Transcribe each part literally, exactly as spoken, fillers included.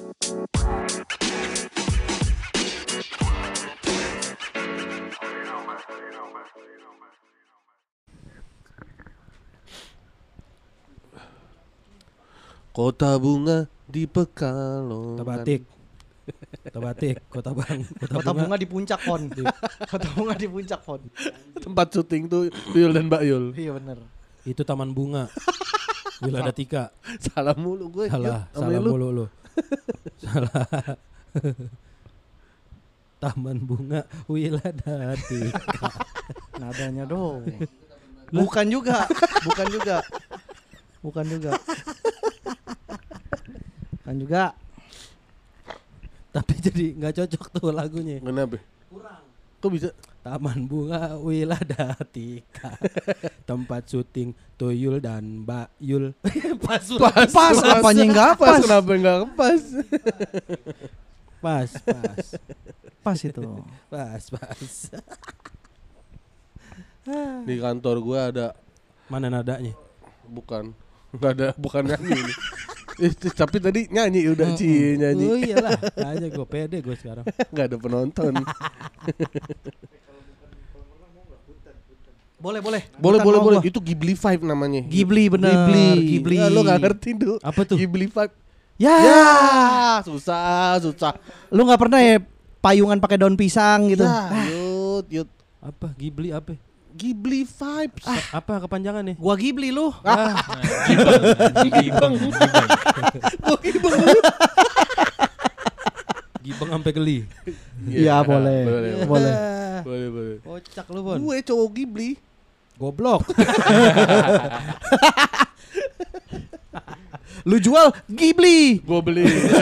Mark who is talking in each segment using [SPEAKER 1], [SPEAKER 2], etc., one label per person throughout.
[SPEAKER 1] Kota bunga di Pekalongan.
[SPEAKER 2] Kota batik. Kota batik, kota bang, kota,
[SPEAKER 3] Kota bunga.
[SPEAKER 2] bunga.
[SPEAKER 3] di puncak pon. Kota bunga di puncak pon.
[SPEAKER 1] Tempat syuting tuh Yul dan Mbak Yul.
[SPEAKER 3] Iya bener.
[SPEAKER 2] Itu taman bunga. Wiladatika.
[SPEAKER 1] Salah mulu gue.
[SPEAKER 2] Salah,
[SPEAKER 1] Yul,
[SPEAKER 2] salah
[SPEAKER 1] lu.
[SPEAKER 2] mulu lu. Salah. Taman bunga Wiladatika.
[SPEAKER 3] Nadanya dong. Bukan juga, bukan juga. Bukan juga. Bukan juga.
[SPEAKER 2] Tapi jadi nggak cocok tuh lagunya.
[SPEAKER 1] Kenapa? Kurang. Kok bisa?
[SPEAKER 2] Taman bunga Wiladatika. Tempat syuting Tuyul dan Mbak Yul. Pas,
[SPEAKER 1] Pas,
[SPEAKER 3] Pas, apanya nggak pas?
[SPEAKER 1] Kenapa nggak pas?
[SPEAKER 2] pas, pas,
[SPEAKER 3] Pas itu.
[SPEAKER 2] pas, pas.
[SPEAKER 1] Di kantor gue ada,
[SPEAKER 2] Mana nadanya?
[SPEAKER 1] bukan, nggak ada, bukan nyanyi ini. Eh, tapi tadi nyanyi udah Ci nyanyi.
[SPEAKER 2] Oh iyalah, aja gue pede gue sekarang.
[SPEAKER 1] Nggak ada penonton.
[SPEAKER 3] Boleh, boleh.
[SPEAKER 1] Boleh,
[SPEAKER 3] Bukan
[SPEAKER 1] boleh,
[SPEAKER 3] mau
[SPEAKER 1] boleh.
[SPEAKER 3] gua.
[SPEAKER 1] Itu Ghibli Five namanya.
[SPEAKER 3] Ghibli bener.
[SPEAKER 1] Ghibli.
[SPEAKER 3] Ghibli.
[SPEAKER 1] Ya, lo nggak ngerti tuh.
[SPEAKER 2] Apa tuh?
[SPEAKER 1] Ghibli Five.
[SPEAKER 3] Ya.
[SPEAKER 1] Ya, susah, susah.
[SPEAKER 3] Lu nggak pernah ya payungan pakai daun pisang gitu?
[SPEAKER 1] Ya, yut, yut.
[SPEAKER 2] Apa Ghibli apa?
[SPEAKER 1] Ghibli Vibes.
[SPEAKER 2] Ah, apa kepanjangannya?
[SPEAKER 3] Gua Ghibli lu.
[SPEAKER 2] Ah,
[SPEAKER 4] Gibeng, gibeng.
[SPEAKER 2] Gibeng sampai geli.
[SPEAKER 3] Iya, boleh.
[SPEAKER 1] Boleh,
[SPEAKER 3] Boleh.
[SPEAKER 1] boleh, boleh.
[SPEAKER 2] Kocak lu, Bon.
[SPEAKER 1] Gue cowok Ghibli.
[SPEAKER 2] Goblok.
[SPEAKER 3] Lu jual Ghibli.
[SPEAKER 1] Gue beli.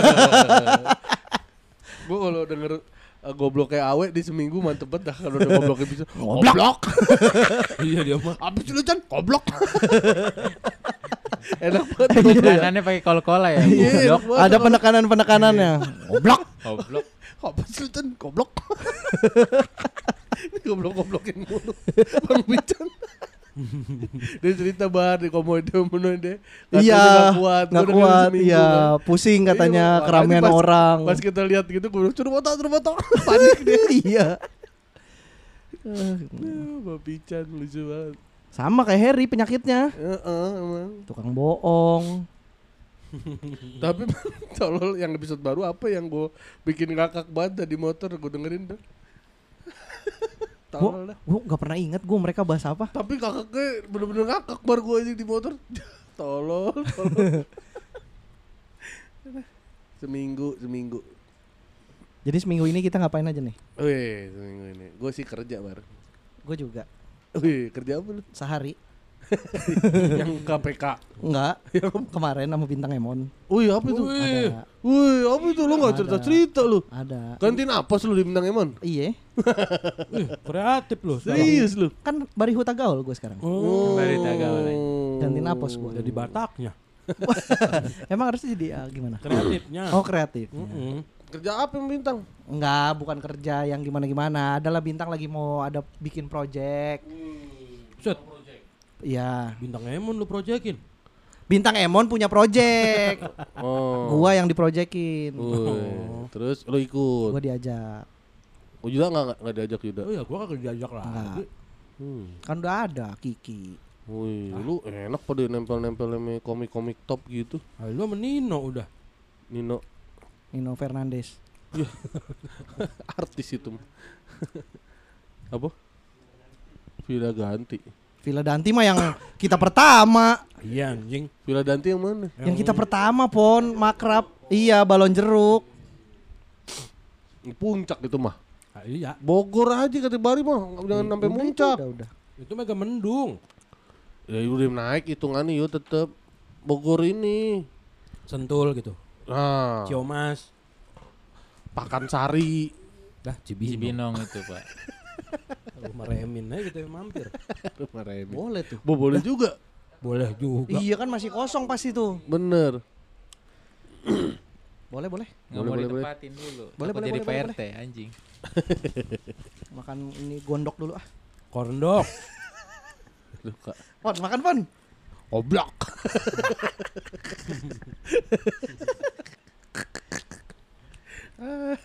[SPEAKER 1] Gue kalau denger uh, goblok kayak Awe di seminggu mantep banget dah kalau udah gobloknya bisa. Goblok.
[SPEAKER 2] Iya dia mah.
[SPEAKER 1] Apa sih lu Chan? Goblok. Enak banget.
[SPEAKER 4] Tekanannya pakai kol-kola ya.
[SPEAKER 1] Iya,
[SPEAKER 4] Goblok.
[SPEAKER 1] enak banget.
[SPEAKER 3] Ada penekanan-penekanannya. Goblok.
[SPEAKER 4] Goblok.
[SPEAKER 1] Apa sih lu Chan? Goblok. Ini goblok-goblokin mulu. Bang Bican. Dia cerita bar di komode komode.
[SPEAKER 3] Iya.
[SPEAKER 1] Gak kuat.
[SPEAKER 3] Nggak
[SPEAKER 1] Gua dengerin
[SPEAKER 3] kuat.
[SPEAKER 1] seminggu,
[SPEAKER 3] Iya.
[SPEAKER 1] kan.
[SPEAKER 3] Pusing katanya
[SPEAKER 1] Iya, makanya
[SPEAKER 3] keramaian
[SPEAKER 1] pas-
[SPEAKER 3] orang.
[SPEAKER 1] Pas kita lihat gitu gue bilang suruh foto, suruh foto. Panik dia.
[SPEAKER 3] Iya.
[SPEAKER 1] Bang Bican lucu banget.
[SPEAKER 3] Sama kayak Harry penyakitnya.
[SPEAKER 1] Heeh, emang.
[SPEAKER 3] Tukang bohong.
[SPEAKER 1] Tapi tolol yang episode baru apa yang gue bikin ngakak banget dah di motor gue dengerin dah. Tolol dah.
[SPEAKER 3] Gue gak pernah inget gue mereka bahas apa.
[SPEAKER 1] Tapi kakaknya bener-bener ngakak bar gue aja di motor. Tolol, tolol. Seminggu, seminggu.
[SPEAKER 3] Jadi seminggu ini kita ngapain aja nih?
[SPEAKER 1] Wih, seminggu ini. Gue sih kerja bar.
[SPEAKER 3] Gue juga.
[SPEAKER 1] Wih, kerja apa lu?
[SPEAKER 3] Sehari.
[SPEAKER 1] Yang K P K.
[SPEAKER 3] Enggak. Kemarin sama Bintang Emon.
[SPEAKER 1] Wih, apa itu?
[SPEAKER 3] Ada.
[SPEAKER 1] Wih, apa itu? Lu gak
[SPEAKER 3] Ada.
[SPEAKER 1] cerita-cerita lu.
[SPEAKER 3] Ada.
[SPEAKER 1] Gantiin apa lu di Bintang Emon?
[SPEAKER 3] Iya.
[SPEAKER 2] Ih, kreatif lu. sekarang.
[SPEAKER 1] Serius lu?
[SPEAKER 3] Kan Barihu Tagaul gue sekarang.
[SPEAKER 2] Oh,
[SPEAKER 4] Dari Tagaul.
[SPEAKER 3] Gantiin apos gue.
[SPEAKER 2] jadi Bataknya.
[SPEAKER 3] Emang harusnya jadi ah, gimana?
[SPEAKER 2] Kreatifnya.
[SPEAKER 3] Oh kreatif.
[SPEAKER 2] Mm-mm.
[SPEAKER 1] Kerja apa yang Bintang?
[SPEAKER 3] Enggak, bukan kerja yang gimana-gimana. Adalah Bintang lagi mau ada bikin project.
[SPEAKER 2] Set,
[SPEAKER 3] Iya.
[SPEAKER 2] Bintang Emon lu proyekin.
[SPEAKER 3] Bintang Emon punya project.
[SPEAKER 1] Oh.
[SPEAKER 3] Gua yang diprojekin.
[SPEAKER 1] Wih, terus lu ikut.
[SPEAKER 3] Gua diajak.
[SPEAKER 1] Oh, Yuda enggak enggak diajak Yuda.
[SPEAKER 2] Oh ya gua kagak diajak lah.
[SPEAKER 3] Enggak.
[SPEAKER 1] Hmm.
[SPEAKER 3] Kan udah ada Kiki.
[SPEAKER 1] Wih, lu enak pada nempel-nempel sama komik-komik top gitu.
[SPEAKER 2] Ah, lu sama Nino udah.
[SPEAKER 1] Nino
[SPEAKER 3] Nino Fernandes.
[SPEAKER 1] artis itu. Apa? Villa Ganti.
[SPEAKER 3] Villa Danti mah yang kita pertama.
[SPEAKER 2] Iya anjing.
[SPEAKER 1] Villa Danti yang mana?
[SPEAKER 3] Yang kita pertama Pon, makrab. Iya, balon jeruk.
[SPEAKER 1] Di puncak itu mah.
[SPEAKER 2] Ah, iya.
[SPEAKER 1] Bogor aja kata Bari mah, jangan sampai
[SPEAKER 3] Udah,
[SPEAKER 1] puncak.
[SPEAKER 3] Udah, udah.
[SPEAKER 2] Itu mega mendung.
[SPEAKER 1] Ya udah naik hitungannya yuk tetep Bogor ini.
[SPEAKER 2] Sentul gitu.
[SPEAKER 1] Nah,
[SPEAKER 2] Ciomas.
[SPEAKER 1] Pakansari.
[SPEAKER 2] Dah Cibinong.
[SPEAKER 4] Cibinong itu, Pak.
[SPEAKER 2] Rumah Remin aja kita yang mampir.
[SPEAKER 1] Rumah Remi.
[SPEAKER 3] Boleh tuh.
[SPEAKER 1] Bo, boleh juga.
[SPEAKER 2] Boleh juga.
[SPEAKER 3] Iya kan masih kosong pas itu.
[SPEAKER 1] Bener.
[SPEAKER 3] Boleh, boleh.
[SPEAKER 4] Nggak
[SPEAKER 1] Boleh,
[SPEAKER 4] mau
[SPEAKER 1] boleh,
[SPEAKER 4] ditempatin dulu.
[SPEAKER 3] Boleh,
[SPEAKER 4] Takut
[SPEAKER 3] boleh,
[SPEAKER 4] jadi
[SPEAKER 3] boleh,
[SPEAKER 4] P R T anjing.
[SPEAKER 3] Makan ini gondok dulu ah.
[SPEAKER 2] Korndok.
[SPEAKER 1] Duh, Kak.
[SPEAKER 3] Pon, makan Pon.
[SPEAKER 1] Oblak.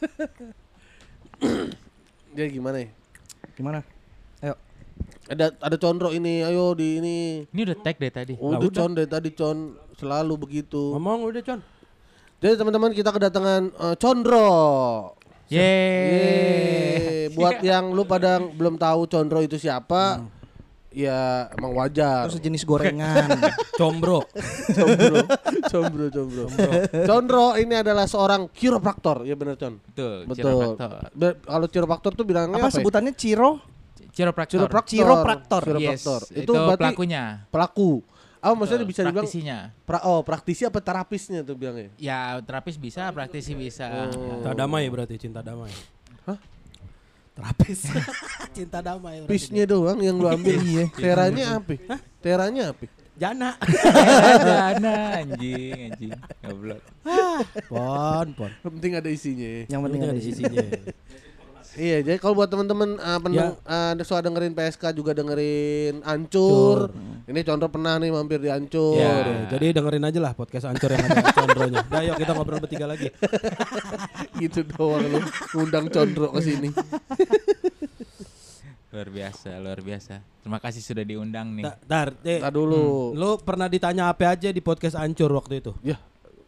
[SPEAKER 1] Dia gimana ya?
[SPEAKER 3] Gimana? Ayo.
[SPEAKER 1] Ada ada Condro ini, ayo di ini.
[SPEAKER 4] Ini udah tag deh tadi.
[SPEAKER 1] Udah Con dari tadi Con selalu begitu.
[SPEAKER 2] Ngomong udah Con.
[SPEAKER 1] Jadi teman-teman kita kedatangan uh, Condro.
[SPEAKER 4] Yeay.
[SPEAKER 1] Yeay. Buat yang lu pada belum tahu Condro itu siapa, hmm. ya emang wajar.
[SPEAKER 3] Terus sejenis gorengan.
[SPEAKER 2] Combro.
[SPEAKER 1] Combro. Combro, combro. Condro ini adalah seorang kiropraktor, ya benar Con.
[SPEAKER 4] Betul.
[SPEAKER 1] Betul. Be- kalau kiropraktor tuh bilangnya
[SPEAKER 3] apa,
[SPEAKER 1] apa
[SPEAKER 3] sebutannya? Ciro?
[SPEAKER 4] Chiropractor.
[SPEAKER 1] Chiropractor.
[SPEAKER 3] Chiropractor.
[SPEAKER 1] Chiropractor.
[SPEAKER 4] Yes,
[SPEAKER 1] Itu
[SPEAKER 4] itu
[SPEAKER 1] berarti
[SPEAKER 4] pelakunya.
[SPEAKER 1] pelaku. Oh, maksudnya bisa dibilang
[SPEAKER 4] praktisinya.
[SPEAKER 1] pra- oh, praktisi apa terapisnya tuh bilangnya?
[SPEAKER 4] Ya, terapis bisa, praktisi bisa.
[SPEAKER 1] Oh.
[SPEAKER 2] Cinta damai berarti cinta damai.
[SPEAKER 1] Hah?
[SPEAKER 2] Terapis. Cinta damai. berarti
[SPEAKER 1] Pisnya doang yang lu ambil. Iya. Teranya apa? Hah? Teranya apa?
[SPEAKER 2] dia. Jana.
[SPEAKER 4] Dana anjing, anjing. Goblok.
[SPEAKER 2] Pon, pon.
[SPEAKER 1] Yang penting ada isinya.
[SPEAKER 3] Yang penting ada
[SPEAKER 2] di
[SPEAKER 3] isinya.
[SPEAKER 2] sisinya.
[SPEAKER 1] Iya, jadi kalau buat teman-teman uh, pendeng, uh, suka dengerin P S K juga dengerin Ancur. Ini Condro pernah nih mampir di Ancur.
[SPEAKER 2] Ya, jadi dengerin aja lah podcast Ancur yang ada Condronya. Nah, yuk kita ngobrol bertiga lagi.
[SPEAKER 1] Gitu doang lu ngundang Condro ke sini.
[SPEAKER 4] Luar biasa, luar biasa. Terima kasih sudah diundang nih.
[SPEAKER 2] Dar, eh,
[SPEAKER 1] Tar dulu.
[SPEAKER 2] hmm, lu pernah ditanya apa aja di podcast Ancur waktu itu?
[SPEAKER 1] Ya,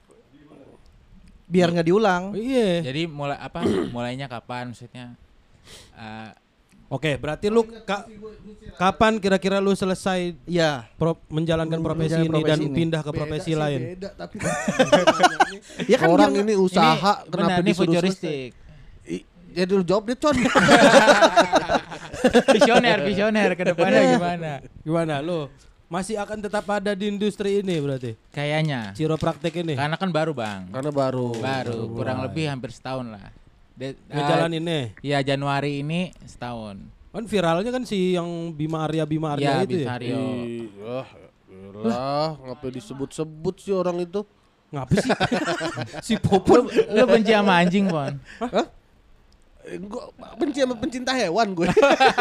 [SPEAKER 3] Biar nggak diulang.
[SPEAKER 2] Iya.
[SPEAKER 4] Jadi mulai apa? Mulainya kapan maksudnya? Uh,
[SPEAKER 2] Oke, berarti lu ka- kapan kira-kira lu selesai
[SPEAKER 3] Iya.
[SPEAKER 2] pro- menjalankan profesi
[SPEAKER 3] Menjalankan
[SPEAKER 2] ini
[SPEAKER 3] profesi
[SPEAKER 2] dan
[SPEAKER 3] ini.
[SPEAKER 2] pindah ke
[SPEAKER 1] beda
[SPEAKER 2] profesi
[SPEAKER 1] sih,
[SPEAKER 2] lain?
[SPEAKER 1] Beda, tapi
[SPEAKER 3] Ya kan
[SPEAKER 1] orang
[SPEAKER 3] biar-
[SPEAKER 1] ini usaha
[SPEAKER 4] ini
[SPEAKER 1] kenapa
[SPEAKER 4] benar, ini
[SPEAKER 1] disuruh
[SPEAKER 4] futuristik.
[SPEAKER 1] selesai? I- Jadi lu jawab deh Con.
[SPEAKER 4] Visioner, visioner ke depannya gimana?
[SPEAKER 2] Gimana lu? Masih akan tetap ada di industri ini berarti?
[SPEAKER 4] Kayaknya.
[SPEAKER 2] Chiropraktek ini?
[SPEAKER 4] Karena kan baru, Bang.
[SPEAKER 1] Karena baru.
[SPEAKER 4] Baru,
[SPEAKER 2] baru
[SPEAKER 4] kurang
[SPEAKER 2] mulai.
[SPEAKER 4] lebih hampir setahun lah. De-
[SPEAKER 2] Ngejalanin nih.
[SPEAKER 4] Ya Januari ini setahun.
[SPEAKER 2] Kan viralnya kan si yang Bima Arya Bima Arya
[SPEAKER 4] Ya,
[SPEAKER 2] itu ya?
[SPEAKER 4] Bisario.
[SPEAKER 1] Iya, lah, ngapain disebut-sebut sih orang itu?
[SPEAKER 2] Ngapa sih? si
[SPEAKER 4] Lu,
[SPEAKER 2] Popon.
[SPEAKER 4] lu benci sama anjing, Pon?
[SPEAKER 1] Hah? Eh, gua benci sama pencinta hewan gue.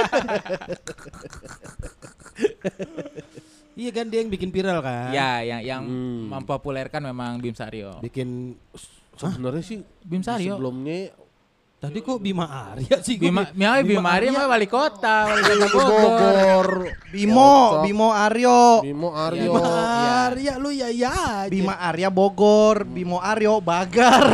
[SPEAKER 2] Iya kan dia yang bikin viral kan?
[SPEAKER 4] Ya, yang yang
[SPEAKER 1] Hmm.
[SPEAKER 4] mempopulerkan memang Bim Sario.
[SPEAKER 2] Bikin
[SPEAKER 1] Sebenarnya sih
[SPEAKER 4] Bim Sario.
[SPEAKER 1] sebelumnya
[SPEAKER 2] tadi kok Bima Arya sih? Gua
[SPEAKER 4] Bima,
[SPEAKER 2] bi-
[SPEAKER 4] Bima, Bima Arya mah wali kota, wali kota Bogor.
[SPEAKER 1] Bogor,
[SPEAKER 3] Bimo,
[SPEAKER 1] Kocok.
[SPEAKER 3] Bimo Aryo.
[SPEAKER 1] Bimo Aryo.
[SPEAKER 2] Bima
[SPEAKER 4] Iya.
[SPEAKER 2] Arya lu ya ya aja.
[SPEAKER 3] Bima Arya Bogor, Bimo Aryo Bagar.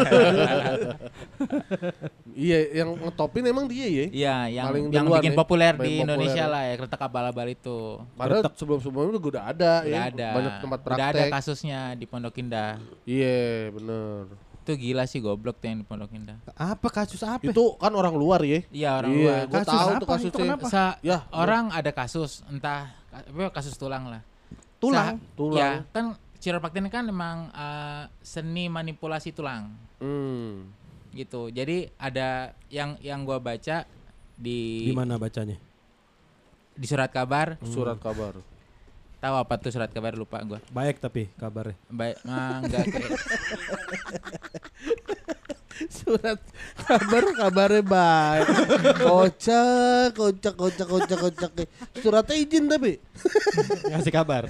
[SPEAKER 1] Iya, yang ngetopin emang dia ya.
[SPEAKER 4] Iya, yang
[SPEAKER 1] Paling
[SPEAKER 4] yang
[SPEAKER 1] duluan
[SPEAKER 4] bikin
[SPEAKER 1] ya,
[SPEAKER 4] populer
[SPEAKER 1] paling
[SPEAKER 4] di
[SPEAKER 1] populer
[SPEAKER 4] Indonesia
[SPEAKER 1] ya.
[SPEAKER 4] lah ya, kereta abal-abal itu.
[SPEAKER 1] Padahal sebelum-sebelumnya udah udah ada
[SPEAKER 4] Udah
[SPEAKER 1] ya.
[SPEAKER 4] ada.
[SPEAKER 1] Banyak tempat
[SPEAKER 4] Udah ada
[SPEAKER 1] praktek.
[SPEAKER 4] kasusnya di Pondok Indah.
[SPEAKER 1] Iya, bener.
[SPEAKER 4] Itu gila sih goblok tuh yang di Pondok Indah.
[SPEAKER 2] Apa kasus apa?
[SPEAKER 1] Itu kan orang luar ya.
[SPEAKER 4] Iya, orang
[SPEAKER 1] Iya,
[SPEAKER 4] luar.
[SPEAKER 1] gua
[SPEAKER 3] Kasus
[SPEAKER 1] tahu
[SPEAKER 3] apa?
[SPEAKER 1] tuh
[SPEAKER 3] Itu
[SPEAKER 1] kasusnya.
[SPEAKER 3] kenapa?
[SPEAKER 4] Sa-
[SPEAKER 1] Ya,
[SPEAKER 4] orang ada kasus entah apa kasus tulang lah.
[SPEAKER 3] Tulang.
[SPEAKER 4] Sa-
[SPEAKER 1] Tulang.
[SPEAKER 4] Ya, kan chiropractic ini kan memang uh, seni manipulasi tulang
[SPEAKER 1] Hmm.
[SPEAKER 4] gitu. Jadi ada yang yang gua baca di
[SPEAKER 2] Di mana bacanya?
[SPEAKER 4] di surat kabar.
[SPEAKER 1] Surat kabar.
[SPEAKER 4] Tahu apa tuh surat kabar, lupa gua.
[SPEAKER 2] Baik tapi kabarnya.
[SPEAKER 4] Baik, mah enggak kayak
[SPEAKER 1] Surat kabar kabarnya baik. Kocak, kocak, kocak, kocak, kocak. Suratnya izin tapi.
[SPEAKER 2] Ngasih kabar.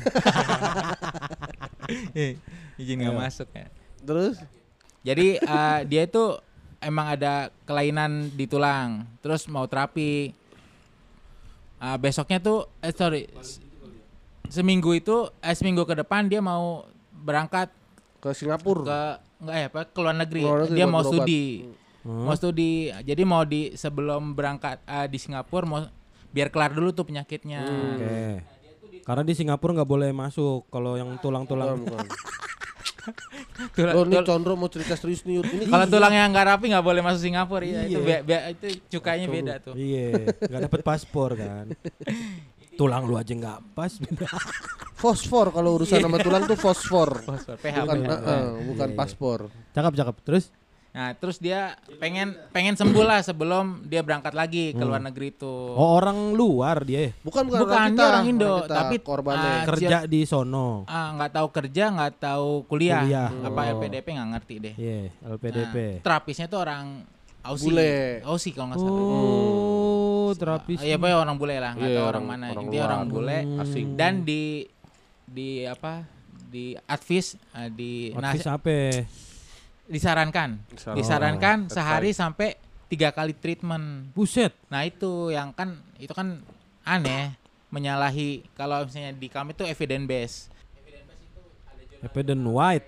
[SPEAKER 4] izin nggak masuk ya.
[SPEAKER 1] Terus
[SPEAKER 4] Jadi uh, dia itu emang ada kelainan di tulang, terus mau terapi. Uh, besoknya tuh, eh sorry, s- seminggu itu, eh seminggu ke depan dia mau berangkat
[SPEAKER 1] ke Singapura.
[SPEAKER 4] ke enggak ya apa ke luar negeri.
[SPEAKER 1] Luar negeri
[SPEAKER 4] Dia
[SPEAKER 1] buat
[SPEAKER 4] mau
[SPEAKER 1] berobat.
[SPEAKER 4] studi,
[SPEAKER 2] Hmm.
[SPEAKER 4] mau studi. Jadi mau di sebelum berangkat uh, di Singapura mau biar kelar dulu tuh penyakitnya.
[SPEAKER 1] Hmm.
[SPEAKER 2] Oke. Karena di Singapura nggak boleh masuk kalau yang tulang-tulang.
[SPEAKER 1] Bukan, bukan.
[SPEAKER 4] Tulang-
[SPEAKER 1] Oh, ini
[SPEAKER 4] tul-
[SPEAKER 1] Condro mau cerita serius nih. Yud. Ini
[SPEAKER 4] Kalau tulangnya nggak rapi nggak boleh masuk Singapura. Iya. Itu
[SPEAKER 2] Iya.
[SPEAKER 4] be- be- itu cukainya beda tuh.
[SPEAKER 2] Iya, nggak dapet paspor kan. Tulang lu aja nggak pas.
[SPEAKER 1] fosfor kalau urusan sama tulang tuh fosfor.
[SPEAKER 4] Fosfor, P H.
[SPEAKER 1] Bukan,
[SPEAKER 2] P H.
[SPEAKER 1] eh, eh, bukan
[SPEAKER 2] Iya, iya.
[SPEAKER 1] paspor.
[SPEAKER 2] Cakep cakep. Terus?
[SPEAKER 4] Nah, terus dia pengen pengen sembuh lah sebelum dia berangkat lagi ke luar negeri itu.
[SPEAKER 2] Oh orang luar dia ya?
[SPEAKER 1] Bukan, bukan,
[SPEAKER 4] Bukan,
[SPEAKER 1] kita,
[SPEAKER 4] dia orang Indo,
[SPEAKER 1] kita,
[SPEAKER 4] tapi,
[SPEAKER 1] korbannya.
[SPEAKER 4] ah,
[SPEAKER 2] Kerja di sono.
[SPEAKER 4] Ah, nggak tahu kerja, nggak tahu kuliah.
[SPEAKER 2] Kuliah.
[SPEAKER 4] Apa
[SPEAKER 2] Oh.
[SPEAKER 4] L P D P nggak ngerti deh.
[SPEAKER 2] Iya, L P D P.
[SPEAKER 4] Nah, terapisnya tuh orang Aussie.
[SPEAKER 1] Bule.
[SPEAKER 4] Aussie kalau nggak salah.
[SPEAKER 2] Oh, terapis.
[SPEAKER 4] Ah, Iya, pokoknya orang bule lah, nggak
[SPEAKER 1] Iya,
[SPEAKER 4] tahu orang,
[SPEAKER 1] orang-
[SPEAKER 4] mana.
[SPEAKER 1] orang
[SPEAKER 4] Intinya
[SPEAKER 1] luar.
[SPEAKER 4] orang bule.
[SPEAKER 1] Asing.
[SPEAKER 4] Dan di di apa? Di advis, ah, di
[SPEAKER 2] Advis apa?
[SPEAKER 4] disarankan.
[SPEAKER 1] Disarankan.
[SPEAKER 4] Disarankan
[SPEAKER 1] Oh,
[SPEAKER 4] sehari sampai tiga kali treatment.
[SPEAKER 2] Buset.
[SPEAKER 4] Nah itu yang kan itu kan aneh, menyalahi kalau misalnya di kami itu evidence based.
[SPEAKER 2] Evidence white.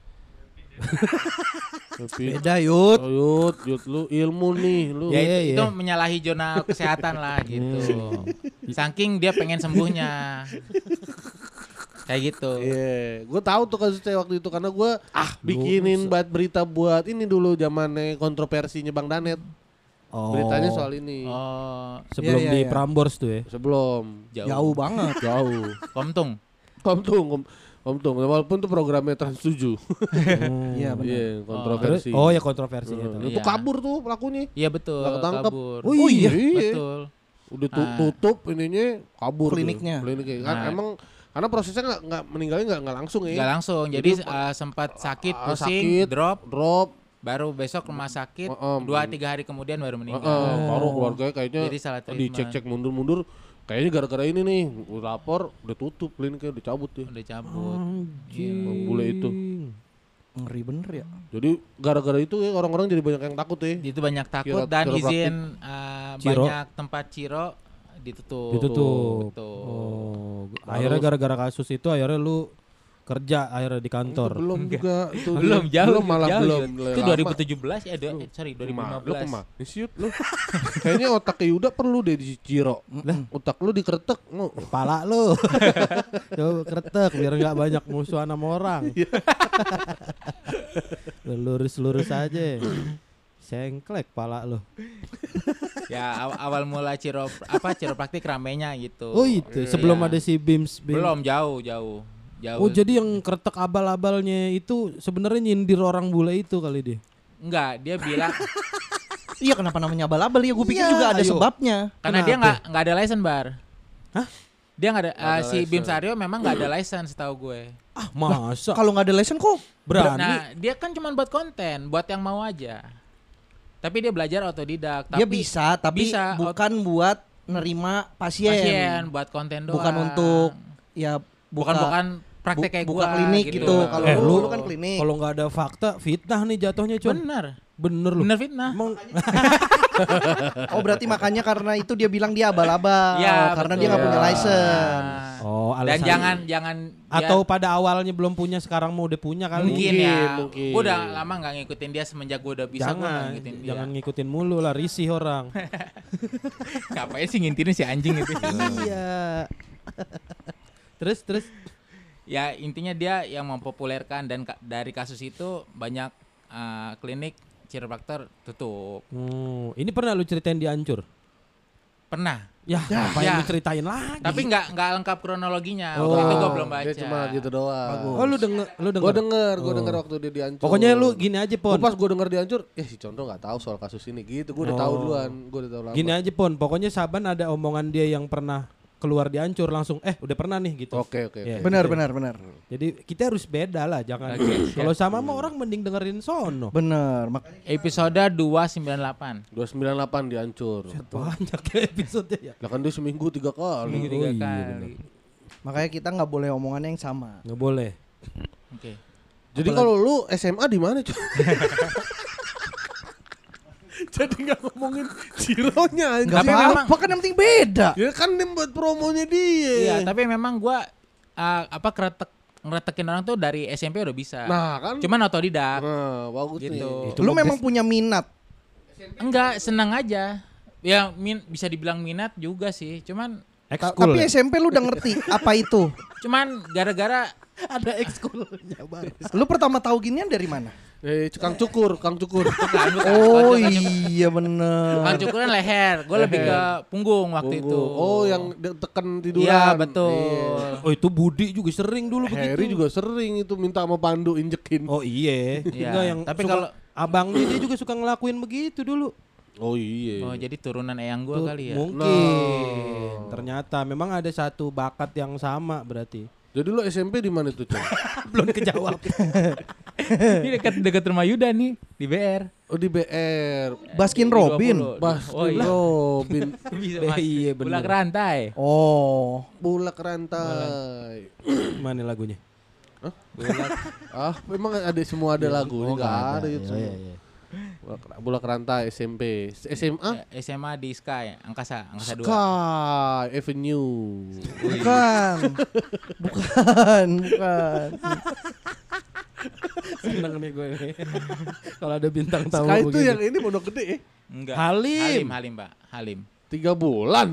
[SPEAKER 1] Tapi
[SPEAKER 3] Beda Yud.
[SPEAKER 1] oh, Yud, Yud lu ilmu nih lu.
[SPEAKER 4] Ya
[SPEAKER 2] Iya,
[SPEAKER 4] itu,
[SPEAKER 2] iya.
[SPEAKER 4] itu menyalahi jurnal kesehatan lah gitu. Saking dia pengen sembuhnya. Kayak gitu.
[SPEAKER 1] Iya, gue tahu tuh kasusnya waktu itu karena gue ah bikinin buat berita buat ini dulu zamannya kontroversinya Bang Danet.
[SPEAKER 2] Oh.
[SPEAKER 1] Beritanya soal ini.
[SPEAKER 4] Oh,
[SPEAKER 2] Sebelum
[SPEAKER 3] Iya, iya,
[SPEAKER 2] di
[SPEAKER 3] iya.
[SPEAKER 2] Prambors tuh ya.
[SPEAKER 1] Sebelum
[SPEAKER 4] jauh.
[SPEAKER 3] Jauh banget.
[SPEAKER 1] jauh.
[SPEAKER 4] Komtung.
[SPEAKER 1] Om Tung, Om, Om Tung, walaupun tuh programnya Trans tujuh.
[SPEAKER 2] Hmm.
[SPEAKER 3] Iya benar.
[SPEAKER 1] Iya,
[SPEAKER 2] Terus,
[SPEAKER 1] kontroversi.
[SPEAKER 2] oh ya kontroversi
[SPEAKER 1] Heeh,
[SPEAKER 2] itu.
[SPEAKER 1] itu
[SPEAKER 4] Iya.
[SPEAKER 1] kabur tuh pelakunya.
[SPEAKER 4] Iya betul.
[SPEAKER 1] Nggak ketangkep.
[SPEAKER 4] Kabur.
[SPEAKER 2] Oh iya.
[SPEAKER 4] Betul.
[SPEAKER 1] Udah tu-
[SPEAKER 4] Ah.
[SPEAKER 1] tutup ininya kabur. tuh.
[SPEAKER 3] Kliniknya.
[SPEAKER 1] Kliniknya. Kan
[SPEAKER 4] Nah.
[SPEAKER 1] emang karena prosesnya nggak nggak meninggalnya nggak nggak langsung ya.
[SPEAKER 4] Nggak langsung. Jadi
[SPEAKER 1] Jadi,
[SPEAKER 4] uh, sempat sakit,
[SPEAKER 1] ah,
[SPEAKER 4] pusing,
[SPEAKER 1] sakit.
[SPEAKER 4] drop,
[SPEAKER 1] Drop.
[SPEAKER 4] baru besok rumah sakit.
[SPEAKER 1] Heeh.
[SPEAKER 4] Dua tiga hari kemudian baru meninggal.
[SPEAKER 1] Heeh, baru keluarganya kayaknya
[SPEAKER 4] Jadi salah treatment.
[SPEAKER 1] dicek-cek mundur-mundur. Kayaknya gara-gara ini nih, udah lapor, udah tutup kliniknya, udah cabut ya.
[SPEAKER 4] Udah cabut.
[SPEAKER 1] Bang bule itu.
[SPEAKER 3] Ngeri bener ya.
[SPEAKER 1] Jadi gara-gara itu ya orang-orang jadi banyak yang takut ya.
[SPEAKER 4] Itu banyak takut
[SPEAKER 1] Ciro-
[SPEAKER 4] dan
[SPEAKER 1] ciro
[SPEAKER 4] izin uh,
[SPEAKER 2] Ciro.
[SPEAKER 4] banyak tempat Ciro ditutup.
[SPEAKER 2] Ditutup.
[SPEAKER 4] Betul.
[SPEAKER 2] Oh, akhirnya gara-gara kasus itu akhirnya lu kerja akhirnya di kantor.
[SPEAKER 1] Belum juga itu
[SPEAKER 4] Belum
[SPEAKER 1] dia-
[SPEAKER 4] jauh,
[SPEAKER 1] belum malah
[SPEAKER 4] jauh,
[SPEAKER 1] belum.
[SPEAKER 4] Yud. Itu
[SPEAKER 1] Lama.
[SPEAKER 4] dua ribu tujuh belas ya, do- eh, sorry dua ribu lima
[SPEAKER 1] Lu
[SPEAKER 4] belas.
[SPEAKER 1] kemana sih Yud, lu? Kayaknya otak Yuda perlu deh di Ciro. Otak lu dikeretek mau.
[SPEAKER 2] Kepala lu. Coba kretek biar nggak banyak musuhan sama orang. Lu lurus-lurus aja. Sengklek pala lu.
[SPEAKER 4] Ya aw- awal mula Ciro apa Ciropraktik ramenya gitu.
[SPEAKER 2] Oh itu sebelum
[SPEAKER 4] Iya.
[SPEAKER 2] ada si Bims. Bim.
[SPEAKER 4] Belum jauh jauh. Jauh.
[SPEAKER 2] Oh jadi yang kretek abal-abalnya itu sebenarnya nyindir orang bule itu kali dia.
[SPEAKER 4] Enggak, dia bilang
[SPEAKER 3] Iya kenapa namanya abal-abal ya? Gue pikir
[SPEAKER 2] Iya,
[SPEAKER 3] juga ada
[SPEAKER 2] ayo.
[SPEAKER 3] sebabnya.
[SPEAKER 4] karena dia
[SPEAKER 2] Kenapa?
[SPEAKER 4] nggak nggak ada license bar.
[SPEAKER 2] Hah?
[SPEAKER 4] Dia nggak ada,
[SPEAKER 1] Nggak
[SPEAKER 4] uh,
[SPEAKER 1] ada
[SPEAKER 4] si Bim
[SPEAKER 1] license.
[SPEAKER 4] Saryo memang nggak ada license tahu gue.
[SPEAKER 2] Ah masa
[SPEAKER 3] Kalau nggak ada lesson kok
[SPEAKER 2] berani?
[SPEAKER 4] Nah, dia kan cuma buat konten, buat yang mau aja. Tapi dia belajar otodidak.
[SPEAKER 3] dia
[SPEAKER 4] Tapi
[SPEAKER 3] bisa tapi
[SPEAKER 4] bisa,
[SPEAKER 3] bukan buat nerima pasien.
[SPEAKER 4] pasien, buat konten doang.
[SPEAKER 3] Bukan untuk ya
[SPEAKER 4] bukan
[SPEAKER 3] buka,
[SPEAKER 4] bukan praktek
[SPEAKER 3] bu-
[SPEAKER 4] kayak
[SPEAKER 3] buka
[SPEAKER 4] gua
[SPEAKER 3] klinik gitu. Kalau
[SPEAKER 2] Eh,
[SPEAKER 3] lu,
[SPEAKER 2] lu-
[SPEAKER 3] lu kan klinik.
[SPEAKER 2] Kalau nggak ada fakta fitnah nih jatuhnya con.
[SPEAKER 4] Bener,
[SPEAKER 2] Bener lu.
[SPEAKER 4] bener fitnah.
[SPEAKER 2] Emang
[SPEAKER 3] Oh berarti makanya karena itu dia bilang dia abal-abal
[SPEAKER 4] Ya,
[SPEAKER 3] karena
[SPEAKER 4] betul.
[SPEAKER 3] dia nggak punya
[SPEAKER 1] Ya.
[SPEAKER 3] license.
[SPEAKER 2] oh
[SPEAKER 4] Dan
[SPEAKER 2] alasan.
[SPEAKER 4] jangan jangan dia-
[SPEAKER 2] Atau pada awalnya belum punya sekarang mau udah punya kali.
[SPEAKER 4] mungkin,
[SPEAKER 1] Mungkin,
[SPEAKER 4] ya.
[SPEAKER 1] mungkin.
[SPEAKER 4] Gua udah lama nggak ngikutin dia semenjak gua udah bisa gua nggak
[SPEAKER 2] jangan
[SPEAKER 4] ngikutin dia.
[SPEAKER 2] jangan ngikutin mulu lah risih orang.
[SPEAKER 4] Ngapain sih ngintirin si anjing itu?
[SPEAKER 2] Iya. Terus terus
[SPEAKER 4] Ya intinya dia yang mempopulerkan dan ka- dari kasus itu banyak uh, klinik chiropractor tutup.
[SPEAKER 2] hmm, ini pernah lu ceritain di Ancur?
[SPEAKER 4] Pernah.
[SPEAKER 2] Ya, apa
[SPEAKER 4] ya.
[SPEAKER 2] yang lu ceritain lagi?
[SPEAKER 4] Tapi nggak nggak lengkap kronologinya.
[SPEAKER 2] Oh.
[SPEAKER 4] Waktu itu gua belum baca.
[SPEAKER 1] Dia cuma gitu doang.
[SPEAKER 2] Oh lu denger lu denger.
[SPEAKER 1] Gua denger, gua
[SPEAKER 2] Oh.
[SPEAKER 1] denger waktu dia dihancur.
[SPEAKER 2] Pokoknya lu gini aja
[SPEAKER 1] Gua
[SPEAKER 2] Pon.
[SPEAKER 1] pas gua denger dihancur, ya si Condro nggak tahu soal kasus ini gitu. Gua udah tahu
[SPEAKER 2] Oh.
[SPEAKER 1] duluan, gua udah tahu lama.
[SPEAKER 2] Gini aja Pon, pokoknya Saban ada omongan dia yang pernah keluar di Ancur langsung eh udah pernah nih gitu.
[SPEAKER 1] Oke, oke.
[SPEAKER 2] Ya,
[SPEAKER 3] Benar
[SPEAKER 2] gitu.
[SPEAKER 3] benar benar.
[SPEAKER 2] Jadi kita harus beda lah, jangan.
[SPEAKER 4] Oke,
[SPEAKER 2] Kalau sama mah orang mending dengerin sono.
[SPEAKER 3] Benar. Makanya
[SPEAKER 4] Episode dua sembilan delapan.
[SPEAKER 1] dua sembilan delapan dihancur.
[SPEAKER 2] Banyak ya episode ya.
[SPEAKER 1] Lah kan dia seminggu tiga kali.
[SPEAKER 4] Minggu
[SPEAKER 2] Oh,
[SPEAKER 4] tiga
[SPEAKER 2] iya,
[SPEAKER 4] kali.
[SPEAKER 3] makanya kita nggak boleh omongannya yang sama.
[SPEAKER 2] Nggak boleh.
[SPEAKER 4] Oke.
[SPEAKER 1] Jadi kalau lu S M A di mana, Cuy? Jadi nggak ngomongin Cironya
[SPEAKER 3] Enggak
[SPEAKER 4] Tapi memang-
[SPEAKER 3] apa-apa kan yang penting beda.
[SPEAKER 1] Ya kan dia buat promonya dia.
[SPEAKER 4] Iya, tapi memang gua uh, apa kretek ngeretekin orang tuh dari S M P udah bisa.
[SPEAKER 1] Nah, kan.
[SPEAKER 4] Cuman otodidak.
[SPEAKER 1] Nah, bagus
[SPEAKER 4] Gitu.
[SPEAKER 1] nih.
[SPEAKER 2] Itu
[SPEAKER 3] Lu
[SPEAKER 2] lo
[SPEAKER 3] memang
[SPEAKER 2] best.
[SPEAKER 3] punya minat.
[SPEAKER 4] Enggak, senang aja. Ya min, bisa dibilang minat juga sih. Cuman
[SPEAKER 3] Ta-
[SPEAKER 2] Ekskul.
[SPEAKER 3] Tapi
[SPEAKER 2] ya?
[SPEAKER 3] S M P lu udah ngerti apa itu.
[SPEAKER 4] cuman gara-gara
[SPEAKER 2] Ada ekskulnya Bang.
[SPEAKER 3] Lu pertama tahu ginian dari mana?
[SPEAKER 1] Eh, Kang Cukur, Kang Cukur.
[SPEAKER 4] bukan, bukan.
[SPEAKER 3] Oh
[SPEAKER 4] Bukan cukur-
[SPEAKER 3] iya bener.
[SPEAKER 4] bukan cukuran leher. Gue lebih ke punggung waktu itu.
[SPEAKER 1] Punggung. Oh, yang dia tekan tiduran.
[SPEAKER 4] Iya, betul.
[SPEAKER 1] Iya.
[SPEAKER 2] Oh itu Budi juga sering dulu
[SPEAKER 1] Harry
[SPEAKER 2] begitu.
[SPEAKER 1] juga sering itu minta sama Pandu injekin.
[SPEAKER 2] Oh iya.
[SPEAKER 4] Iya,
[SPEAKER 2] Enggak yang
[SPEAKER 4] tapi
[SPEAKER 2] suka-
[SPEAKER 4] kalau-
[SPEAKER 2] abangnya dia juga suka ngelakuin begitu dulu.
[SPEAKER 1] Oh iya.
[SPEAKER 4] Oh, jadi turunan eyang gua
[SPEAKER 2] Tuh,
[SPEAKER 4] kali ya.
[SPEAKER 2] Mungkin.
[SPEAKER 1] No.
[SPEAKER 2] Ternyata memang ada satu bakat yang sama berarti.
[SPEAKER 1] Jadi lu S M P di mana tuh, Cuy?
[SPEAKER 2] Belum kejawab.
[SPEAKER 4] Ini dekat dekat rumah Yuda nih di B R.
[SPEAKER 1] Oh di B R.
[SPEAKER 3] Baskin
[SPEAKER 4] Di
[SPEAKER 3] Robin.
[SPEAKER 4] dua puluh.
[SPEAKER 1] Bas
[SPEAKER 4] Oh iya.
[SPEAKER 1] Robin.
[SPEAKER 4] Bisa
[SPEAKER 2] Iya,
[SPEAKER 4] mas.
[SPEAKER 2] iya, bener.
[SPEAKER 4] Bulak rantai.
[SPEAKER 3] Oh.
[SPEAKER 1] Bulak rantai.
[SPEAKER 2] Mana lagunya?
[SPEAKER 4] Bulat.
[SPEAKER 1] Ah, memang ada semua ada lagu,
[SPEAKER 2] Oh,
[SPEAKER 1] enggak ada
[SPEAKER 2] iya,
[SPEAKER 1] itu.
[SPEAKER 2] iya, iya.
[SPEAKER 1] Bola Keranta S M P, S M A
[SPEAKER 4] Eh, S M A di Sky, Angkasa, Angkasa dua.
[SPEAKER 1] Sky Avenue.
[SPEAKER 3] Bukan. Bukan, bukan.
[SPEAKER 2] Seneng nih gue nih. Kalau ada bintang tamu
[SPEAKER 1] Sky itu
[SPEAKER 2] begini.
[SPEAKER 1] yang ini Pondok Gede ya.
[SPEAKER 4] Enggak.
[SPEAKER 2] Halim.
[SPEAKER 4] Halim, Halim, Pak. Halim.
[SPEAKER 1] Tiga bulan.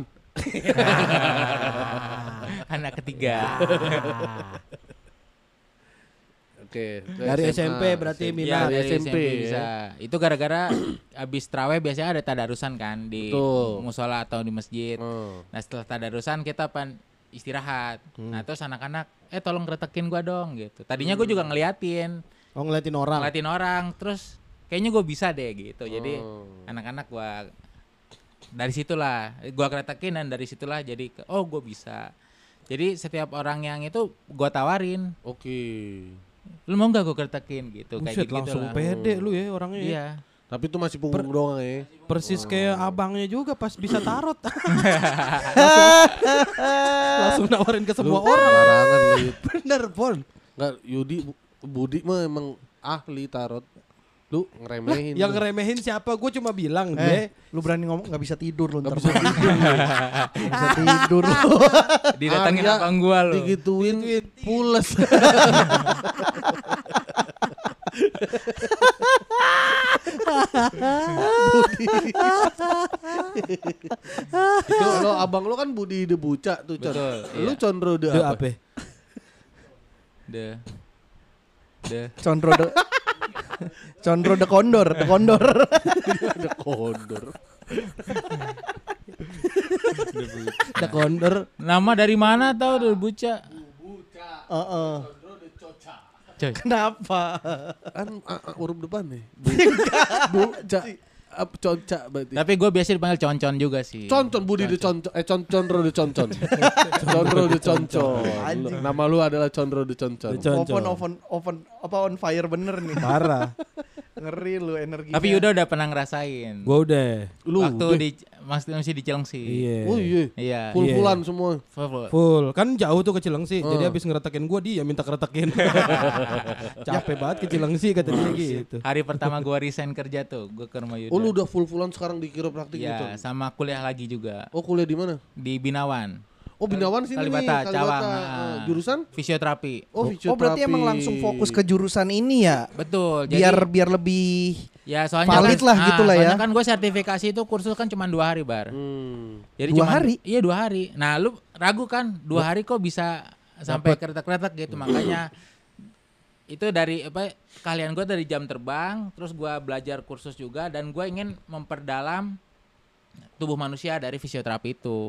[SPEAKER 4] Anak ketiga.
[SPEAKER 1] Oke. itu
[SPEAKER 2] Dari
[SPEAKER 1] S M A.
[SPEAKER 2] S M P berarti
[SPEAKER 1] S M P.
[SPEAKER 2] minat.
[SPEAKER 4] Ya,
[SPEAKER 1] Dari
[SPEAKER 4] dari
[SPEAKER 1] S M P
[SPEAKER 4] bisa. Itu gara-gara abis traweh biasanya ada tadarusan kan di
[SPEAKER 1] Betul.
[SPEAKER 4] musola atau di masjid.
[SPEAKER 1] Oh.
[SPEAKER 4] Nah setelah tadarusan kita pan istirahat. Nah terus anak-anak, eh tolong geretakin gua dong gitu. Tadinya gue juga ngeliatin,
[SPEAKER 2] Oh ngeliatin orang.
[SPEAKER 4] ngeliatin orang. Terus kayaknya gue bisa deh gitu. Jadi
[SPEAKER 1] Oh.
[SPEAKER 4] anak-anak gua dari situlah gua geretakin dan dari situlah jadi ke- oh gue bisa. Jadi setiap orang yang itu gua tawarin,
[SPEAKER 1] Oke.
[SPEAKER 4] lu mau nggak gue geretakin gitu kayak
[SPEAKER 2] Buset,
[SPEAKER 4] gitu
[SPEAKER 2] langsung
[SPEAKER 4] lah.
[SPEAKER 2] pede lu ya orangnya. ya.
[SPEAKER 4] Iya.
[SPEAKER 1] Tapi itu masih punggung doang ya.
[SPEAKER 2] Persis kayak abangnya juga pas bisa tarot. langsung nawarin ke semua
[SPEAKER 1] Lu
[SPEAKER 2] orang.
[SPEAKER 1] Larangan lu.
[SPEAKER 2] Bener Pon.
[SPEAKER 1] Enggak, Yudi Bu- Budi mah emang ahli tarot. Lu ngeremehin.
[SPEAKER 2] Yang
[SPEAKER 1] lu.
[SPEAKER 2] ngeremehin siapa? Gue cuma bilang
[SPEAKER 3] Eh,
[SPEAKER 2] deh.
[SPEAKER 3] lu berani ngomong nggak bisa tidur lu.
[SPEAKER 1] Nggak
[SPEAKER 3] ntar.
[SPEAKER 1] bisa tidur.
[SPEAKER 3] Nggak bisa tidur lu.
[SPEAKER 4] Didatangin
[SPEAKER 1] Arya
[SPEAKER 4] abang gua lu.
[SPEAKER 1] Digituin pules. Itu lo abang lo kan Budi de Buca tuh, Con.
[SPEAKER 4] Betul,
[SPEAKER 1] Lu
[SPEAKER 4] iya.
[SPEAKER 1] Condro de
[SPEAKER 2] Duh,
[SPEAKER 1] apa?
[SPEAKER 2] apa?
[SPEAKER 4] De. De.
[SPEAKER 3] Condro de Condro de Kondor, de Kondor.
[SPEAKER 1] Ada kondor.
[SPEAKER 2] Ada kondor.
[SPEAKER 4] Nama dari mana tau De Buca?
[SPEAKER 3] Heeh.
[SPEAKER 4] Coy.
[SPEAKER 3] Kenapa?
[SPEAKER 1] Kan a- a- huruf depan nih. Bu, Buca. Ap, conca berarti.
[SPEAKER 4] Tapi gue biasa dipanggil concon juga sih.
[SPEAKER 1] Concon Budi de Concon. Eh Con Condro de Concon. Condro de Concon. Lu- Nama lu adalah Condro de Concon.
[SPEAKER 2] De Concon.
[SPEAKER 3] Open, open, open, apa on fire bener nih.
[SPEAKER 2] Parah.
[SPEAKER 3] Ngeri lu energinya.
[SPEAKER 4] Tapi Yuda udah pernah ngerasain.
[SPEAKER 2] Gue udah.
[SPEAKER 1] Lu
[SPEAKER 4] Waktu
[SPEAKER 1] udah.
[SPEAKER 4] di masih masih di Cilengsi.
[SPEAKER 2] Iya.
[SPEAKER 1] Oh iya.
[SPEAKER 4] Iya.
[SPEAKER 1] Full-fullan semua.
[SPEAKER 4] Full, full.
[SPEAKER 2] Full. Kan jauh tuh ke Cilengsi.
[SPEAKER 1] Oh.
[SPEAKER 2] Jadi habis ngeretakin gue dia minta keretakin. Capek banget ke Cilengsi kata dia gitu.
[SPEAKER 4] Hari pertama gue resign kerja tuh, gue ke rumah Yuda.
[SPEAKER 1] Oh lu udah full-fullan sekarang di kiropraktik gitu.
[SPEAKER 4] Ya, sama kuliah lagi juga
[SPEAKER 1] Oh kuliah di mana?
[SPEAKER 4] di Binawan.
[SPEAKER 1] Oh Binawan sini
[SPEAKER 4] Kalibata,
[SPEAKER 1] nih.
[SPEAKER 4] Cawang.
[SPEAKER 1] Eh,
[SPEAKER 4] Ah.
[SPEAKER 1] Jurusan?
[SPEAKER 4] Fisioterapi.
[SPEAKER 1] Oh,
[SPEAKER 3] Oh berarti emang langsung fokus ke jurusan ini ya?
[SPEAKER 4] Betul.
[SPEAKER 3] Biar
[SPEAKER 4] Jadi
[SPEAKER 3] biar lebih
[SPEAKER 4] ya soalnya
[SPEAKER 3] valid
[SPEAKER 4] kan,
[SPEAKER 3] lah
[SPEAKER 4] ah,
[SPEAKER 3] gitu lah ya.
[SPEAKER 4] soalnya kan gue sertifikasi itu kursus kan cuma dua hari bar.
[SPEAKER 1] Hmm.
[SPEAKER 4] Jadi
[SPEAKER 3] Dua
[SPEAKER 4] cuman-
[SPEAKER 3] hari?
[SPEAKER 4] Iya dua hari. Nah lu ragu kan dua hari kok bisa sampai keretak-keretak gitu makanya itu dari apa kalian gue dari jam terbang terus gue belajar kursus juga dan gue ingin memperdalam tubuh manusia dari fisioterapi itu.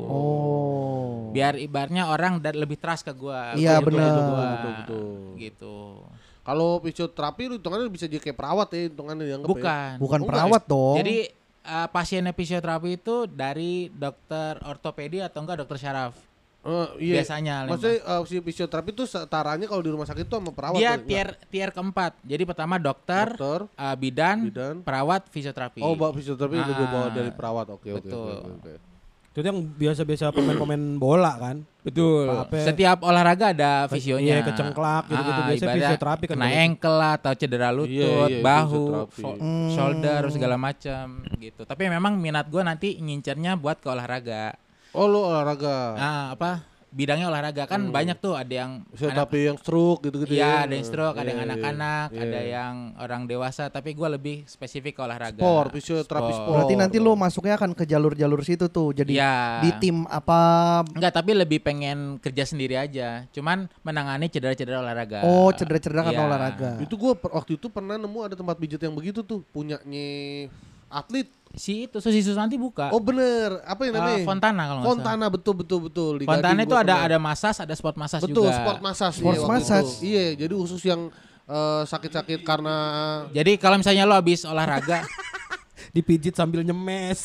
[SPEAKER 3] Oh.
[SPEAKER 4] Biar ibaratnya orang dan lebih trust ke gue.
[SPEAKER 3] Iya, benar.
[SPEAKER 1] Betul, betul.
[SPEAKER 4] Gitu.
[SPEAKER 1] Kalau fisioterapi lu hitungannya bisa jadi kayak perawat ya hitungannya dianggap ya.
[SPEAKER 4] Bukan.
[SPEAKER 3] Bukan
[SPEAKER 1] Oh, enggak
[SPEAKER 3] perawat dong.
[SPEAKER 4] Jadi uh, pasiennya fisioterapi itu dari dokter ortopedi atau enggak dokter syaraf.
[SPEAKER 1] Eh, iya.
[SPEAKER 4] Biasanya.
[SPEAKER 1] Maksudnya eh, si fisioterapi itu setaranya kalau di rumah sakit itu sama perawat.
[SPEAKER 4] Dia
[SPEAKER 1] kan?
[SPEAKER 4] tier tier keempat. Jadi pertama dokter,
[SPEAKER 1] Dokter.
[SPEAKER 4] uh, bidan,
[SPEAKER 1] Bidan.
[SPEAKER 4] perawat, fisioterapi.
[SPEAKER 1] Oh, bawa fisioterapi udah
[SPEAKER 4] Ah,
[SPEAKER 1] dibawa dari perawat. Oke, oke,
[SPEAKER 4] betul.
[SPEAKER 1] oke, oke.
[SPEAKER 2] Itu yang biasa-biasa pemain-pemain bola kan.
[SPEAKER 4] Betul.
[SPEAKER 2] Apa-
[SPEAKER 4] Setiap olahraga ada fisionya.
[SPEAKER 2] Iya, kecengklak gitu-gitu.
[SPEAKER 4] Ah,
[SPEAKER 2] Biasanya
[SPEAKER 4] ibaratnya
[SPEAKER 2] fisioterapi kan
[SPEAKER 4] kena
[SPEAKER 2] begitu.
[SPEAKER 4] ankle lah atau cedera lutut,
[SPEAKER 1] Iya, iya,
[SPEAKER 4] bahu,
[SPEAKER 1] fisioterapi.
[SPEAKER 4] fo-
[SPEAKER 3] Hmm.
[SPEAKER 4] shoulder segala macam gitu. Tapi memang minat gue nanti ngincernya buat ke olahraga.
[SPEAKER 1] Oh, lu olahraga.
[SPEAKER 4] Ah, apa? Bidangnya olahraga kan banyak tuh, ada yang
[SPEAKER 1] Fisioterapi yang stroke gitu-gitu
[SPEAKER 4] Iya,
[SPEAKER 1] ya.
[SPEAKER 4] ada yang stroke, ada
[SPEAKER 1] Iya,
[SPEAKER 4] yang
[SPEAKER 1] iya,
[SPEAKER 4] anak-anak,
[SPEAKER 1] iya.
[SPEAKER 4] ada yang orang dewasa, tapi gua lebih spesifik ke olahraga.
[SPEAKER 1] Sport, fisioterapi sport.
[SPEAKER 3] Berarti nanti lu masuknya akan ke jalur-jalur situ tuh. Jadi
[SPEAKER 4] Iya.
[SPEAKER 3] di tim apa?
[SPEAKER 4] Enggak, tapi lebih pengen kerja sendiri aja. Cuman menangani cedera-cedera olahraga.
[SPEAKER 3] Oh, cedera-cedera karena
[SPEAKER 4] Iya.
[SPEAKER 3] olahraga.
[SPEAKER 1] Itu gua per- waktu itu pernah nemu ada tempat pijat yang begitu tuh, punyanya atlet.
[SPEAKER 4] Si itu Susi Susanti buka.
[SPEAKER 1] Oh bener, apa yang
[SPEAKER 4] Ah,
[SPEAKER 1] namanya?
[SPEAKER 4] Fontana kalau nggak salah.
[SPEAKER 1] Fontana, betul betul betul. Di
[SPEAKER 4] Fontana
[SPEAKER 1] Gading
[SPEAKER 4] itu
[SPEAKER 1] gua
[SPEAKER 4] ada
[SPEAKER 1] pernah.
[SPEAKER 4] ada massage, ada sport massage
[SPEAKER 1] Betul,
[SPEAKER 4] juga.
[SPEAKER 1] sport massage.
[SPEAKER 3] Sport
[SPEAKER 1] iya, waktu
[SPEAKER 3] massage.
[SPEAKER 1] itu. Iya, jadi khusus yang eh, sakit-sakit karena
[SPEAKER 4] Jadi kalau misalnya lo habis olahraga,
[SPEAKER 2] Dipijit sambil nyemes.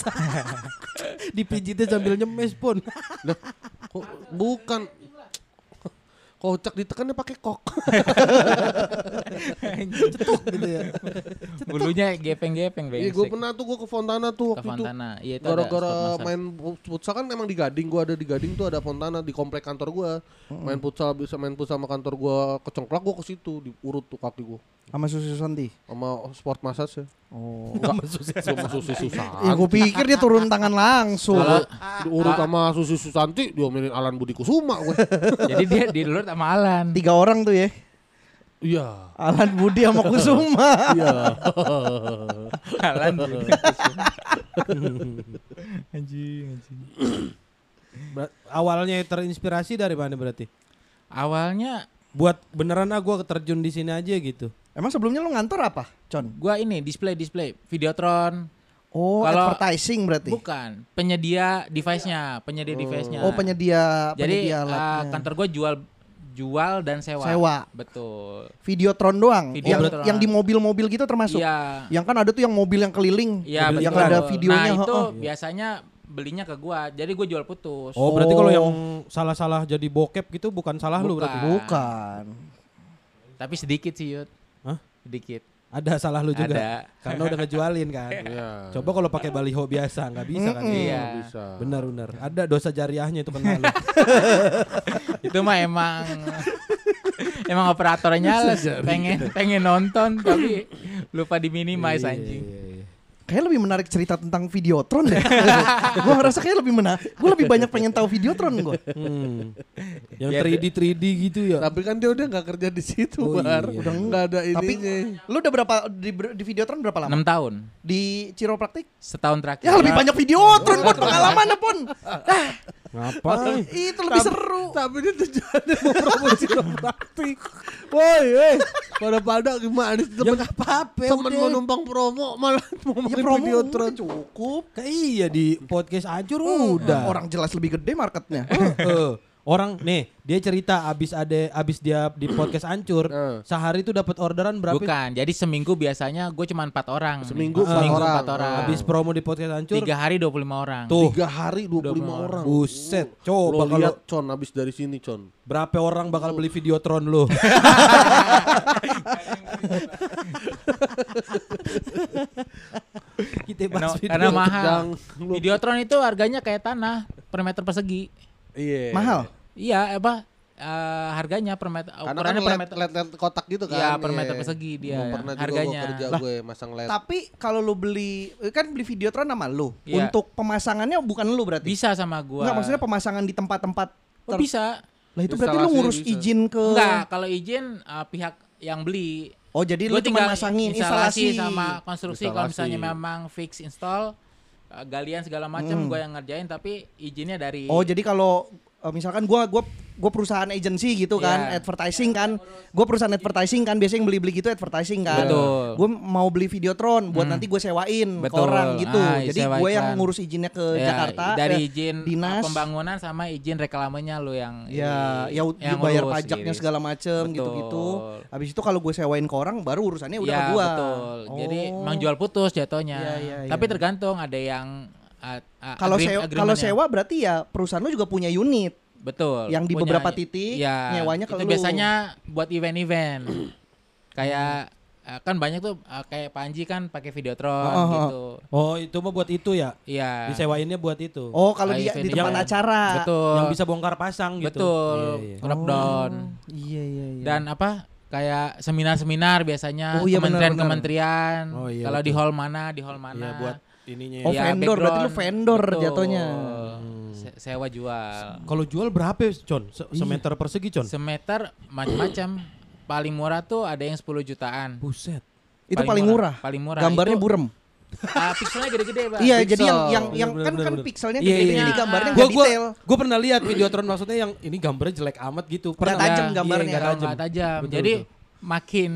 [SPEAKER 2] Dipijitnya sambil nyemes pun.
[SPEAKER 1] Lah, kok bukan Kocak ditekannya pakai kok.
[SPEAKER 2] Cetuk gitu ya.
[SPEAKER 4] Bulunya gepeng-gepeng
[SPEAKER 1] Iya, gue pernah tuh gue ke Fontana tuh
[SPEAKER 4] ke
[SPEAKER 1] waktu itu.
[SPEAKER 4] Fontana. Iya itu ada
[SPEAKER 1] Gara-gara
[SPEAKER 4] spot massage.
[SPEAKER 1] main futsal kan emang di Gading, gue ada di Gading tuh ada Fontana di komplek kantor gue. Main futsal bisa main futsal sama kantor gue kecongklak, gue ke situ diurut tuh kaki gue
[SPEAKER 3] Sama Susi Susanti.
[SPEAKER 1] sama sport massage ya.
[SPEAKER 3] Oh.
[SPEAKER 1] Enggak sama Susi Susanti.
[SPEAKER 3] Ya gue pikir dia turun tangan langsung.
[SPEAKER 4] Kalau-
[SPEAKER 1] Diurut sama Susi Susanti, diomelin Alan Budi Kusuma gue.
[SPEAKER 4] Jadi dia di dulu sama Alan.
[SPEAKER 3] Tiga orang tuh ya.
[SPEAKER 1] Iya.
[SPEAKER 3] Alan Budi sama Kusuma.
[SPEAKER 1] Iya.
[SPEAKER 4] Alan Budi. Anjing, anjing.
[SPEAKER 2] Ber- Awalnya terinspirasi dari mana berarti?
[SPEAKER 4] Awalnya
[SPEAKER 2] Buat beneran ah gue terjun di sini aja gitu.
[SPEAKER 3] Emang sebelumnya lu ngantor apa, Con?
[SPEAKER 4] gua ini display display Videotron.
[SPEAKER 3] Oh,
[SPEAKER 4] Kalau-
[SPEAKER 3] advertising berarti.
[SPEAKER 4] Bukan, penyedia device-nya, penyedia device-nya.
[SPEAKER 3] Oh, penyedia
[SPEAKER 4] Jadi
[SPEAKER 3] penyedia
[SPEAKER 4] uh,
[SPEAKER 3] alatnya.
[SPEAKER 4] kantor gua jual jual dan sewa.
[SPEAKER 3] Sewa.
[SPEAKER 4] Betul.
[SPEAKER 3] Videotron doang.
[SPEAKER 4] Videotron.
[SPEAKER 3] Yang, yang di mobil-mobil gitu termasuk.
[SPEAKER 4] Iya.
[SPEAKER 3] Yang kan ada tuh yang mobil yang keliling.
[SPEAKER 4] Iya,
[SPEAKER 3] yang
[SPEAKER 4] betul.
[SPEAKER 3] ada videonya.
[SPEAKER 4] Nah, itu
[SPEAKER 3] heeh.
[SPEAKER 4] biasanya belinya ke gua. Jadi gua jual putus.
[SPEAKER 2] Oh, berarti kalau
[SPEAKER 3] Oh.
[SPEAKER 2] yang salah-salah jadi bokep gitu bukan salah lu berarti.
[SPEAKER 4] Bukan.
[SPEAKER 3] Bukan.
[SPEAKER 4] Tapi sedikit sih, Yud.
[SPEAKER 2] Hah?
[SPEAKER 4] Sedikit.
[SPEAKER 2] Ada salah lu juga.
[SPEAKER 4] Ada.
[SPEAKER 2] Karena udah ngejualin kan.
[SPEAKER 1] Iya.
[SPEAKER 2] Coba kalau pakai baliho biasa nggak bisa kan.
[SPEAKER 3] Mm-mm.
[SPEAKER 4] Iya.
[SPEAKER 1] Bisa.
[SPEAKER 2] Benar-benar. Ada dosa jariahnya itu kena lu.
[SPEAKER 4] Itu mah emang emang operatornya les, pengen pengen nonton tapi lupa di minimize anjing.
[SPEAKER 2] Iya, iya, iya.
[SPEAKER 3] Kayak lebih menarik cerita tentang Videotron deh. Gue ngerasa kayak lebih menarik. Gue lebih banyak pengen tahu Videotron gue.
[SPEAKER 2] Hmm. Yang
[SPEAKER 4] Ya,
[SPEAKER 2] tiga D tiga D gitu ya.
[SPEAKER 1] Tapi kan dia udah nggak kerja di situ,
[SPEAKER 2] Oh,
[SPEAKER 1] Bar.
[SPEAKER 2] iya.
[SPEAKER 1] Udah nggak ada
[SPEAKER 3] Tapi
[SPEAKER 1] ininya.
[SPEAKER 3] lu udah berapa di, di Videotron berapa lama?
[SPEAKER 4] enam tahun.
[SPEAKER 3] Di Chiropraktik?
[SPEAKER 4] Setahun terakhir.
[SPEAKER 3] Ya lebih banyak Videotron Pon, pengalamannya Pon.
[SPEAKER 2] Ngapain?
[SPEAKER 3] Itu lebih
[SPEAKER 1] Tapi-
[SPEAKER 3] seru.
[SPEAKER 1] Tapi dia tujuannya mau promosi praktik. Woi, eh, pada-pada gimana sih
[SPEAKER 2] Ya
[SPEAKER 1] temen,
[SPEAKER 2] nggak apa-apa.
[SPEAKER 1] temen
[SPEAKER 2] udah.
[SPEAKER 1] mau numpang promo malah mau
[SPEAKER 3] Ya
[SPEAKER 1] main
[SPEAKER 3] promo
[SPEAKER 1] Videotron.
[SPEAKER 3] udah cukup.
[SPEAKER 2] Kayak iya di podcast Acur udah.
[SPEAKER 3] Orang jelas lebih gede marketnya.
[SPEAKER 2] Heeh. Orang nih dia cerita abis ada abis dia di podcast Ancur
[SPEAKER 1] Eh.
[SPEAKER 2] sehari itu dapat orderan berapa?
[SPEAKER 4] Bukan, jadi seminggu biasanya gue cuma empat orang.
[SPEAKER 1] Seminggu
[SPEAKER 2] empat
[SPEAKER 4] seminggu
[SPEAKER 1] orang.
[SPEAKER 4] empat orang.
[SPEAKER 2] Abis promo di podcast Ancur.
[SPEAKER 4] Tiga hari dua puluh lima orang.
[SPEAKER 2] Tuh.
[SPEAKER 1] Tiga hari dua puluh lima orang.
[SPEAKER 2] Buset.
[SPEAKER 1] Lo
[SPEAKER 2] Coba kalau
[SPEAKER 1] lihat Con abis dari sini Con.
[SPEAKER 2] berapa orang bakal beli Videotron lu? Kita
[SPEAKER 4] Karena,
[SPEAKER 2] bahas
[SPEAKER 4] karena
[SPEAKER 2] video.
[SPEAKER 4] mahal.
[SPEAKER 1] Sedang lu-
[SPEAKER 4] Videotron itu harganya kayak tanah per meter persegi.
[SPEAKER 1] Iya.
[SPEAKER 3] Mahal.
[SPEAKER 4] Iya, apa? eh, harganya per meter.
[SPEAKER 1] Karena kan
[SPEAKER 4] Ukurannya per
[SPEAKER 1] led,
[SPEAKER 4] meter.
[SPEAKER 1] led, led kotak gitu kan.
[SPEAKER 4] Iya, per
[SPEAKER 1] Iya.
[SPEAKER 4] meter persegi dia
[SPEAKER 1] Gua pernah
[SPEAKER 4] harganya.
[SPEAKER 1] juga gua kerja gue masang led.
[SPEAKER 3] Tapi kalau lu beli kan beli Videotron sama lu.
[SPEAKER 4] Iya.
[SPEAKER 3] Untuk pemasangannya bukan lu berarti.
[SPEAKER 4] Bisa sama gua.
[SPEAKER 3] Enggak, maksudnya pemasangan di tempat-tempat.
[SPEAKER 4] Oh,
[SPEAKER 3] ter-
[SPEAKER 4] bisa.
[SPEAKER 3] Lah itu berarti lu
[SPEAKER 1] Instalasi
[SPEAKER 3] ngurus
[SPEAKER 1] bisa.
[SPEAKER 3] izin ke.
[SPEAKER 4] Enggak, kalau izin eh, pihak yang beli.
[SPEAKER 3] Oh, jadi
[SPEAKER 4] Gua
[SPEAKER 3] lu cuma
[SPEAKER 4] tinggal
[SPEAKER 3] masangin
[SPEAKER 4] instalasi
[SPEAKER 3] instalasi
[SPEAKER 4] sama konstruksi. Kalau
[SPEAKER 1] Instalasi.
[SPEAKER 4] misalnya memang fix install, eh, galian segala macam
[SPEAKER 3] Hmm.
[SPEAKER 4] gua yang ngerjain, tapi izinnya dari.
[SPEAKER 3] Oh, jadi kalau eh, misalkan gua gua gua perusahaan agency gitu kan,
[SPEAKER 4] Iya.
[SPEAKER 3] advertising kan. Gua perusahaan advertising kan, biasanya yang beli-beli gitu advertising kan.
[SPEAKER 4] Betul.
[SPEAKER 3] Gua mau beli Videotron buat
[SPEAKER 4] Hmm.
[SPEAKER 3] nanti gue sewain ke
[SPEAKER 4] Betul.
[SPEAKER 3] orang gitu.
[SPEAKER 4] Ah,
[SPEAKER 3] Jadi
[SPEAKER 4] sewa
[SPEAKER 3] gue yang
[SPEAKER 4] iklan.
[SPEAKER 3] ngurus izinnya ke
[SPEAKER 4] Ya,
[SPEAKER 3] Jakarta.
[SPEAKER 4] dari
[SPEAKER 3] eh,
[SPEAKER 4] izin
[SPEAKER 3] dinas.
[SPEAKER 4] pembangunan sama izin reklamenya lu yang
[SPEAKER 3] Ya,
[SPEAKER 4] i-
[SPEAKER 3] ya
[SPEAKER 4] yang
[SPEAKER 3] dibayar
[SPEAKER 4] ngurus
[SPEAKER 3] pajaknya
[SPEAKER 4] gitu.
[SPEAKER 3] segala macem
[SPEAKER 4] Betul.
[SPEAKER 3] gitu-gitu. Habis itu kalau gue sewain ke orang baru urusannya udah
[SPEAKER 4] Ya,
[SPEAKER 3] ke gua.
[SPEAKER 4] betul. Jadi
[SPEAKER 3] Oh.
[SPEAKER 4] emang jual putus jatuhnya.
[SPEAKER 3] Iya, iya,
[SPEAKER 4] Tapi
[SPEAKER 3] iya.
[SPEAKER 4] tergantung ada yang uh, uh,
[SPEAKER 3] Kalau
[SPEAKER 4] agree-
[SPEAKER 3] sewa, kalau
[SPEAKER 4] agreement-nya.
[SPEAKER 3] sewa berarti ya perusahaan lu juga punya unit.
[SPEAKER 4] Betul.
[SPEAKER 3] yang di
[SPEAKER 4] Punya-
[SPEAKER 3] beberapa titik,
[SPEAKER 4] ya,
[SPEAKER 3] nyewanya ke
[SPEAKER 4] itu
[SPEAKER 3] lu.
[SPEAKER 4] biasanya buat event-event. Kayak uh, kan banyak tuh uh, kayak Panji kan pakai Videotron
[SPEAKER 3] Oh, oh, oh.
[SPEAKER 4] gitu.
[SPEAKER 2] Oh, itu mah buat itu ya.
[SPEAKER 4] Iya.
[SPEAKER 2] Disewainnya buat itu.
[SPEAKER 3] Oh, kalau
[SPEAKER 4] Kayak
[SPEAKER 3] dia di
[SPEAKER 4] event
[SPEAKER 3] tempat
[SPEAKER 2] yang-
[SPEAKER 3] acara.
[SPEAKER 4] Betul.
[SPEAKER 2] Yang bisa bongkar pasang gitu.
[SPEAKER 4] Betul.
[SPEAKER 2] Iya, iya.
[SPEAKER 4] Drop down.
[SPEAKER 3] Iya, iya, iya.
[SPEAKER 4] Dan apa? Kayak seminar-seminar biasanya
[SPEAKER 3] Oh, iya,
[SPEAKER 4] kementerian-kementerian.
[SPEAKER 2] Oh, iya,
[SPEAKER 4] Kalau di
[SPEAKER 2] betul.
[SPEAKER 4] hall mana, di hall mana.
[SPEAKER 2] Iya, buat ininya.
[SPEAKER 3] Oh,
[SPEAKER 2] ya.
[SPEAKER 4] Iya,
[SPEAKER 3] vendor. Berarti lu
[SPEAKER 4] background.
[SPEAKER 3] vendor
[SPEAKER 4] Betul.
[SPEAKER 3] jatuhnya.
[SPEAKER 4] Se- Sewa jual.
[SPEAKER 2] Kalau jual berapa, Con? Se- Semeter persegi, Con?
[SPEAKER 4] Semeter macam-macam. Paling murah tuh ada yang sepuluh jutaan.
[SPEAKER 2] Buset.
[SPEAKER 3] Itu paling murah.
[SPEAKER 4] Paling murah.
[SPEAKER 3] Gambarnya
[SPEAKER 4] Itu,
[SPEAKER 3] burem.
[SPEAKER 4] ah, pixelnya gede-gede, Bang.
[SPEAKER 3] Iya,
[SPEAKER 1] Pixel.
[SPEAKER 3] jadi yang yang yang
[SPEAKER 2] Bener,
[SPEAKER 3] kan
[SPEAKER 2] bener,
[SPEAKER 3] kan
[SPEAKER 2] bener.
[SPEAKER 3] pixelnya
[SPEAKER 2] Iya,
[SPEAKER 3] gede
[SPEAKER 2] iya,
[SPEAKER 3] jadi
[SPEAKER 4] iya.
[SPEAKER 3] gambarnya
[SPEAKER 2] Gua
[SPEAKER 3] nggak
[SPEAKER 2] gua
[SPEAKER 3] detail.
[SPEAKER 2] gua pernah lihat Videotron maksudnya yang ini gambarnya jelek amat gitu. Pernah
[SPEAKER 3] Nggak tajam
[SPEAKER 2] Iya,
[SPEAKER 3] gambarnya.
[SPEAKER 2] nggak
[SPEAKER 4] Kalau
[SPEAKER 2] tajam.
[SPEAKER 4] nggak tajam.
[SPEAKER 2] Betul,
[SPEAKER 4] Jadi
[SPEAKER 2] betul.
[SPEAKER 4] makin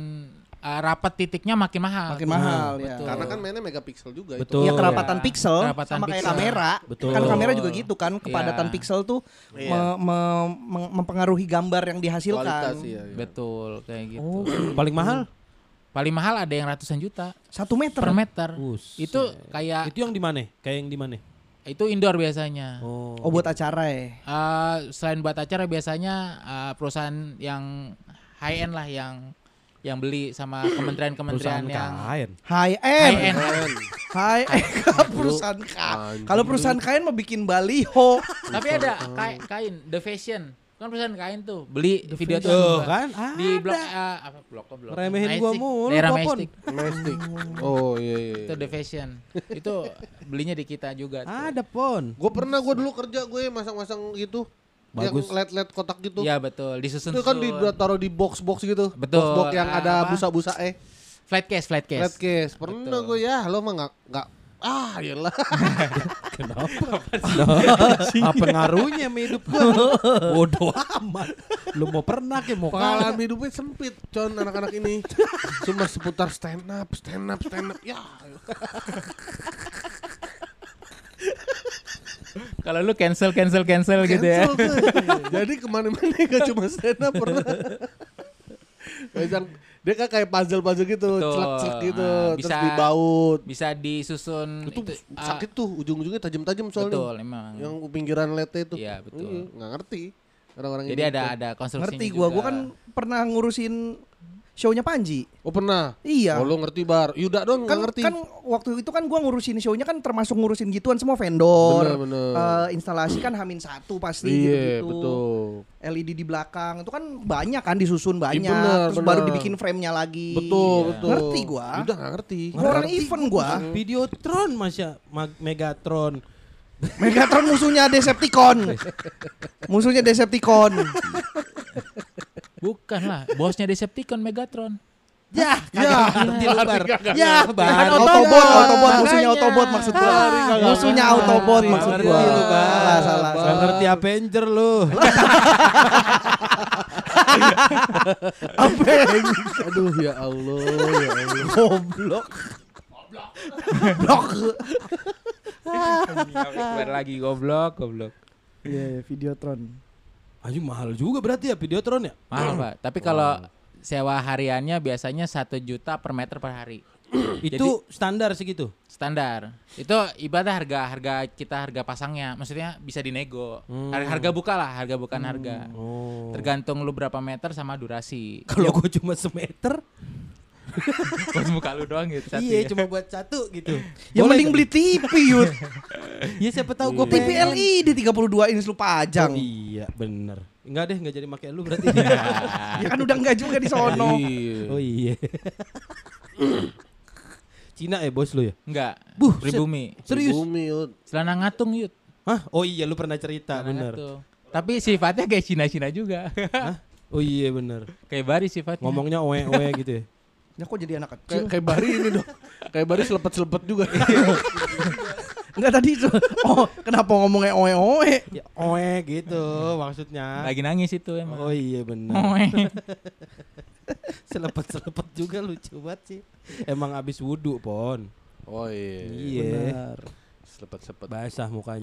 [SPEAKER 4] uh, rapat titiknya makin mahal.
[SPEAKER 3] Makin mahal ya.
[SPEAKER 4] Betul.
[SPEAKER 1] Karena kan mainnya megapiksel juga
[SPEAKER 2] Betul.
[SPEAKER 3] Ya kerapatan
[SPEAKER 4] Iya.
[SPEAKER 3] pixel
[SPEAKER 4] Kerapatan
[SPEAKER 3] sama kayak
[SPEAKER 4] pixel.
[SPEAKER 3] kamera.
[SPEAKER 2] Betul.
[SPEAKER 3] Kan kamera juga gitu kan, kepadatan
[SPEAKER 4] Iya.
[SPEAKER 3] pixel tuh
[SPEAKER 1] Iya.
[SPEAKER 3] me- me- meng- mempengaruhi gambar yang dihasilkan.
[SPEAKER 1] Kualitas iya. iya.
[SPEAKER 4] Betul, kayak gitu.
[SPEAKER 3] Oh,
[SPEAKER 2] Paling mahal?
[SPEAKER 4] Paling mahal ada yang ratusan juta
[SPEAKER 3] satu meter.
[SPEAKER 4] per meter.
[SPEAKER 2] Buset.
[SPEAKER 4] Itu kayak
[SPEAKER 2] Itu yang di mana? Kayak yang di mana?
[SPEAKER 4] Itu indoor biasanya.
[SPEAKER 2] Oh.
[SPEAKER 3] Oh buat acara ya.
[SPEAKER 4] Uh, selain buat acara biasanya uh, perusahaan yang high end lah yang yang beli sama kementerian-kementerian
[SPEAKER 2] Perusahaan
[SPEAKER 4] yang
[SPEAKER 2] kain.
[SPEAKER 3] High
[SPEAKER 4] high
[SPEAKER 3] end.
[SPEAKER 4] end.
[SPEAKER 3] High end. Perusahaan kain. Kalau perusahaan kain mau bikin baliho.
[SPEAKER 4] Tapi ada kain, kain The Fashion. Kan perusahaan kain tuh beli
[SPEAKER 3] The
[SPEAKER 4] video tuh
[SPEAKER 2] Tuh
[SPEAKER 4] juga.
[SPEAKER 2] kan
[SPEAKER 4] Di
[SPEAKER 2] ada.
[SPEAKER 4] blok uh, apa blok apa blok.
[SPEAKER 2] Remehin gua
[SPEAKER 4] Majestic.
[SPEAKER 2] mulu,
[SPEAKER 4] Daerah
[SPEAKER 2] Popon.
[SPEAKER 4] Majestic.
[SPEAKER 1] Domestik. Oh iya iya.
[SPEAKER 4] Itu The Fashion. Itu belinya di kita juga tuh.
[SPEAKER 2] Ada pon.
[SPEAKER 1] Gue pernah gue dulu kerja gue masang-masang gitu.
[SPEAKER 2] Bagus.
[SPEAKER 1] Yang L E D-L E D kotak gitu.
[SPEAKER 4] Iya betul, disusun.
[SPEAKER 1] Itu kan di taruh di box-box gitu.
[SPEAKER 4] Betul.
[SPEAKER 1] Box-box yang
[SPEAKER 4] Ah,
[SPEAKER 1] ada
[SPEAKER 4] apa?
[SPEAKER 1] busa-busa eh.
[SPEAKER 4] Flat case, flat case.
[SPEAKER 1] Flat case. Pernah
[SPEAKER 4] Betul.
[SPEAKER 1] gue ya, lo mah enggak enggak ah iyalah.
[SPEAKER 2] Kenapa? Apa ngaruhnya sama hidup gua? Bodoh amat. Lu mau pernah ke mau
[SPEAKER 1] Pengalaman
[SPEAKER 2] kalah?
[SPEAKER 1] hidupnya sempit, con anak-anak ini. Cuma seputar stand up, stand up, stand up. Ya.
[SPEAKER 4] Kalau lu cancel, cancel, cancel, gitu ya.
[SPEAKER 1] Cancel tuh. Jadi kemana-mana gak cuma stand up pernah. Kayak dia kan kayak puzzle-puzzle gitu,
[SPEAKER 4] Betul.
[SPEAKER 1] celak-celak gitu,
[SPEAKER 4] Nah,
[SPEAKER 1] terus
[SPEAKER 4] bisa-
[SPEAKER 1] dibaut.
[SPEAKER 4] Bisa disusun
[SPEAKER 1] Itu,
[SPEAKER 4] ah,
[SPEAKER 1] sakit tuh, ujung-ujungnya tajam-tajam soalnya.
[SPEAKER 4] Betul, emang.
[SPEAKER 1] Yang pinggiran lete itu.
[SPEAKER 4] Iya, betul.
[SPEAKER 1] Iya, nggak ngerti orang-orang
[SPEAKER 4] Jadi
[SPEAKER 1] ini.
[SPEAKER 4] ada ada konstruksinya
[SPEAKER 3] Ngerti
[SPEAKER 4] juga.
[SPEAKER 3] gua, gua kan pernah ngurusin show-nya Panji.
[SPEAKER 1] Oh pernah?
[SPEAKER 3] Iya.
[SPEAKER 1] Oh lo ngerti Bar? Yuda dong nggak
[SPEAKER 3] Kan
[SPEAKER 1] ngerti.
[SPEAKER 3] kan waktu itu kan gua ngurusin show-nya kan termasuk ngurusin gituan semua vendor.
[SPEAKER 1] Bener, bener.
[SPEAKER 3] Eh, instalasi kan Hamin satu pasti
[SPEAKER 1] Iya,
[SPEAKER 3] gitu-gitu.
[SPEAKER 1] betul.
[SPEAKER 3] L E D di belakang itu kan banyak kan disusun banyak,
[SPEAKER 1] bener,
[SPEAKER 3] terus
[SPEAKER 1] bener.
[SPEAKER 3] baru dibikin frame-nya lagi.
[SPEAKER 1] Betul,
[SPEAKER 4] Iya.
[SPEAKER 1] betul.
[SPEAKER 3] Ngerti gua.
[SPEAKER 1] Yuda nggak ngerti.
[SPEAKER 3] Gua orang event gua.
[SPEAKER 2] Videotron Masya, Mag- Megatron.
[SPEAKER 3] Megatron musuhnya Decepticon. Musuhnya Decepticon.
[SPEAKER 4] Bukan lah, bosnya Decepticon Megatron.
[SPEAKER 2] Ya,
[SPEAKER 3] Ya,
[SPEAKER 2] ngerti lu Bar.
[SPEAKER 1] kagak
[SPEAKER 2] Ya,
[SPEAKER 3] Kan
[SPEAKER 2] Bar.
[SPEAKER 3] Autobot,
[SPEAKER 4] Makanya.
[SPEAKER 3] Autobot, musuhnya Autobot maksud gua.
[SPEAKER 1] Kagak
[SPEAKER 3] Musuhnya
[SPEAKER 1] ngerti.
[SPEAKER 3] Autobot
[SPEAKER 2] Nggak
[SPEAKER 3] maksud
[SPEAKER 2] ngerti
[SPEAKER 3] gua.
[SPEAKER 2] lu, Bar.
[SPEAKER 3] Salah, salah.
[SPEAKER 2] Nggak ngerti Avenger lu.
[SPEAKER 3] Apa yang
[SPEAKER 1] Aduh ya Allah, ya Allah.
[SPEAKER 3] goblok? Blok.
[SPEAKER 4] Keluar lagi goblok, goblok.
[SPEAKER 3] Iya, Videotron.
[SPEAKER 2] Anjing mahal juga berarti ya Videotron ya?
[SPEAKER 4] Mahal, Pak. Tapi kalau sewa hariannya biasanya satu juta per meter per hari.
[SPEAKER 2] Itu standar segitu.
[SPEAKER 4] Standar. Itu ibadah harga harga kita harga pasangnya. Maksudnya bisa dinego.
[SPEAKER 2] Hmm.
[SPEAKER 4] Har- Harga buka lah, harga bukan harga.
[SPEAKER 2] Oh.
[SPEAKER 4] Tergantung lu berapa meter sama durasi.
[SPEAKER 2] Kalau gua cuma semeter,
[SPEAKER 4] Buat muka lu doang gitu. satu
[SPEAKER 2] iya
[SPEAKER 4] ya.
[SPEAKER 2] cuma buat satu gitu.
[SPEAKER 3] Ya
[SPEAKER 2] Boleh
[SPEAKER 3] mending
[SPEAKER 2] kan?
[SPEAKER 3] beli T V, Yud.
[SPEAKER 2] Iya siapa tahu gua
[SPEAKER 3] T V
[SPEAKER 2] pengen.
[SPEAKER 3] L E D tiga puluh dua inch lu pajang.
[SPEAKER 2] Oh, iya, bener. Enggak deh, enggak jadi make lu berarti.
[SPEAKER 3] Ya kan udah enggak juga di sono.
[SPEAKER 1] Iya.
[SPEAKER 2] Oh iya. Cina ya bos lu ya?
[SPEAKER 4] Enggak.
[SPEAKER 2] Buh,
[SPEAKER 4] Pribumi.
[SPEAKER 2] Serius?
[SPEAKER 1] Bumi, Yud.
[SPEAKER 4] Celana ngatung, Yud.
[SPEAKER 2] Hah? Oh iya lu pernah cerita,
[SPEAKER 4] Celana
[SPEAKER 2] bener.
[SPEAKER 4] ngatung. Tapi sifatnya kayak Cina-Cina juga.
[SPEAKER 2] Hah? Oh iya bener.
[SPEAKER 4] Kayak Bari sifatnya.
[SPEAKER 2] Ngomongnya oe-oe gitu ya.
[SPEAKER 3] Ya kok jadi anak
[SPEAKER 1] Kayak
[SPEAKER 3] kecil?
[SPEAKER 1] kayak Bari ini dong. Kayak Bari selepet-selepet juga.
[SPEAKER 3] Enggak tadi itu. Oh, kenapa ngomongnya oe-oe?
[SPEAKER 2] Ya, oe gitu maksudnya.
[SPEAKER 4] Lagi nangis itu emang.
[SPEAKER 2] Oh iya bener.
[SPEAKER 4] Oe.
[SPEAKER 2] Selepet-selepet juga lucu banget sih. Emang abis wudhu pon.
[SPEAKER 1] Oh iya.
[SPEAKER 2] Iya.
[SPEAKER 3] Benar.
[SPEAKER 1] Selepet-selepet.
[SPEAKER 2] Basah mukanya.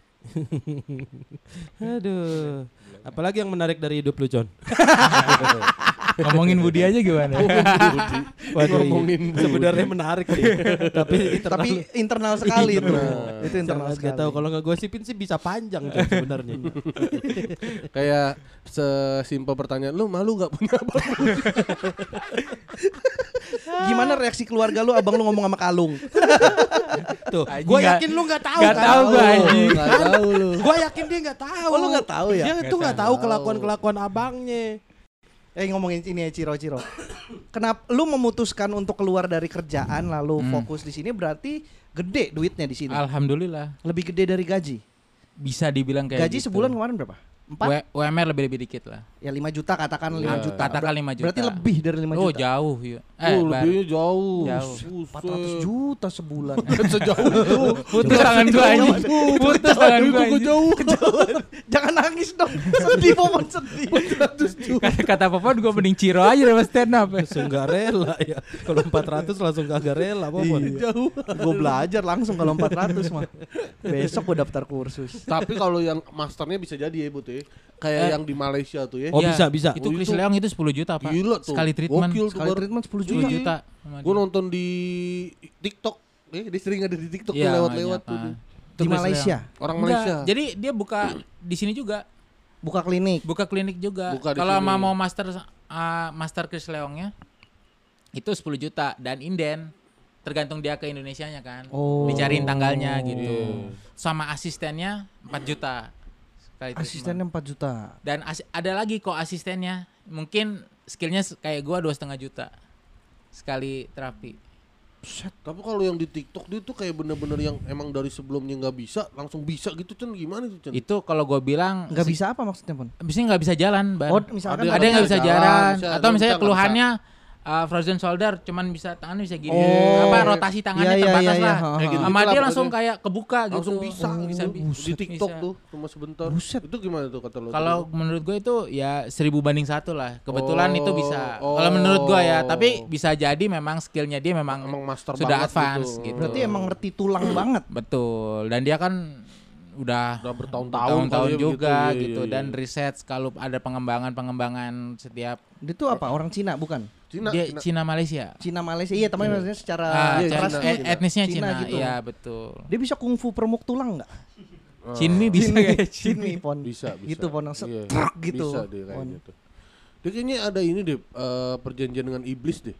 [SPEAKER 2] Aduh. Apalagi yang menarik dari hidup lu, Con?
[SPEAKER 4] Ngomongin Budi aja gimana?
[SPEAKER 2] Waduh,
[SPEAKER 1] Ngomongin
[SPEAKER 2] iya. Sebenarnya menarik sih. Tapi internal
[SPEAKER 3] Tapi internal sekali itu.
[SPEAKER 1] Internal.
[SPEAKER 3] Itu internal
[SPEAKER 2] Gak
[SPEAKER 3] sekali.
[SPEAKER 2] tahu kalau nggak gosipin sih bisa panjang Con, sebenarnya.
[SPEAKER 1] Kayak sesimpel pertanyaan, lu malu gak punya abang?
[SPEAKER 3] Gimana reaksi keluarga lu abang lu ngomong sama kalung?
[SPEAKER 2] Tuh,
[SPEAKER 4] Anjing
[SPEAKER 2] gue
[SPEAKER 4] nggak-
[SPEAKER 2] yakin lu nggak tahu
[SPEAKER 4] nggak
[SPEAKER 2] kan?
[SPEAKER 4] tahu gua, anjing.
[SPEAKER 1] Gak tahu lu.
[SPEAKER 2] Gue yakin dia nggak tahu.
[SPEAKER 3] Oh, lu nggak tahu ya?
[SPEAKER 2] Dia
[SPEAKER 4] Nggak
[SPEAKER 2] tuh nggak tahu
[SPEAKER 1] tahu.
[SPEAKER 2] kelakuan-kelakuan abangnya.
[SPEAKER 3] Eh ngomongin ini ya Ciro Ciro. Kenapa lu memutuskan untuk keluar dari kerjaan lalu
[SPEAKER 4] Hmm.
[SPEAKER 3] fokus di sini berarti gede duitnya di sini.
[SPEAKER 4] Alhamdulillah.
[SPEAKER 3] Lebih gede dari gaji.
[SPEAKER 4] Bisa dibilang kayak
[SPEAKER 3] Gaji
[SPEAKER 4] gitu.
[SPEAKER 3] sebulan kemarin berapa? Empat?
[SPEAKER 4] W- U M R lebih-lebih dikit lah.
[SPEAKER 3] Ya lima juta katakan lima
[SPEAKER 1] Ya,
[SPEAKER 3] juta.
[SPEAKER 4] katakan lima juta.
[SPEAKER 3] Berarti lebih dari lima
[SPEAKER 4] Oh
[SPEAKER 3] juta.
[SPEAKER 4] jauh ya.
[SPEAKER 1] Oh,
[SPEAKER 4] Bar.
[SPEAKER 1] lebihnya jauh.
[SPEAKER 4] Jauh.
[SPEAKER 3] empat ratus juta sebulan.
[SPEAKER 1] Sejauh itu.
[SPEAKER 4] Putus tangan gua anjing. Putus tangan gua anjing.
[SPEAKER 1] jauh.
[SPEAKER 3] Jangan nangis dong. Sedih Popon sedih.
[SPEAKER 4] Kata, kata Popon gua mending Ciro aja daripada stand up.
[SPEAKER 2] Langsung gak rela ya. Kalau empat ratus langsung kagak rela Popon.
[SPEAKER 3] Jauh. Gue belajar langsung kalau empat ratus mah. Besok gue daftar kursus.
[SPEAKER 1] Tapi kalau yang masternya bisa jadi ya, Bu tuh. ya. Kayak
[SPEAKER 4] Eh.
[SPEAKER 1] yang di Malaysia tuh ya.
[SPEAKER 2] Oh, bisa, bisa.
[SPEAKER 4] Itu
[SPEAKER 1] Oh,
[SPEAKER 4] Chris
[SPEAKER 1] itu-
[SPEAKER 4] Leong itu sepuluh juta, Pak.
[SPEAKER 1] Gila tuh.
[SPEAKER 4] Sekali treatment.
[SPEAKER 1] Gokil tuh,
[SPEAKER 3] Sekali
[SPEAKER 1] Bar.
[SPEAKER 3] treatment sepuluh
[SPEAKER 4] sepuluh
[SPEAKER 3] juta.
[SPEAKER 4] juta.
[SPEAKER 1] Gue nonton di TikTok. Eh, dia sering ada di TikTok
[SPEAKER 4] Iya,
[SPEAKER 1] tuh lewat-lewat
[SPEAKER 4] banyak,
[SPEAKER 1] tuh.
[SPEAKER 4] ah. Itu
[SPEAKER 3] Di
[SPEAKER 4] Chris
[SPEAKER 3] Malaysia?
[SPEAKER 4] Leong.
[SPEAKER 1] Orang
[SPEAKER 4] Enggak,
[SPEAKER 1] Malaysia.
[SPEAKER 4] Jadi dia buka di sini juga,
[SPEAKER 3] Buka klinik.
[SPEAKER 4] buka klinik juga.
[SPEAKER 1] Buka di
[SPEAKER 4] Kalau
[SPEAKER 1] sini.
[SPEAKER 4] mau mau master uh, master Chris Leongnya itu sepuluh juta dan inden tergantung dia ke Indonesianya kan.
[SPEAKER 3] Oh.
[SPEAKER 4] Dicariin tanggalnya gitu.
[SPEAKER 1] Iya.
[SPEAKER 4] Sama asistennya empat juta. Sekali itu
[SPEAKER 3] Asistennya empat juta.
[SPEAKER 4] cuma. Dan as- ada lagi kok asistennya. Mungkin skillnya se- kayak gua dua setengah juta sekali terapi.
[SPEAKER 1] Set. Tapi kalau yang di TikTok dia tuh kayak bener-bener yang emang dari sebelumnya nggak bisa langsung bisa gitu Cen, gimana itu Cen?
[SPEAKER 4] Itu kalau gua bilang
[SPEAKER 3] Nggak
[SPEAKER 4] si-
[SPEAKER 3] bisa apa maksudnya Pon?
[SPEAKER 4] Abisnya nggak bisa jalan, Ban.
[SPEAKER 3] Oh misalkan
[SPEAKER 1] Ada
[SPEAKER 4] ada yang nggak bisa
[SPEAKER 1] jalan,
[SPEAKER 4] jalan,
[SPEAKER 1] bisa,
[SPEAKER 4] atau
[SPEAKER 1] lu
[SPEAKER 4] misalnya
[SPEAKER 1] bisa,
[SPEAKER 4] keluhannya uh, frozen shoulder, cuman bisa tangannya bisa gini,
[SPEAKER 3] Oh.
[SPEAKER 4] apa rotasi tangannya
[SPEAKER 3] Iya, iya,
[SPEAKER 4] terbatas
[SPEAKER 3] iya, iya.
[SPEAKER 4] lah.
[SPEAKER 3] Ha, ha,
[SPEAKER 1] Kayak
[SPEAKER 3] ha.
[SPEAKER 1] gitu.
[SPEAKER 4] Sama
[SPEAKER 1] lah
[SPEAKER 4] dia
[SPEAKER 1] pokoknya.
[SPEAKER 4] langsung kayak kebuka gitu.
[SPEAKER 1] Langsung bisa,
[SPEAKER 4] Oh, bisa,
[SPEAKER 1] gitu.
[SPEAKER 4] bisa.
[SPEAKER 1] Di TikTok
[SPEAKER 4] Bisa.
[SPEAKER 1] tuh cuma sebentar.
[SPEAKER 3] Buset.
[SPEAKER 1] Itu gimana tuh kata lo?
[SPEAKER 4] Kalau menurut gue itu ya seribu banding satu lah. Kebetulan
[SPEAKER 1] Oh,
[SPEAKER 4] itu bisa.
[SPEAKER 1] oh.
[SPEAKER 4] Kalau menurut gue ya, tapi bisa jadi memang skillnya dia memang,
[SPEAKER 1] emang master
[SPEAKER 4] sudah
[SPEAKER 1] banget
[SPEAKER 4] advance
[SPEAKER 1] gitu.
[SPEAKER 4] gitu.
[SPEAKER 3] Berarti emang ngerti tulang banget.
[SPEAKER 4] Betul. Dan dia kan udah
[SPEAKER 1] Udah bertahun-tahun
[SPEAKER 4] tahun-tahun
[SPEAKER 1] kali ya
[SPEAKER 4] juga
[SPEAKER 1] begitu, iya,
[SPEAKER 4] gitu.
[SPEAKER 1] iya,
[SPEAKER 4] Dan
[SPEAKER 1] iya.
[SPEAKER 4] riset kalau ada pengembangan-pengembangan setiap
[SPEAKER 3] Itu apa? Orang Cina bukan?
[SPEAKER 1] Cina,
[SPEAKER 4] dia
[SPEAKER 1] Cina.
[SPEAKER 4] Cina Malaysia.
[SPEAKER 3] Cina Malaysia. Iya, tapi maksudnya secara
[SPEAKER 4] Ah,
[SPEAKER 1] iya,
[SPEAKER 4] Cina-
[SPEAKER 3] ras
[SPEAKER 1] Cina,
[SPEAKER 3] tuh
[SPEAKER 4] eh,
[SPEAKER 1] Cina.
[SPEAKER 4] etnisnya
[SPEAKER 3] Cina
[SPEAKER 4] Cina,
[SPEAKER 3] gitu.
[SPEAKER 4] iya betul.
[SPEAKER 3] dia bisa kungfu permuk tulang nggak?
[SPEAKER 1] Oh.
[SPEAKER 4] Cinmi bisa kayak
[SPEAKER 3] Cinmi Pon.
[SPEAKER 1] Bisa, bisa.
[SPEAKER 3] Gitu Pon, set,
[SPEAKER 1] Iya,
[SPEAKER 3] trak gitu.
[SPEAKER 1] Bisa deh
[SPEAKER 3] Pon.
[SPEAKER 1] kayaknya tuh. Dia kayaknya ada ini deh, eh, perjanjian dengan iblis deh.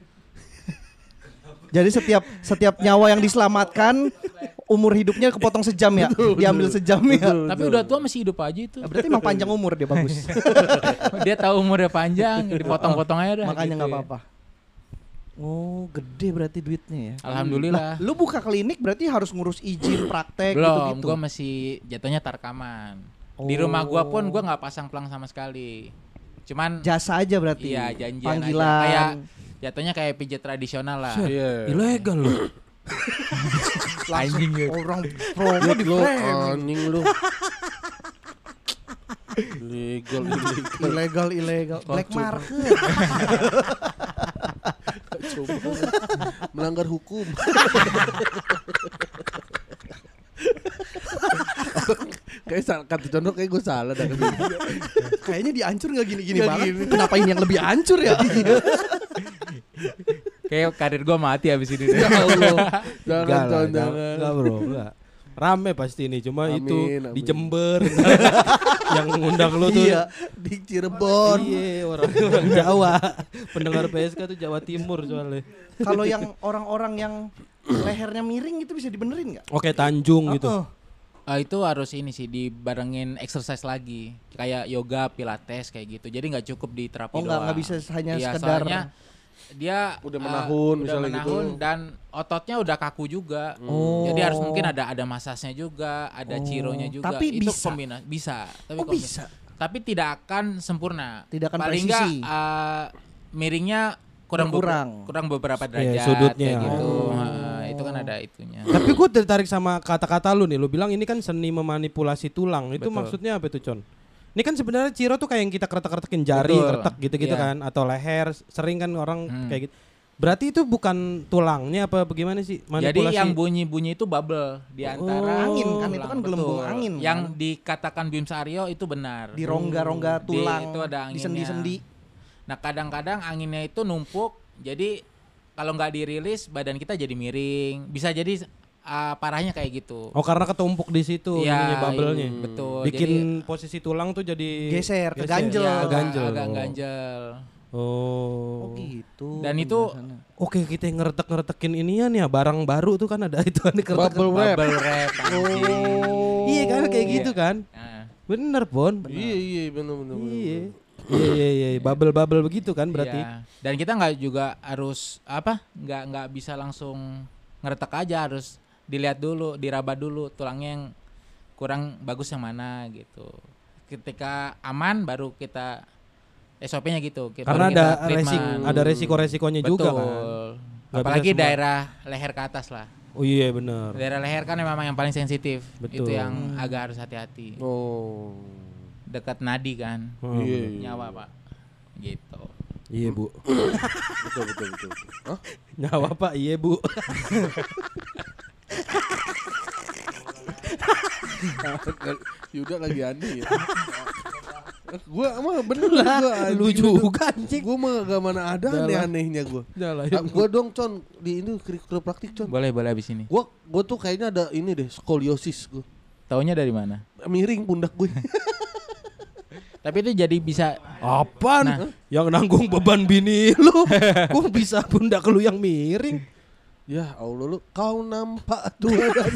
[SPEAKER 3] Jadi setiap setiap nyawa yang diselamatkan umur hidupnya kepotong sejam ya, diambil sejam ya.
[SPEAKER 4] Tapi udah tua masih hidup aja itu.
[SPEAKER 3] Berarti emang panjang umur dia bagus.
[SPEAKER 4] Dia tahu umurnya panjang, dipotong-potong aja dah.
[SPEAKER 3] Makanya
[SPEAKER 4] gitu
[SPEAKER 3] nggak
[SPEAKER 4] ya.
[SPEAKER 3] apa-apa. Oh, gede berarti duitnya ya.
[SPEAKER 4] Alhamdulillah.
[SPEAKER 3] Lu buka klinik berarti harus ngurus izin praktek
[SPEAKER 4] Belum,
[SPEAKER 3] gitu-gitu.
[SPEAKER 4] gua masih jatuhnya tarkaman. Di
[SPEAKER 3] Oh.
[SPEAKER 4] rumah gua pun gua nggak pasang pelang sama sekali. Cuman
[SPEAKER 3] Jasa aja berarti.
[SPEAKER 4] iya janjian
[SPEAKER 3] Panggilan.
[SPEAKER 4] aja. Kayak jatuhnya kayak pijat tradisional lah.
[SPEAKER 1] Iya.
[SPEAKER 2] Ilegal loh.
[SPEAKER 4] Anjing ya.
[SPEAKER 3] Orang promo di
[SPEAKER 1] Lu
[SPEAKER 3] frame.
[SPEAKER 1] anjing lu. Legal, illegal.
[SPEAKER 3] Ilegal, ilegal. Black
[SPEAKER 1] coba.
[SPEAKER 3] market.
[SPEAKER 1] Coba. Melanggar hukum. Kayak salah kata contoh kayak gue salah dah.
[SPEAKER 3] Kayaknya dihancur nggak gini-gini
[SPEAKER 1] Nggak
[SPEAKER 3] banget.
[SPEAKER 1] gini.
[SPEAKER 3] Kenapa ini yang lebih hancur ya?
[SPEAKER 4] Kayak karir gua mati abis ini.
[SPEAKER 1] Ya Allah. Jangan,
[SPEAKER 2] Enggak lah,
[SPEAKER 1] jangan,
[SPEAKER 2] enggak,
[SPEAKER 1] jangan.
[SPEAKER 2] enggak bro, enggak. Rame pasti ini, cuma
[SPEAKER 1] Amin,
[SPEAKER 2] itu
[SPEAKER 1] amin.
[SPEAKER 2] di Jember yang ngundang lu tuh.
[SPEAKER 3] Iya.
[SPEAKER 1] Di Cirebon.
[SPEAKER 2] Iya, orang orang Jawa. Pendengar P S K tuh Jawa Timur soalnya.
[SPEAKER 3] Kalau yang orang-orang yang lehernya miring itu bisa dibenerin nggak?
[SPEAKER 2] Oke, Tanjung gitu.
[SPEAKER 3] Heeh.
[SPEAKER 4] Ah, itu harus ini sih dibarengin exercise lagi kayak yoga, pilates kayak gitu. Jadi nggak cukup di terapi
[SPEAKER 3] Oh,
[SPEAKER 4] doang.
[SPEAKER 3] nggak- nggak bisa hanya
[SPEAKER 4] Iya,
[SPEAKER 3] sekedar-
[SPEAKER 4] soalnya dia
[SPEAKER 1] Udah
[SPEAKER 4] ah,
[SPEAKER 1] menahun
[SPEAKER 4] udah
[SPEAKER 1] misalnya gitu.
[SPEAKER 4] menahun dan ototnya udah kaku juga.
[SPEAKER 3] Oh.
[SPEAKER 4] Jadi harus mungkin ada ada masasnya juga, ada
[SPEAKER 3] Oh.
[SPEAKER 4] cironya juga.
[SPEAKER 3] Tapi
[SPEAKER 4] itu
[SPEAKER 3] bisa?
[SPEAKER 4] kombina- bisa. Tapi
[SPEAKER 3] Oh,
[SPEAKER 4] kombina-
[SPEAKER 3] bisa?
[SPEAKER 4] Tapi tidak akan sempurna.
[SPEAKER 3] Tidak akan
[SPEAKER 4] Paling
[SPEAKER 3] presisi.
[SPEAKER 4] nggak ah, miringnya kurang be-
[SPEAKER 3] Berkurang.
[SPEAKER 4] kurang beberapa
[SPEAKER 2] Iya,
[SPEAKER 4] derajat
[SPEAKER 2] sudutnya.
[SPEAKER 4] kayak gitu.
[SPEAKER 3] Oh.
[SPEAKER 4] Ah, itu kan ada itunya.
[SPEAKER 2] Tapi gue tertarik sama kata-kata lu nih. Lu bilang ini kan seni memanipulasi tulang. Itu
[SPEAKER 4] Betul.
[SPEAKER 2] maksudnya apa itu, Con? Ini kan sebenarnya ciro tuh kayak yang kita keretek-kerekin jari,
[SPEAKER 4] Betul.
[SPEAKER 2] keretek gitu-gitu
[SPEAKER 4] Iya.
[SPEAKER 2] kan, atau leher. Sering kan orang
[SPEAKER 4] Hmm.
[SPEAKER 2] kayak gitu. Berarti itu bukan tulangnya apa bagaimana sih?
[SPEAKER 4] Jadi
[SPEAKER 2] Manipulasi.
[SPEAKER 4] yang bunyi-bunyi itu bubble di antara
[SPEAKER 3] Oh. Angin kan, itu
[SPEAKER 4] tulang,
[SPEAKER 3] kan gelembung
[SPEAKER 4] betul.
[SPEAKER 3] angin
[SPEAKER 4] Yang
[SPEAKER 3] kan.
[SPEAKER 4] dikatakan Bim Saryo itu benar.
[SPEAKER 3] Di rongga-rongga
[SPEAKER 4] Di-
[SPEAKER 3] tulang,
[SPEAKER 4] itu ada
[SPEAKER 3] di
[SPEAKER 4] anginnya.
[SPEAKER 3] sendi-sendi.
[SPEAKER 4] Nah, kadang-kadang anginnya itu numpuk. Jadi kalau nggak dirilis badan kita jadi miring. Bisa jadi uh, parahnya kayak gitu.
[SPEAKER 2] Oh, karena ketumpuk di situ
[SPEAKER 4] Iya,
[SPEAKER 2] ininya bubble-nya.
[SPEAKER 4] iya, betul.
[SPEAKER 2] Bikin
[SPEAKER 4] Jadi-
[SPEAKER 2] posisi tulang tuh jadi
[SPEAKER 3] Geser, keganjel.
[SPEAKER 4] Ya, agak,
[SPEAKER 2] Keganjel.
[SPEAKER 4] agak
[SPEAKER 2] Oh.
[SPEAKER 4] ganjel.
[SPEAKER 2] Oh.
[SPEAKER 3] Oh gitu.
[SPEAKER 4] Dan itu
[SPEAKER 3] penjelasannya.
[SPEAKER 2] Oke, kita ngeretek-ngeretekin inian ya, barang baru tuh kan ada itu nih keretek.
[SPEAKER 1] Bubble wrap.
[SPEAKER 4] Bubble wrap. anjing.
[SPEAKER 2] Iya kan kayak
[SPEAKER 4] Iya.
[SPEAKER 2] gitu kan?
[SPEAKER 4] Nah,
[SPEAKER 2] Bener, Pon.
[SPEAKER 1] Iya iya benar benar.
[SPEAKER 2] Iya. Iya iya iya, bubble-bubble begitu kan berarti.
[SPEAKER 4] iya. Dan kita nggak juga harus apa? Nggak nggak bisa langsung ngeretek aja, harus dilihat dulu, diraba dulu tulangnya yang kurang bagus yang mana gitu. Ketika aman baru kita S O P-nya gitu. Kita-
[SPEAKER 2] Karena
[SPEAKER 4] baru kita
[SPEAKER 2] ada resik
[SPEAKER 4] treatment.
[SPEAKER 2] ada resiko-resikonya juga kan.
[SPEAKER 4] Betul.
[SPEAKER 2] Nggak
[SPEAKER 4] Apalagi
[SPEAKER 2] bisa semua.
[SPEAKER 4] daerah leher ke atas lah.
[SPEAKER 2] Oh iya benar.
[SPEAKER 4] Daerah leher kan memang yang paling sensitif.
[SPEAKER 2] Betul.
[SPEAKER 4] Itu yang agak harus hati-hati.
[SPEAKER 1] Oh.
[SPEAKER 4] Dekat nadi kan.
[SPEAKER 2] Hmm,
[SPEAKER 1] Iya,
[SPEAKER 2] bener.
[SPEAKER 1] iya.
[SPEAKER 4] Nyawa, Pak. Gitu.
[SPEAKER 2] Iya, Bu.
[SPEAKER 1] Betul betul betul. Hah?
[SPEAKER 2] Nyawa Pak, iya, Bu.
[SPEAKER 1] Yuda lagi aneh ya. Gua mah bener gua
[SPEAKER 2] Lu juga anjing.
[SPEAKER 1] Gua mah gak mana ada aneh-anehnya gua. Ah, gua dong Con di ini praktik Con.
[SPEAKER 4] Boleh, boleh abis ini.
[SPEAKER 1] Gua gua tuh kayaknya ada ini deh skoliosis gua.
[SPEAKER 4] Taunya dari mana?
[SPEAKER 1] Miring pundak gue.
[SPEAKER 4] Tapi itu jadi bisa
[SPEAKER 2] Apaan?
[SPEAKER 4] Nah.
[SPEAKER 2] Yang nanggung beban bini lu. Kok bisa pundak lu yang miring?
[SPEAKER 1] Ya Allah lu, kau nampak tua dan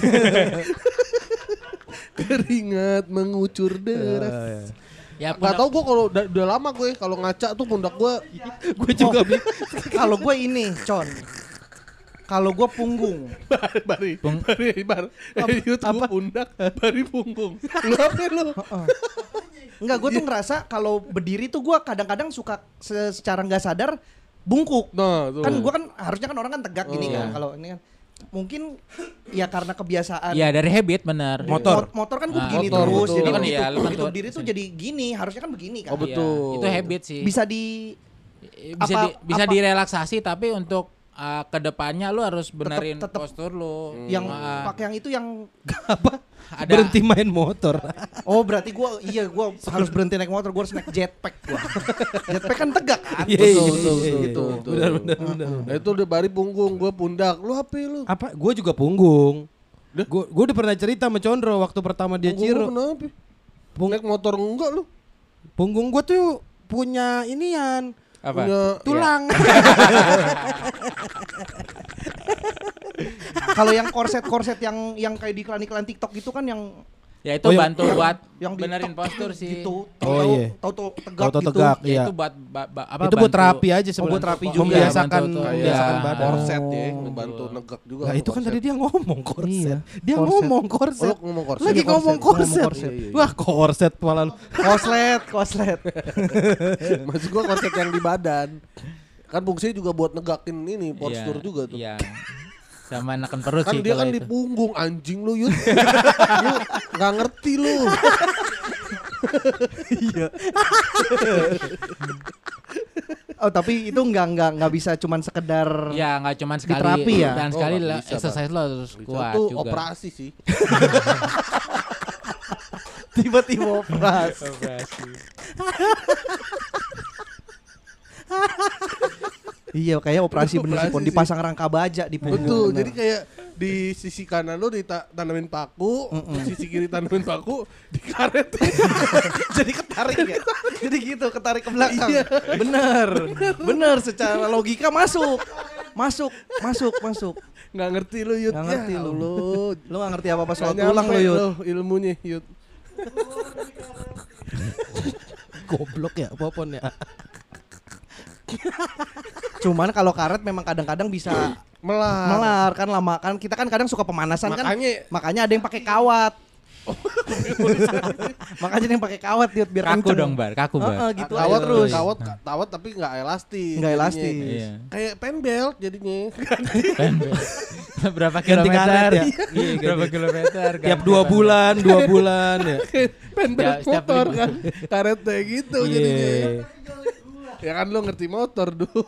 [SPEAKER 1] keringat mengucur deras.
[SPEAKER 4] ya
[SPEAKER 1] Gak tau gue kalau udah, udah lama gue kalau ngaca tuh pundak gue.
[SPEAKER 2] Gue juga bi-
[SPEAKER 3] Kalau gue ini, Con. Kalau gue punggung.
[SPEAKER 1] Bari, bari,
[SPEAKER 4] Pung-
[SPEAKER 1] bari, bar. Eh, yut gue pundak, bari punggung. Lu apa lu?
[SPEAKER 3] Enggak, gue tuh ngerasa kalau berdiri tuh gue kadang-kadang suka se- secara nggak sadar bungkuk.
[SPEAKER 1] Nah, tuh.
[SPEAKER 3] Kan gue kan harusnya kan orang kan tegak gini
[SPEAKER 1] Oh.
[SPEAKER 3] kan. Kalau ini kan mungkin ya karena kebiasaan.
[SPEAKER 4] ya dari habit bener.
[SPEAKER 2] Motor.
[SPEAKER 3] Mot- motor kan gue
[SPEAKER 4] Ah,
[SPEAKER 3] begini
[SPEAKER 1] motor,
[SPEAKER 3] terus.
[SPEAKER 1] betul.
[SPEAKER 3] Jadi
[SPEAKER 4] Itu kan
[SPEAKER 3] begitu,
[SPEAKER 4] iya, lu kan
[SPEAKER 3] begitu
[SPEAKER 4] tuh-
[SPEAKER 3] berdiri tuh jadi gini. Harusnya kan begini kan.
[SPEAKER 1] Oh, betul.
[SPEAKER 4] Iya, itu habit sih.
[SPEAKER 3] Bisa di
[SPEAKER 4] bisa
[SPEAKER 3] apa-
[SPEAKER 4] di, bisa
[SPEAKER 3] apa-
[SPEAKER 4] direlaksasi tapi untuk uh, kedepannya lu harus benerin
[SPEAKER 3] tetep-
[SPEAKER 4] postur lu.
[SPEAKER 3] yang
[SPEAKER 4] Ah,
[SPEAKER 3] pakai yang itu yang
[SPEAKER 2] apa?
[SPEAKER 4] ada
[SPEAKER 2] Berhenti main motor.
[SPEAKER 3] oh berarti gue iya gue harus berhenti naik motor, gue harus naik jetpack gue. Jetpack kan tegak kan.
[SPEAKER 2] Iya,
[SPEAKER 1] Betul,
[SPEAKER 2] iya,
[SPEAKER 1] betul,
[SPEAKER 2] iya,
[SPEAKER 1] betul,
[SPEAKER 2] iya.
[SPEAKER 1] betul, betul.
[SPEAKER 2] Benar, benar, benar.
[SPEAKER 1] Nah, itu udah bari punggung, gue pundak. Lu apa lu?
[SPEAKER 2] Apa? Gue juga punggung.
[SPEAKER 1] Dah?
[SPEAKER 2] Gue gue udah pernah cerita sama Condro waktu pertama dia
[SPEAKER 1] Punggung
[SPEAKER 2] Ciro.
[SPEAKER 1] lu kenapa?
[SPEAKER 2] Pung-
[SPEAKER 1] Naik motor enggak lu?
[SPEAKER 2] Punggung gue tuh punya inian
[SPEAKER 4] apa?
[SPEAKER 1] Punya
[SPEAKER 2] tulang.
[SPEAKER 3] Kalau yang korset-korset yang yang kayak di iklan-iklan TikTok gitu kan yang
[SPEAKER 4] Ya itu
[SPEAKER 2] Oh, yang-
[SPEAKER 4] bantu buat
[SPEAKER 3] yang di
[SPEAKER 4] benerin
[SPEAKER 3] tek-
[SPEAKER 4] postur sih.
[SPEAKER 3] gitu.
[SPEAKER 2] Oh, iya.
[SPEAKER 3] Tahu tahu tegak
[SPEAKER 2] Tahu-tahu
[SPEAKER 3] gitu.
[SPEAKER 2] tegak.
[SPEAKER 4] Ya
[SPEAKER 2] Iya.
[SPEAKER 4] itu buat ba- ba- apa
[SPEAKER 2] Itu buat
[SPEAKER 4] bantu-
[SPEAKER 2] terapi aja
[SPEAKER 3] Oh,
[SPEAKER 2] sebenarnya.
[SPEAKER 3] buat terapi juga.
[SPEAKER 2] Membiasakan
[SPEAKER 4] Bantu tuh,
[SPEAKER 2] membiasakan
[SPEAKER 4] iya.
[SPEAKER 2] badan.
[SPEAKER 1] korset ya,
[SPEAKER 4] Oh.
[SPEAKER 1] bantu negak juga.
[SPEAKER 2] Nah itu kan tadi dia ngomong korset.
[SPEAKER 3] Iya,
[SPEAKER 2] Dia
[SPEAKER 3] korset.
[SPEAKER 2] ngomong
[SPEAKER 1] Oh,
[SPEAKER 2] korset.
[SPEAKER 1] lu ngomong korset.
[SPEAKER 2] Lagi
[SPEAKER 3] Iya, korset.
[SPEAKER 2] ngomong
[SPEAKER 3] Ngomong
[SPEAKER 2] korset.
[SPEAKER 3] korset.
[SPEAKER 1] Iya, iya, iya.
[SPEAKER 2] Wah korset malah lu.
[SPEAKER 3] Koslet, koslet.
[SPEAKER 1] Maksud gua korset yang di badan. Kan fungsinya juga buat negakin ini postur
[SPEAKER 4] Iya,
[SPEAKER 1] juga tuh.
[SPEAKER 4] Iya. Sama neken perut
[SPEAKER 1] Kan
[SPEAKER 4] sih
[SPEAKER 1] dia
[SPEAKER 4] kalau
[SPEAKER 1] kan di
[SPEAKER 4] itu.
[SPEAKER 1] punggung anjing lu Yud. Lu nggak ngerti lu.
[SPEAKER 3] Oh tapi itu nggak nggak nggak bisa cuman sekedar.
[SPEAKER 4] Ya nggak cuman sekali.
[SPEAKER 3] terapi ya?
[SPEAKER 4] Dan
[SPEAKER 1] Oh,
[SPEAKER 4] sekali
[SPEAKER 1] nggak
[SPEAKER 4] lah
[SPEAKER 1] bisa,
[SPEAKER 4] exercise lo harus kuat
[SPEAKER 1] Itu
[SPEAKER 4] juga.
[SPEAKER 1] operasi sih.
[SPEAKER 3] Tiba-tiba operasi. Iya kayak operasi bener sih, Pon.
[SPEAKER 1] Operasi sih.
[SPEAKER 3] Dipasang rangka baja di punggung.
[SPEAKER 1] Betul.
[SPEAKER 3] bener.
[SPEAKER 1] Jadi kayak di sisi kanan lu ditanamin paku, di sisi kiri tanamin paku, dikaret.
[SPEAKER 3] Jadi ketarik ya. Jadi gitu ketarik ke belakang.
[SPEAKER 1] Iya.
[SPEAKER 3] Bener. Bener secara logika masuk. Masuk, masuk, masuk.
[SPEAKER 1] Nggak ngerti lu Yud.
[SPEAKER 3] Nggak ngerti
[SPEAKER 1] Ya
[SPEAKER 3] lu.
[SPEAKER 1] Allah.
[SPEAKER 3] Lu gak ngerti apa-apa soal
[SPEAKER 1] Nggak
[SPEAKER 3] tulang
[SPEAKER 1] nyampe
[SPEAKER 3] lu, Yud.
[SPEAKER 1] lu ilmunya Yud.
[SPEAKER 2] Goblok ya Popon ya.
[SPEAKER 3] Cuman kalau karet memang kadang-kadang bisa
[SPEAKER 1] Melar.
[SPEAKER 3] melar kan lama kan kita kan kadang suka pemanasan kan.
[SPEAKER 1] Makanya-
[SPEAKER 3] Makanya ada yang pakai kawat. Makanya ada yang pakai kawat Yud, biar
[SPEAKER 4] Kaku
[SPEAKER 3] kenceng.
[SPEAKER 4] dong bar, kaku bar.
[SPEAKER 3] Heeh, gitu
[SPEAKER 1] Kawat
[SPEAKER 3] aja terus.
[SPEAKER 1] Kawat, kawat tapi nggak elastis.
[SPEAKER 3] Nggak
[SPEAKER 1] jadinya.
[SPEAKER 3] elastis.
[SPEAKER 4] Iya.
[SPEAKER 1] Kayak pen belt jadinya.
[SPEAKER 4] Berapa
[SPEAKER 2] Ganti
[SPEAKER 4] kilometer?
[SPEAKER 2] karet ya?
[SPEAKER 4] Iya, berapa kilometer?
[SPEAKER 2] Tiap
[SPEAKER 4] ganti
[SPEAKER 2] dua
[SPEAKER 4] ban.
[SPEAKER 2] bulan, dua bulan ya.
[SPEAKER 1] pen belt
[SPEAKER 4] Ya, setiap
[SPEAKER 1] motor
[SPEAKER 4] lima-
[SPEAKER 1] kan. Karet kayak gitu jadinya.
[SPEAKER 2] Iya.
[SPEAKER 1] Ya kan lu ngerti motor dulu.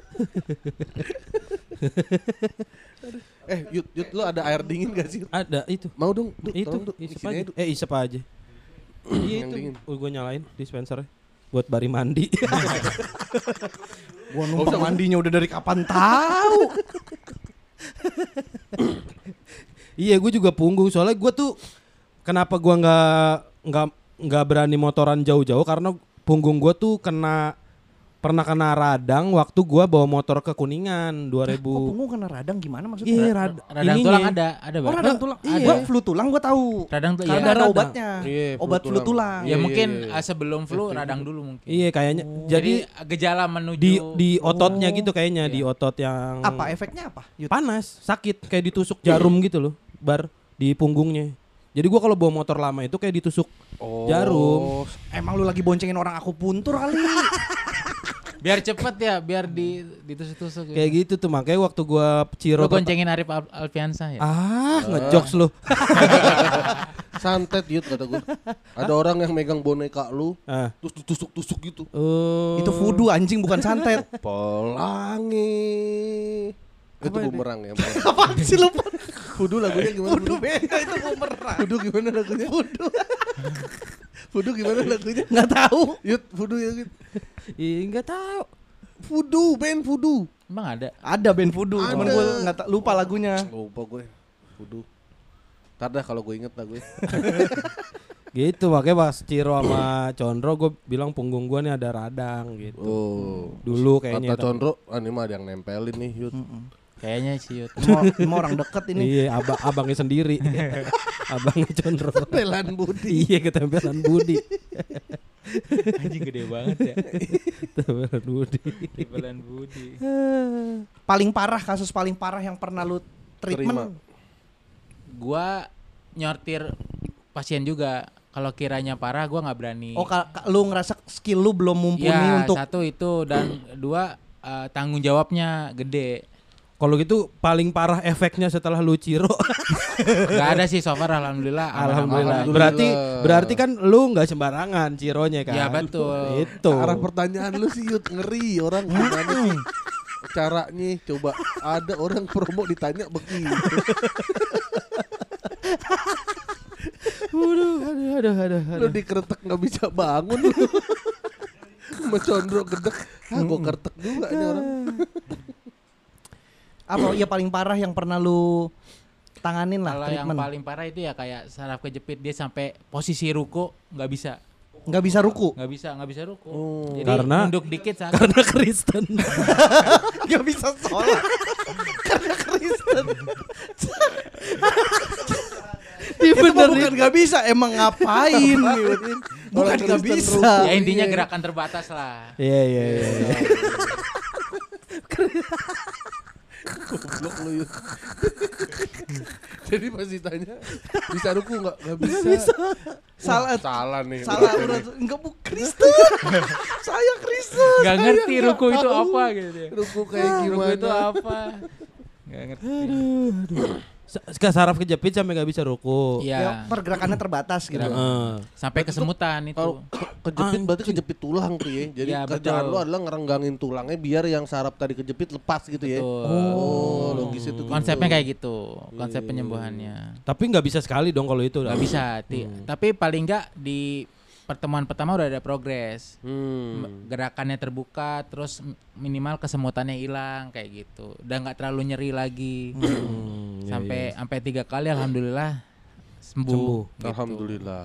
[SPEAKER 1] eh Yud, Yud lu ada air dingin gak sih?
[SPEAKER 2] Ada itu.
[SPEAKER 1] Mau dong, Duk,
[SPEAKER 2] Itu
[SPEAKER 1] tolong, Duk.
[SPEAKER 2] isep
[SPEAKER 1] Sini
[SPEAKER 2] aja.
[SPEAKER 1] aja, Duk.
[SPEAKER 2] Eh isep aja. Iya
[SPEAKER 1] Yang
[SPEAKER 2] itu.
[SPEAKER 1] dingin.
[SPEAKER 2] Oh, gue nyalain dispensernya buat bari mandi.
[SPEAKER 3] Gua numpang mandinya udah dari kapan tahu.
[SPEAKER 2] Iya gue juga punggung soalnya gue tuh kenapa gue nggak nggak nggak berani motoran jauh-jauh karena punggung gue tuh kena pernah kena radang waktu gue bawa motor ke Kuningan dua
[SPEAKER 3] Kok
[SPEAKER 2] ribu.
[SPEAKER 3] punggung kena radang gimana maksudnya?
[SPEAKER 2] Iya rad-
[SPEAKER 4] Radang
[SPEAKER 2] ininya.
[SPEAKER 4] tulang ada, ada
[SPEAKER 3] Oh
[SPEAKER 4] bar.
[SPEAKER 3] radang tulang.
[SPEAKER 2] Iya.
[SPEAKER 3] Gua flu tulang gua tahu.
[SPEAKER 4] Radang tuh
[SPEAKER 3] Karena
[SPEAKER 4] iya.
[SPEAKER 3] ada
[SPEAKER 2] radang.
[SPEAKER 3] obatnya.
[SPEAKER 1] Iya, flu
[SPEAKER 3] Obat flu
[SPEAKER 1] tulang.
[SPEAKER 3] tulang.
[SPEAKER 4] Ya
[SPEAKER 1] Iya,
[SPEAKER 4] mungkin
[SPEAKER 1] iya, iya.
[SPEAKER 4] uh, sebelum flu radang dulu mungkin.
[SPEAKER 2] Iya kayaknya.
[SPEAKER 4] Jadi
[SPEAKER 2] Jadi
[SPEAKER 4] gejala menuju
[SPEAKER 2] di di ototnya
[SPEAKER 3] Oh.
[SPEAKER 2] gitu kayaknya di
[SPEAKER 4] Iya.
[SPEAKER 2] otot yang
[SPEAKER 3] Apa efeknya apa? Yud?
[SPEAKER 2] panas, sakit kayak ditusuk jarum gitu loh, bar di punggungnya. Jadi gua kalau bawa motor lama itu kayak ditusuk
[SPEAKER 1] Oh.
[SPEAKER 2] jarum.
[SPEAKER 3] Emang lu lagi boncengin orang aku puntur kali.
[SPEAKER 4] biar cepet ya, biar di ditusuk-tusuk.
[SPEAKER 2] Kayak gitu tuh makanya waktu gua Ciro
[SPEAKER 4] Lu goncengin Arif Al- Alfiansyah ya?
[SPEAKER 2] ah ngejokes lu.
[SPEAKER 1] Santet Yud kata gue. Ada orang yang megang boneka lu,
[SPEAKER 2] Ah.
[SPEAKER 1] terus ditusuk-tusuk gitu.
[SPEAKER 2] Oh.
[SPEAKER 3] Itu voodoo anjing bukan santet.
[SPEAKER 1] Pelangi. Itu bumerang ya.
[SPEAKER 3] Apa sih lu?
[SPEAKER 1] Fudu lagunya gimana?
[SPEAKER 3] Voodoo beda itu bumerang.
[SPEAKER 1] Fudu gimana lagunya? Fudu. Fudu gimana lagunya?
[SPEAKER 3] Nggak tahu.
[SPEAKER 1] Yut, Fudu ya gitu.
[SPEAKER 2] Ih, enggak tahu.
[SPEAKER 1] Fudu, band Fudu.
[SPEAKER 4] Emang ada?
[SPEAKER 3] Ada band voodoo, cuman
[SPEAKER 1] Ada.
[SPEAKER 3] gue nggak ta- lupa lagunya.
[SPEAKER 1] Lupa gue. Fudu. Ntar dah kalau gue inget lah gue.
[SPEAKER 2] Gitu makanya pas Ciro sama Condro gue bilang punggung gue nih ada radang gitu.
[SPEAKER 1] Oh.
[SPEAKER 2] Dulu kayaknya.
[SPEAKER 1] Kata Condro, ah ini mah ada yang nempelin nih, Yut.
[SPEAKER 4] Kayaknya sih Yud.
[SPEAKER 3] Mau, mau orang deket ini.
[SPEAKER 2] Iya, abang abangnya sendiri. Abangnya Condro.
[SPEAKER 1] Tempelan Budi.
[SPEAKER 2] Iya, ketempelan Budi.
[SPEAKER 4] Anjing gede banget ya.
[SPEAKER 2] Ketempelan Budi.
[SPEAKER 4] Timbalan Budi.
[SPEAKER 3] Paling parah, kasus paling parah yang pernah lu treatment.
[SPEAKER 4] Gua nyortir pasien juga. Kalau kiranya parah gua nggak berani.
[SPEAKER 3] Oh, ka- ka- lu ngerasa skill lu belum mumpuni
[SPEAKER 4] ya,
[SPEAKER 3] untuk
[SPEAKER 4] satu itu dan dua eh, tanggung jawabnya gede.
[SPEAKER 2] Kalau gitu paling parah efeknya setelah lu Ciro.
[SPEAKER 4] Gak ada sih so far alhamdulillah.
[SPEAKER 2] Alhamdulillah.
[SPEAKER 1] Alhamdulillah.
[SPEAKER 2] Berarti berarti kan lu nggak sembarangan Cironya kan.
[SPEAKER 4] Iya betul.
[SPEAKER 2] Itu.
[SPEAKER 1] Arah pertanyaan lu sih, Yut, ngeri orang gimana sih caranya. Coba ada orang promo ditanya begitu.
[SPEAKER 2] Aduh, aduh, aduh, aduh,
[SPEAKER 1] Lu
[SPEAKER 2] aduh.
[SPEAKER 1] dikeretek nggak bisa bangun lu. Sama Condro gedek. Ah, gua kertek juga nih orang.
[SPEAKER 3] apa ya paling parah yang pernah lu tanganin lah
[SPEAKER 4] Kalau yang
[SPEAKER 3] treatment.
[SPEAKER 4] paling parah itu ya kayak saraf kejepit dia sampai posisi ruku nggak bisa,
[SPEAKER 3] Nggak bisa ruku.
[SPEAKER 4] nggak bisa, nggak bisa ruku.
[SPEAKER 1] Oh.
[SPEAKER 4] Jadi
[SPEAKER 2] Karena-
[SPEAKER 4] nunduk dikit saat
[SPEAKER 2] Karena Kristen.
[SPEAKER 3] Nggak bisa sholat. Karena Kristen. Itu mah bukan nggak bisa, emang ngapain gitu. Bukan
[SPEAKER 1] Orang
[SPEAKER 3] nggak
[SPEAKER 1] Kristen
[SPEAKER 3] bisa.
[SPEAKER 4] ya intinya
[SPEAKER 1] Iya.
[SPEAKER 4] gerakan terbatas lah.
[SPEAKER 2] Iya, iya, iya. iya.
[SPEAKER 1] Goblok lu, Yut. Jadi pas ditanya bisa ruku nggak? Nggak bisa.
[SPEAKER 3] Salah.
[SPEAKER 1] Wah, salah nih.
[SPEAKER 3] Salah
[SPEAKER 1] berarti
[SPEAKER 3] udah
[SPEAKER 1] nih.
[SPEAKER 3] enggak bu Kristen. Saya Kristen.
[SPEAKER 4] Nggak ngerti
[SPEAKER 1] nggak
[SPEAKER 4] ruku itu
[SPEAKER 1] tahu.
[SPEAKER 4] apa gitu. ya.
[SPEAKER 1] Ruku kayak
[SPEAKER 4] Ruku
[SPEAKER 1] gimana?
[SPEAKER 4] itu apa? Nggak ngerti.
[SPEAKER 2] Sa- Ke saraf kejepit sampai nggak bisa ruku.
[SPEAKER 3] Ya,
[SPEAKER 4] Iya.
[SPEAKER 3] pergerakannya terbatas gitu.
[SPEAKER 4] Gerakan.
[SPEAKER 2] Heeh.
[SPEAKER 4] Sampai kesemutan itu.
[SPEAKER 1] Kalau ke- kejepit berarti kejepit tulang tuh ya. Jadi
[SPEAKER 4] Iya,
[SPEAKER 1] kerjaan
[SPEAKER 4] betul.
[SPEAKER 1] lu adalah ngerenggangin tulangnya biar yang saraf tadi kejepit lepas gitu ya.
[SPEAKER 4] Betul.
[SPEAKER 1] Oh, logis itu.
[SPEAKER 4] Konsepnya
[SPEAKER 1] gitu.
[SPEAKER 4] kayak gitu, konsep penyembuhannya.
[SPEAKER 2] Tapi nggak bisa sekali dong kalau itu.
[SPEAKER 4] Gak bisa, ti- tapi paling nggak di pertemuan pertama udah ada progres.
[SPEAKER 1] Hmm.
[SPEAKER 4] Gerakannya terbuka, terus m- minimal kesemutannya hilang kayak gitu. Udah nggak terlalu nyeri lagi.
[SPEAKER 2] Hmm, iya,
[SPEAKER 4] sampai
[SPEAKER 2] iya.
[SPEAKER 4] sampai tiga kali alhamdulillah sembuh.
[SPEAKER 2] Sembuh.
[SPEAKER 4] gitu.
[SPEAKER 1] Alhamdulillah.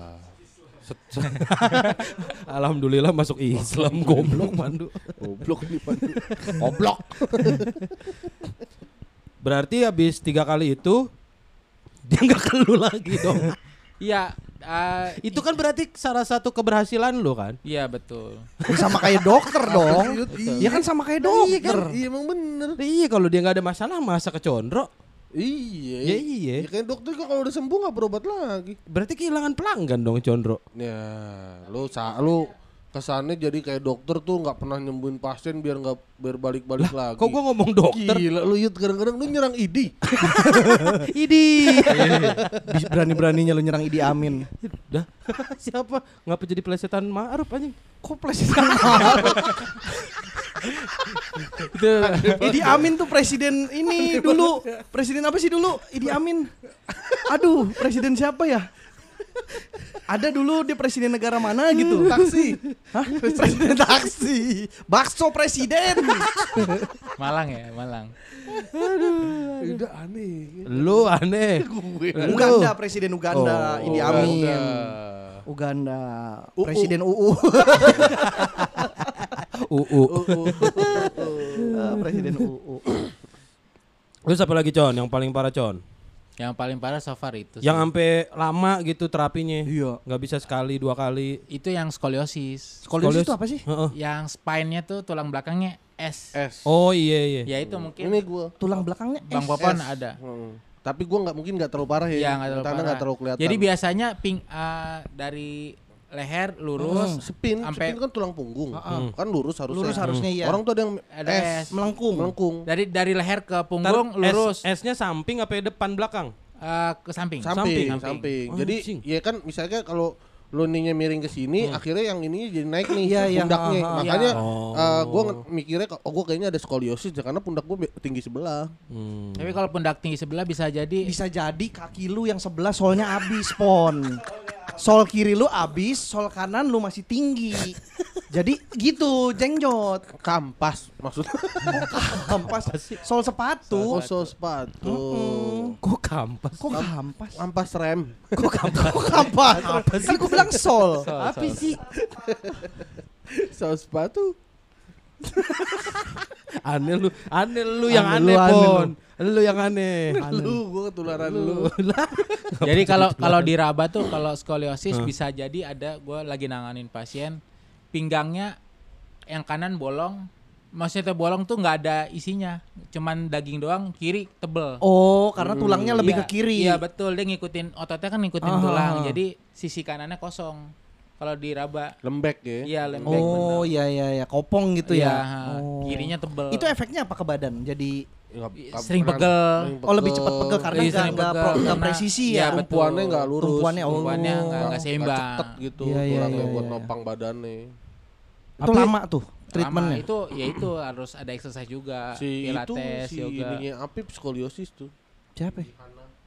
[SPEAKER 2] Alhamdulillah masuk Islam goblok Pandu.
[SPEAKER 1] Goblok nih Pandu. Goblok.
[SPEAKER 2] Berarti habis tiga kali itu dia nggak kelu lagi dong.
[SPEAKER 4] Iya, eh,
[SPEAKER 2] Itu kan berarti salah satu keberhasilan lo kan?
[SPEAKER 4] iya betul.
[SPEAKER 3] Ya sama kayak dokter dong.
[SPEAKER 1] Iya.
[SPEAKER 3] Iya kan sama kayak
[SPEAKER 1] Iya
[SPEAKER 3] dokter.
[SPEAKER 1] kan? Iya emang bener.
[SPEAKER 2] Iya kalau dia nggak ada masalah masa ke Condro.
[SPEAKER 1] Iya.
[SPEAKER 2] Ya iya.
[SPEAKER 1] Ya kan dokter kok kalau udah sembuh nggak berobat lagi.
[SPEAKER 2] Berarti kehilangan pelanggan dong Condro.
[SPEAKER 1] Ya, lu sa lu kesannya jadi kayak dokter tuh nggak pernah nyembuhin pasien biar nggak berbalik-balik lagi.
[SPEAKER 2] Kok gua ngomong dokter?
[SPEAKER 1] Gila lu Yud, kadang-kadang lu nyerang I D.
[SPEAKER 2] Idi.
[SPEAKER 3] Bis- Berani-beraninya lu nyerang Idi Amin.
[SPEAKER 2] Dah. Siapa? Ngapa jadi plesetan Ma'ruf anjing?
[SPEAKER 3] Kok plesetan Ma'ruf?
[SPEAKER 2] Itu
[SPEAKER 3] Idi Amin tuh presiden ini dulu. Presiden apa sih dulu? Idi Amin. Aduh, presiden siapa ya? Ada dulu dia presiden negara mana gitu.
[SPEAKER 1] Taksi.
[SPEAKER 3] Hah? Presiden taksi. Bakso presiden.
[SPEAKER 4] Malang ya, Malang.
[SPEAKER 1] Udah aneh.
[SPEAKER 2] lu aneh.
[SPEAKER 1] Gue.
[SPEAKER 3] Uganda, presiden Uganda,
[SPEAKER 2] Oh,
[SPEAKER 3] Idi
[SPEAKER 1] Uganda.
[SPEAKER 3] Amin. Uganda,
[SPEAKER 1] U U.
[SPEAKER 3] presiden U U.
[SPEAKER 2] Uu.
[SPEAKER 3] Ah, presiden U U.
[SPEAKER 2] Terus apa lagi Con? Yang paling parah Con?
[SPEAKER 4] Yang paling parah so far itu.
[SPEAKER 2] Yang
[SPEAKER 4] sih.
[SPEAKER 2] sampai lama gitu terapinya.
[SPEAKER 3] Iya.
[SPEAKER 2] Nggak bisa sekali dua kali.
[SPEAKER 4] itu yang skoliosis.
[SPEAKER 3] Skoliosis itu apa sih?
[SPEAKER 2] Heeh.
[SPEAKER 4] Yang spine-nya tuh tulang belakangnya S.
[SPEAKER 1] S.
[SPEAKER 2] Oh iya iya.
[SPEAKER 4] Ya itu mungkin
[SPEAKER 1] Ini gua.
[SPEAKER 3] Tulang belakangnya
[SPEAKER 4] Bang
[SPEAKER 3] S.
[SPEAKER 4] Popon
[SPEAKER 1] S.
[SPEAKER 4] ada.
[SPEAKER 1] Hmm. Tapi gua nggak mungkin nggak terlalu parah ya.
[SPEAKER 4] Iya nggak terlalu
[SPEAKER 1] Karena
[SPEAKER 4] parah.
[SPEAKER 1] nggak terlalu kelihatan.
[SPEAKER 4] Jadi biasanya ping eh, dari leher lurus
[SPEAKER 1] Spin,
[SPEAKER 4] sampai
[SPEAKER 1] spin kan tulang punggung.
[SPEAKER 3] Heeh.
[SPEAKER 1] Kan lurus harusnya.
[SPEAKER 3] Lurus harusnya iya.
[SPEAKER 1] Orang tuh ada yang
[SPEAKER 4] ada
[SPEAKER 1] S,
[SPEAKER 4] S.
[SPEAKER 3] melengkung.
[SPEAKER 1] melengkung.
[SPEAKER 4] Dari dari leher ke
[SPEAKER 2] Ntar
[SPEAKER 4] punggung
[SPEAKER 2] S-
[SPEAKER 4] lurus
[SPEAKER 2] S-nya samping apa depan belakang?
[SPEAKER 4] eh, ke samping.
[SPEAKER 1] Samping,
[SPEAKER 2] Samping.
[SPEAKER 1] samping.
[SPEAKER 2] Oh,
[SPEAKER 1] Jadi
[SPEAKER 2] anjing.
[SPEAKER 1] ya kan misalnya kalau lu ininya miring ke sini, akhirnya yang ini jadi naik nih
[SPEAKER 3] Iya, iya,
[SPEAKER 1] pundaknya.
[SPEAKER 3] ha, ha,
[SPEAKER 1] Makanya
[SPEAKER 2] Oh.
[SPEAKER 1] eh, gua nge- mikirnya oh gua kayaknya ada skoliosis ya, karena pundak gua be- tinggi sebelah.
[SPEAKER 2] Hmm.
[SPEAKER 4] Tapi kalau pundak tinggi sebelah bisa jadi
[SPEAKER 3] Bisa jadi kaki lu yang sebelah soalnya abis pon. sol kiri lu abis, sol kanan lu masih tinggi. Jadi gitu, jengjot.
[SPEAKER 1] Kampas maksudnya.
[SPEAKER 3] Kampas, sol sepatu.
[SPEAKER 1] Oh, sol sepatu.
[SPEAKER 3] Mm-mm.
[SPEAKER 2] Kok kampas?
[SPEAKER 3] Kok kampas?
[SPEAKER 1] Kampas rem.
[SPEAKER 3] Kok kampas? Kok kampas? Kan gue bilang sol.
[SPEAKER 4] Sol,
[SPEAKER 3] Apa
[SPEAKER 4] sol.
[SPEAKER 3] sih?
[SPEAKER 1] Sol sepatu.
[SPEAKER 2] Aneh lu, aneh lu yang
[SPEAKER 3] Aneh
[SPEAKER 2] aneh,
[SPEAKER 3] lu, aneh
[SPEAKER 2] Pon. Lu yang aneh.
[SPEAKER 1] Lu gua ketularan lu.
[SPEAKER 4] Jadi kalau kalau diraba tuh kalau skoliosis bisa jadi ada gue lagi nanganin pasien pinggangnya yang kanan bolong, maksudnya bolong tuh nggak ada isinya, cuman daging doang, kiri tebel.
[SPEAKER 3] Oh, karena tulangnya lebih
[SPEAKER 4] Iya,
[SPEAKER 3] ke kiri.
[SPEAKER 4] Iya betul, dia ngikutin ototnya kan ngikutin
[SPEAKER 3] Ah.
[SPEAKER 4] tulang, jadi sisi kanannya kosong. Kalau diraba,
[SPEAKER 1] Lembek ya.
[SPEAKER 4] iya lembek.
[SPEAKER 3] Oh,
[SPEAKER 4] bener.
[SPEAKER 3] iya iya iya, kopong gitu
[SPEAKER 4] Iya,
[SPEAKER 3] ya.
[SPEAKER 4] ha,
[SPEAKER 3] Oh.
[SPEAKER 4] kirinya tebel.
[SPEAKER 3] Itu efeknya apa ke badan? Jadi
[SPEAKER 1] Nggak- nggak
[SPEAKER 4] Sering
[SPEAKER 1] pernah-
[SPEAKER 4] pegel.
[SPEAKER 1] sering
[SPEAKER 3] oh lebih cepat pegel karena
[SPEAKER 4] Iya,
[SPEAKER 3] nggak
[SPEAKER 4] sering
[SPEAKER 3] nggak
[SPEAKER 4] pegel.
[SPEAKER 3] pro- nggak
[SPEAKER 4] Karena-
[SPEAKER 3] presisi
[SPEAKER 4] iya,
[SPEAKER 3] ya.
[SPEAKER 4] betul.
[SPEAKER 1] Tumpuannya nggak lurus.
[SPEAKER 3] Tumpuannya, oh.
[SPEAKER 4] Tumpuannya nggak nggak
[SPEAKER 1] Nggak
[SPEAKER 4] seimbang.
[SPEAKER 1] cetet gitu.
[SPEAKER 3] Iya, iya,
[SPEAKER 1] tulangnya
[SPEAKER 3] iya,
[SPEAKER 1] buat
[SPEAKER 3] iya.
[SPEAKER 1] nopang badannya.
[SPEAKER 3] Itu
[SPEAKER 2] Apa-
[SPEAKER 3] lama tuh
[SPEAKER 4] Lama
[SPEAKER 3] treatmentnya.
[SPEAKER 4] itu ya itu harus ada exercise juga,
[SPEAKER 1] Si itu
[SPEAKER 4] pilates,
[SPEAKER 1] si
[SPEAKER 4] yoga.
[SPEAKER 1] ininya Apip skoliosis tuh.
[SPEAKER 3] Siapa? ya?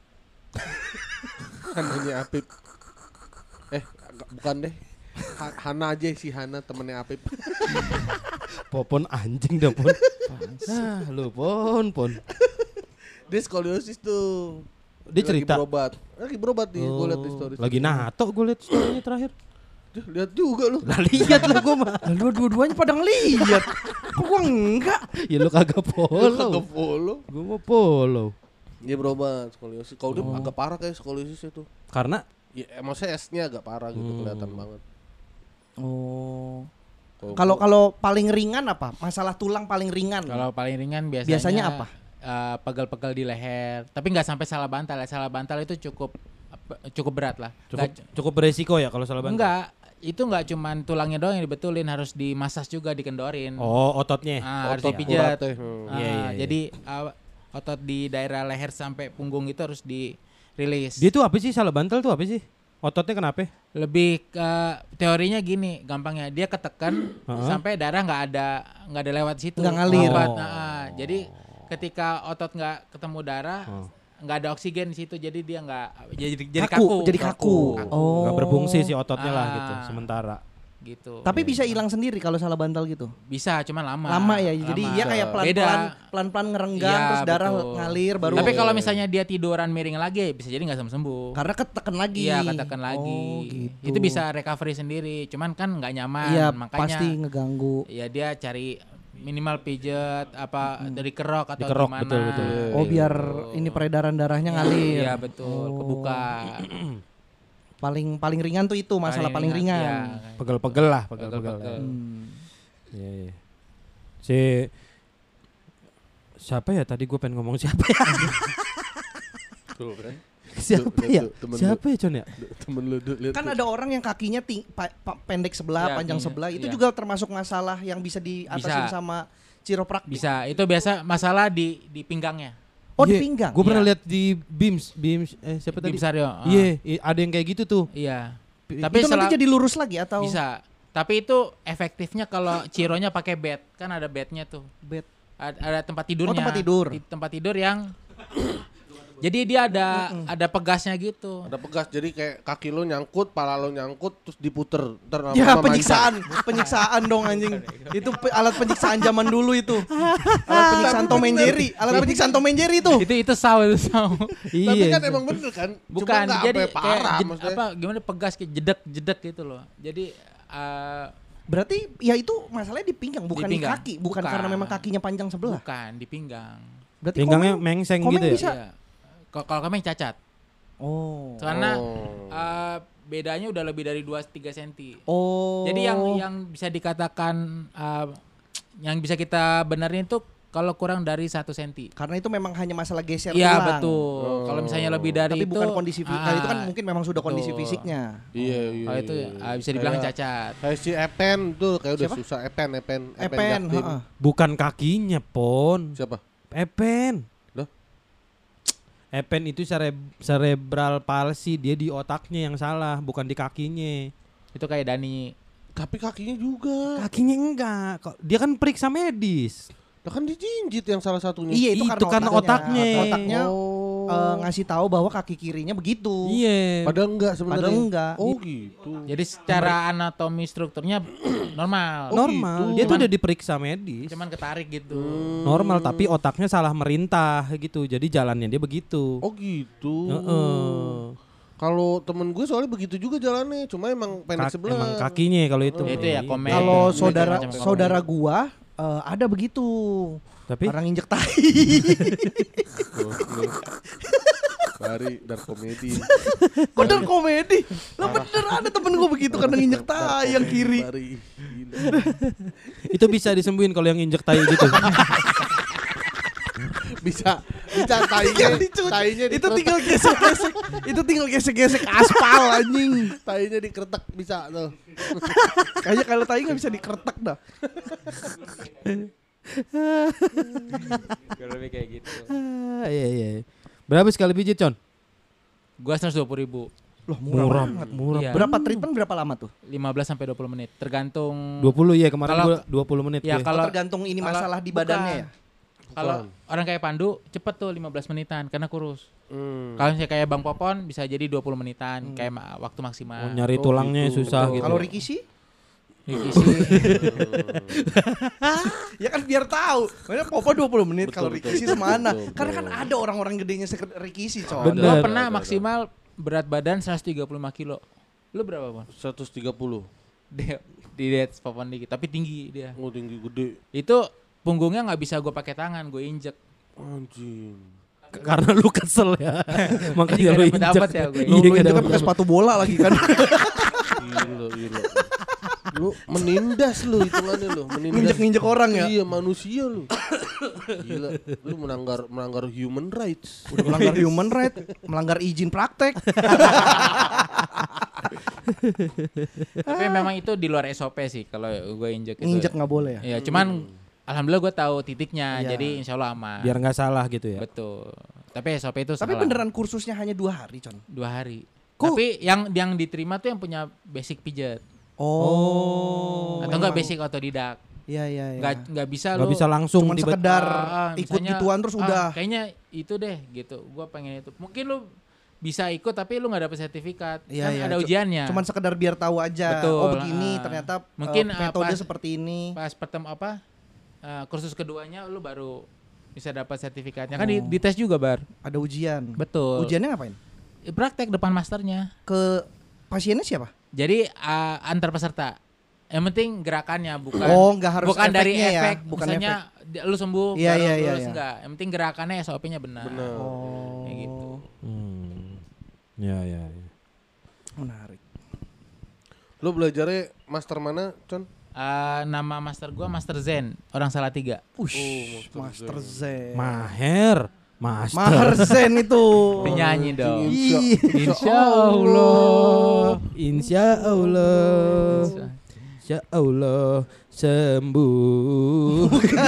[SPEAKER 1] Hananya Apip. Eh, agak- bukan deh. Ha- Hana aja si Hana temennya Apip.
[SPEAKER 2] Popon anjing dah, Pon. Ah, lu Pon, Pon.
[SPEAKER 1] Dia skoliosis tuh.
[SPEAKER 2] Dia cerita.
[SPEAKER 1] Lagi berobat. Lagi berobat nih, gue liat di story.
[SPEAKER 2] Lagi nato gue liat story-nya terakhir.
[SPEAKER 1] Duh, lihat juga lu.
[SPEAKER 2] Lah lihat lah gue mah.
[SPEAKER 3] Lalu dua-duanya pada ngeliat. Kok gua enggak?
[SPEAKER 2] Ya lu kagak
[SPEAKER 1] Lu
[SPEAKER 2] follow.
[SPEAKER 1] kagak follow.
[SPEAKER 2] Gue mau follow.
[SPEAKER 1] Dia berobat skoliosis. Kalau dia
[SPEAKER 2] Oh.
[SPEAKER 1] agak parah kayak skoliosis itu.
[SPEAKER 2] Karena
[SPEAKER 1] Ya, emosnya S-nya agak parah gitu,
[SPEAKER 2] Hmm.
[SPEAKER 1] kelihatan banget.
[SPEAKER 3] Oh.
[SPEAKER 1] Kalau
[SPEAKER 3] Kalau
[SPEAKER 1] gua-
[SPEAKER 3] kalau paling ringan apa? Masalah tulang paling ringan.
[SPEAKER 4] Kalau paling ringan biasanya,
[SPEAKER 3] Biasanya apa?
[SPEAKER 4] eh, pegel-pegel di leher, tapi nggak sampai salah bantal. Ya. Salah bantal itu cukup apa, cukup berat lah.
[SPEAKER 2] cukup
[SPEAKER 4] Nggak-
[SPEAKER 2] cukup beresiko ya kalau salah bantal.
[SPEAKER 4] enggak, itu nggak cuman tulangnya doang yang dibetulin, harus dimasas juga, dikendorin.
[SPEAKER 2] Oh, ototnya.
[SPEAKER 4] Ah, harus
[SPEAKER 1] otot
[SPEAKER 4] dipijat.
[SPEAKER 1] uratnya, hmm.
[SPEAKER 4] Ah,
[SPEAKER 2] Iya, iya, iya.
[SPEAKER 4] Jadi ah, otot di daerah leher sampai punggung itu harus dirilis.
[SPEAKER 2] Dia tuh apa sih salah bantal tuh apa sih? Ototnya kenapa?
[SPEAKER 4] Lebih ke teorinya gini, gampangnya dia ketekan
[SPEAKER 2] Heeh.
[SPEAKER 4] sampai darah nggak ada nggak ada lewat situ.
[SPEAKER 3] Nggak ngalir.
[SPEAKER 4] Obat,
[SPEAKER 2] Oh.
[SPEAKER 4] nah, ah. Jadi ketika otot nggak ketemu darah,
[SPEAKER 2] Oh.
[SPEAKER 4] nggak ada oksigen di situ, jadi dia nggak jadi jadi
[SPEAKER 3] Kaku,
[SPEAKER 4] kaku.
[SPEAKER 3] jadi kaku. Oh.
[SPEAKER 2] Nggak berfungsi si ototnya lah
[SPEAKER 4] Ah.
[SPEAKER 2] gitu sementara.
[SPEAKER 4] Gitu.
[SPEAKER 3] Tapi bisa hilang sendiri kalau salah bantal gitu.
[SPEAKER 4] Bisa, cuman lama.
[SPEAKER 3] Lama ya. Jadi
[SPEAKER 4] Lama.
[SPEAKER 3] dia kayak
[SPEAKER 4] Beda.
[SPEAKER 3] pelan-pelan pelan-pelan ngerenggang
[SPEAKER 4] Iya,
[SPEAKER 3] terus darah
[SPEAKER 4] betul.
[SPEAKER 3] ngalir baru.
[SPEAKER 4] Tapi kalau
[SPEAKER 1] Iya.
[SPEAKER 4] misalnya dia tiduran miring lagi, bisa jadi nggak sembuh.
[SPEAKER 3] karena ketekan lagi.
[SPEAKER 4] Iya, katakan lagi.
[SPEAKER 3] Oh, gitu.
[SPEAKER 4] Itu bisa recovery sendiri, cuman kan nggak nyaman.
[SPEAKER 3] Iya,
[SPEAKER 4] makanya
[SPEAKER 3] pasti ngeganggu.
[SPEAKER 4] ya dia cari minimal pijet apa dari kerok atau
[SPEAKER 2] Dikerok,
[SPEAKER 4] gimana.
[SPEAKER 2] betul, betul.
[SPEAKER 3] Oh, biar ini peredaran darahnya ngalir.
[SPEAKER 4] Iya betul,
[SPEAKER 3] Oh.
[SPEAKER 4] kebuka.
[SPEAKER 3] Paling paling ringan tuh itu masalah paling, ringan.
[SPEAKER 4] iya.
[SPEAKER 2] Pegel-pegel lah, pegel-pegel.
[SPEAKER 4] Pegel-pegel.
[SPEAKER 3] Hmm.
[SPEAKER 2] Iya, iya. Si siapa ya tadi gue pengen ngomong siapa ya?
[SPEAKER 1] Tuh kan.
[SPEAKER 2] siapa
[SPEAKER 1] Tuh,
[SPEAKER 2] ya?
[SPEAKER 1] tuh, temen
[SPEAKER 2] Siapa ya Con ya?
[SPEAKER 1] Temen lu tuh lihat.
[SPEAKER 3] Kan ada orang yang kakinya ting- pa- pa- pendek sebelah,
[SPEAKER 4] Iya,
[SPEAKER 3] panjang
[SPEAKER 4] iya,
[SPEAKER 3] sebelah. Itu
[SPEAKER 4] iya.
[SPEAKER 3] juga termasuk masalah yang bisa diatasin
[SPEAKER 4] Bisa.
[SPEAKER 3] sama chiropraktik.
[SPEAKER 4] Bisa, itu biasa masalah di di pinggangnya.
[SPEAKER 3] Oh, di pinggang.
[SPEAKER 2] Gue pernah
[SPEAKER 4] Iya.
[SPEAKER 2] lihat di Bims, Bims eh siapa tadi?
[SPEAKER 4] Di Saryo. ah.
[SPEAKER 2] Iya, i- ada yang kayak gitu tuh.
[SPEAKER 4] Iya.
[SPEAKER 2] Pi-
[SPEAKER 4] Tapi
[SPEAKER 3] itu nanti
[SPEAKER 4] sela-
[SPEAKER 3] jadi lurus lagi atau
[SPEAKER 4] bisa. Tapi itu efektifnya kalau cironya pakai bed. Kan ada bednya tuh.
[SPEAKER 3] bed?
[SPEAKER 4] Ada, ada tempat tidurnya.
[SPEAKER 3] Oh, tempat tidur.
[SPEAKER 4] Di tempat tidur yang jadi dia ada ada pegasnya gitu.
[SPEAKER 1] Ada pegas, jadi kayak kaki lo nyangkut, pala lo nyangkut, terus diputer. Ntar
[SPEAKER 3] Ya
[SPEAKER 1] lama-lama
[SPEAKER 3] penyiksaan, penyiksaan dong anjing. Itu pe- alat penyiksaan zaman dulu itu. Alat penyiksaan Tom and Jerry, alat penyiksaan Tom and Jerry itu.
[SPEAKER 4] itu itu saw itu saw.
[SPEAKER 1] manjat. Tapi
[SPEAKER 2] Iya.
[SPEAKER 1] kan emang bener kan?
[SPEAKER 4] Bukan,
[SPEAKER 1] Cuma nggak
[SPEAKER 4] jadi
[SPEAKER 1] sampai
[SPEAKER 4] kayak
[SPEAKER 1] parah
[SPEAKER 4] jed-
[SPEAKER 1] maksudnya.
[SPEAKER 4] apa gimana pegas kayak jedek jedek gitu loh. Jadi eh,
[SPEAKER 3] Berarti ya itu masalahnya di pinggang, bukan di,
[SPEAKER 4] pinggang.
[SPEAKER 3] kaki, bukan,
[SPEAKER 4] Bukan.
[SPEAKER 3] karena memang kakinya panjang sebelah.
[SPEAKER 4] bukan di pinggang.
[SPEAKER 3] Berarti
[SPEAKER 2] Pinggangnya
[SPEAKER 3] komeng-
[SPEAKER 2] mengseng
[SPEAKER 3] komeng
[SPEAKER 2] gitu ya?
[SPEAKER 3] bisa.
[SPEAKER 4] Iya. Kalau kalau kami cacat.
[SPEAKER 3] Oh.
[SPEAKER 4] Karena
[SPEAKER 1] Oh.
[SPEAKER 4] eh, bedanya udah lebih dari dua sampai tiga senti.
[SPEAKER 3] Oh.
[SPEAKER 4] Jadi yang yang bisa dikatakan eh, yang bisa kita benerin tuh kalau kurang dari satu senti.
[SPEAKER 3] karena itu memang hanya masalah geser
[SPEAKER 4] Iya
[SPEAKER 3] tulang.
[SPEAKER 4] betul.
[SPEAKER 1] Oh.
[SPEAKER 4] Kalau misalnya lebih dari
[SPEAKER 3] Tapi
[SPEAKER 4] itu,
[SPEAKER 3] bukan kondisi fi-
[SPEAKER 4] ah,
[SPEAKER 3] nah, itu kan mungkin memang sudah
[SPEAKER 4] betul.
[SPEAKER 3] kondisi fisiknya.
[SPEAKER 1] Iya, iya.
[SPEAKER 4] Kalau itu
[SPEAKER 1] iya.
[SPEAKER 4] ah, bisa dibilang
[SPEAKER 1] Kayak-
[SPEAKER 4] cacat.
[SPEAKER 1] Kayak si Epen tuh kayak udah
[SPEAKER 3] Siapa?
[SPEAKER 1] susah Epen, Epen,
[SPEAKER 3] Epen,
[SPEAKER 1] Jaktim.
[SPEAKER 3] heeh.
[SPEAKER 2] Bukan kakinya, Pon.
[SPEAKER 1] Siapa?
[SPEAKER 2] Epen.
[SPEAKER 1] Loh?
[SPEAKER 2] Epen itu cereb- cerebral palsy, dia di otaknya yang salah, bukan di kakinya.
[SPEAKER 4] Itu kayak Dani.
[SPEAKER 1] Tapi kakinya juga.
[SPEAKER 2] Kakinya enggak. Kok dia kan periksa medis.
[SPEAKER 1] Lah kan dijinjit yang salah satunya.
[SPEAKER 3] Iya itu,
[SPEAKER 2] Itu karena otaknya.
[SPEAKER 3] Otaknya
[SPEAKER 1] Oh.
[SPEAKER 3] eh, ngasih tahu bahwa kaki kirinya begitu.
[SPEAKER 2] Iya.
[SPEAKER 1] Padahal enggak sebenarnya.
[SPEAKER 3] Padahal enggak.
[SPEAKER 1] Oh gitu.
[SPEAKER 4] Jadi secara anatomi strukturnya normal.
[SPEAKER 2] Normal.
[SPEAKER 1] gitu.
[SPEAKER 2] Dia tuh
[SPEAKER 4] Cuman-
[SPEAKER 2] udah diperiksa medis.
[SPEAKER 4] Cuman ketarik gitu.
[SPEAKER 2] Normal tapi otaknya salah merintah gitu. Jadi jalannya dia begitu.
[SPEAKER 1] Oh gitu.
[SPEAKER 2] Heeh.
[SPEAKER 1] Kalau temen gue soalnya begitu juga jalannya, cuma emang pendek
[SPEAKER 2] Kak-
[SPEAKER 1] sebelah.
[SPEAKER 2] emang kakinya kalau itu.
[SPEAKER 4] Ya itu ya,
[SPEAKER 2] Iya.
[SPEAKER 4] komen.
[SPEAKER 3] Kalau
[SPEAKER 4] Beda.
[SPEAKER 3] saudara
[SPEAKER 4] Macam komen.
[SPEAKER 3] saudara gua eh, ada begitu.
[SPEAKER 2] Tapi
[SPEAKER 3] Orang injek tai.
[SPEAKER 1] Tuh, nih. Bari dark komedi.
[SPEAKER 3] Bener komedi. Lah bener ada temen gua begitu karena injek tai yang kiri.
[SPEAKER 1] Bari. Gila.
[SPEAKER 2] itu bisa disembuhin kalau yang injek tai gitu.
[SPEAKER 1] Bisa, bisa tainya,
[SPEAKER 3] Yang dicuci.
[SPEAKER 1] tainya
[SPEAKER 3] Itu
[SPEAKER 1] dikeretak,
[SPEAKER 3] tinggal gesek-gesek. Itu tinggal gesek-gesek aspal anjing.
[SPEAKER 1] tainya dikeretak bisa tuh.
[SPEAKER 3] Kayaknya kalau tai enggak bisa dikeretak dah.
[SPEAKER 4] Kalau lebih kayak gitu.
[SPEAKER 2] Ah, iya iya. Berapa sekali pijit, Con?
[SPEAKER 4] Gua seratus dua puluh ribu.
[SPEAKER 3] Loh murah, banget.
[SPEAKER 2] murah.
[SPEAKER 4] Iya.
[SPEAKER 3] Berapa treatment berapa lama tuh?
[SPEAKER 4] lima belas sampai dua puluh menit. Tergantung
[SPEAKER 2] dua puluh ya kemarin
[SPEAKER 4] Kalau-
[SPEAKER 2] gua dua puluh menit
[SPEAKER 4] Ya,
[SPEAKER 2] gue.
[SPEAKER 4] kalau-
[SPEAKER 3] Oh, tergantung ini
[SPEAKER 4] kalau-
[SPEAKER 3] masalah di
[SPEAKER 4] bukan.
[SPEAKER 3] badannya ya.
[SPEAKER 4] kalau orang kayak Pandu cepet tuh lima belas menitan karena kurus.
[SPEAKER 1] Hmm.
[SPEAKER 4] Kalau misalnya kayak Bang Popon bisa jadi dua puluh menitan kayak ma- waktu maksimal.
[SPEAKER 2] Oh, nyari
[SPEAKER 1] Oh,
[SPEAKER 2] tulangnya
[SPEAKER 1] gitu.
[SPEAKER 2] susah
[SPEAKER 4] Betul.
[SPEAKER 2] gitu.
[SPEAKER 3] Kalau Ricky sih
[SPEAKER 4] Ricky sih
[SPEAKER 3] ya kan biar tahu. Makanya Popo dua puluh menit,
[SPEAKER 1] Betul,
[SPEAKER 3] kalau
[SPEAKER 1] betul,
[SPEAKER 3] Ricky sih
[SPEAKER 1] betul,
[SPEAKER 3] semana.
[SPEAKER 1] betul,
[SPEAKER 3] Karena kan
[SPEAKER 1] betul.
[SPEAKER 3] ada orang-orang gedenya sekret Ricky sih, coy.
[SPEAKER 2] Bener.
[SPEAKER 4] gua
[SPEAKER 2] Ada,
[SPEAKER 4] pernah
[SPEAKER 1] ada, ada.
[SPEAKER 4] maksimal berat badan seratus tiga puluh lima kilo. Lu berapa, Pon?
[SPEAKER 1] seratus tiga puluh.
[SPEAKER 4] Dia di diet Popon dikit, tapi tinggi dia.
[SPEAKER 1] Oh tinggi gede.
[SPEAKER 4] Itu punggungnya nggak bisa gue pakai tangan, gue injek.
[SPEAKER 1] Anjing.
[SPEAKER 2] K- Karena lu kesel ya. Makanya
[SPEAKER 4] Jadi
[SPEAKER 2] lu
[SPEAKER 4] nggak
[SPEAKER 2] injek.
[SPEAKER 4] dapet-dapet ya gue.
[SPEAKER 3] Lu,
[SPEAKER 2] Iya,
[SPEAKER 3] lu
[SPEAKER 2] nggak
[SPEAKER 3] itu kan
[SPEAKER 2] dapet.
[SPEAKER 3] pakai sepatu bola lagi kan.
[SPEAKER 1] Gila, gila. Lu menindas lu hitungannya lu, menindas.
[SPEAKER 3] Nginjek-nginjek orang ya.
[SPEAKER 1] Iya, manusia lu. Gila, lu melanggar melanggar human rights.
[SPEAKER 3] Udah melanggar human right, melanggar izin praktek.
[SPEAKER 4] Tapi memang itu di luar S O P sih kalau gue injek itu.
[SPEAKER 3] Nginjek nggak boleh ya.
[SPEAKER 4] Ya, cuman alhamdulillah gue tahu titiknya,
[SPEAKER 3] Iya.
[SPEAKER 4] jadi insya Allah aman.
[SPEAKER 2] Biar nggak salah gitu ya.
[SPEAKER 4] Betul. Tapi S O P itu
[SPEAKER 3] Tapi
[SPEAKER 4] salah.
[SPEAKER 3] beneran kursusnya hanya dua hari, Con.
[SPEAKER 4] Dua hari.
[SPEAKER 2] Kok-
[SPEAKER 4] Tapi yang yang diterima tuh yang punya basic pijat
[SPEAKER 3] Oh.
[SPEAKER 4] atau enggak
[SPEAKER 3] memang.
[SPEAKER 4] basic otodidak.
[SPEAKER 3] Iya, iya, iya.
[SPEAKER 4] Nggak nggak bisa
[SPEAKER 2] Nggak
[SPEAKER 4] lu
[SPEAKER 2] bisa langsung
[SPEAKER 3] Cuman
[SPEAKER 2] tiba-
[SPEAKER 3] sekedar
[SPEAKER 4] ah, ah,
[SPEAKER 3] ikut
[SPEAKER 4] misalnya,
[SPEAKER 3] gituan terus
[SPEAKER 4] ah,
[SPEAKER 3] udah.
[SPEAKER 4] kayaknya itu deh gitu. Gua pengen itu. Mungkin lu bisa ikut tapi lu nggak dapet sertifikat.
[SPEAKER 3] Iya,
[SPEAKER 4] Kan
[SPEAKER 3] iya.
[SPEAKER 4] ada
[SPEAKER 3] Cu-
[SPEAKER 4] ujiannya.
[SPEAKER 3] Cuman sekedar biar tahu aja.
[SPEAKER 4] Betul,
[SPEAKER 3] Oh begini,
[SPEAKER 4] ah.
[SPEAKER 3] ternyata
[SPEAKER 4] Mungkin,
[SPEAKER 3] eh,
[SPEAKER 4] ah,
[SPEAKER 3] metode
[SPEAKER 4] pas-
[SPEAKER 3] seperti ini.
[SPEAKER 4] pas pertama apa eh, kursus keduanya lu baru bisa dapat sertifikatnya. Kan di, dites juga, Bar.
[SPEAKER 3] Ada ujian.
[SPEAKER 4] Betul.
[SPEAKER 3] Ujiannya ngapain?
[SPEAKER 4] Praktek depan masternya.
[SPEAKER 3] Ke pasiennya siapa?
[SPEAKER 4] Jadi eh, antar peserta. Yang penting gerakannya bukan
[SPEAKER 3] Oh, nggak harus
[SPEAKER 4] bukan dari
[SPEAKER 3] efeknya ya,
[SPEAKER 4] efek.
[SPEAKER 3] bukan
[SPEAKER 4] Misalnya di- lu sembuh
[SPEAKER 3] Iya,
[SPEAKER 4] baru
[SPEAKER 3] iya, iya,
[SPEAKER 4] lulus
[SPEAKER 3] iya.
[SPEAKER 4] enggak. Yang penting gerakannya S O P-nya benar.
[SPEAKER 1] Benar.
[SPEAKER 3] Oh.
[SPEAKER 4] Kayak gitu.
[SPEAKER 2] Hmm. Ya ya ya.
[SPEAKER 3] Menarik.
[SPEAKER 1] Lu belajarnya master mana, Con?
[SPEAKER 4] Eh, nama master gua Master Zen, orang Salatiga.
[SPEAKER 3] Ush,
[SPEAKER 1] Oh,
[SPEAKER 3] Master
[SPEAKER 1] Master
[SPEAKER 3] Zen.
[SPEAKER 2] Maher, Master.
[SPEAKER 3] Maher Zen itu.
[SPEAKER 4] Penyanyi dong.
[SPEAKER 1] Insya,
[SPEAKER 4] Insya Allah.
[SPEAKER 2] Insya Allah. Insya Allah sembuh.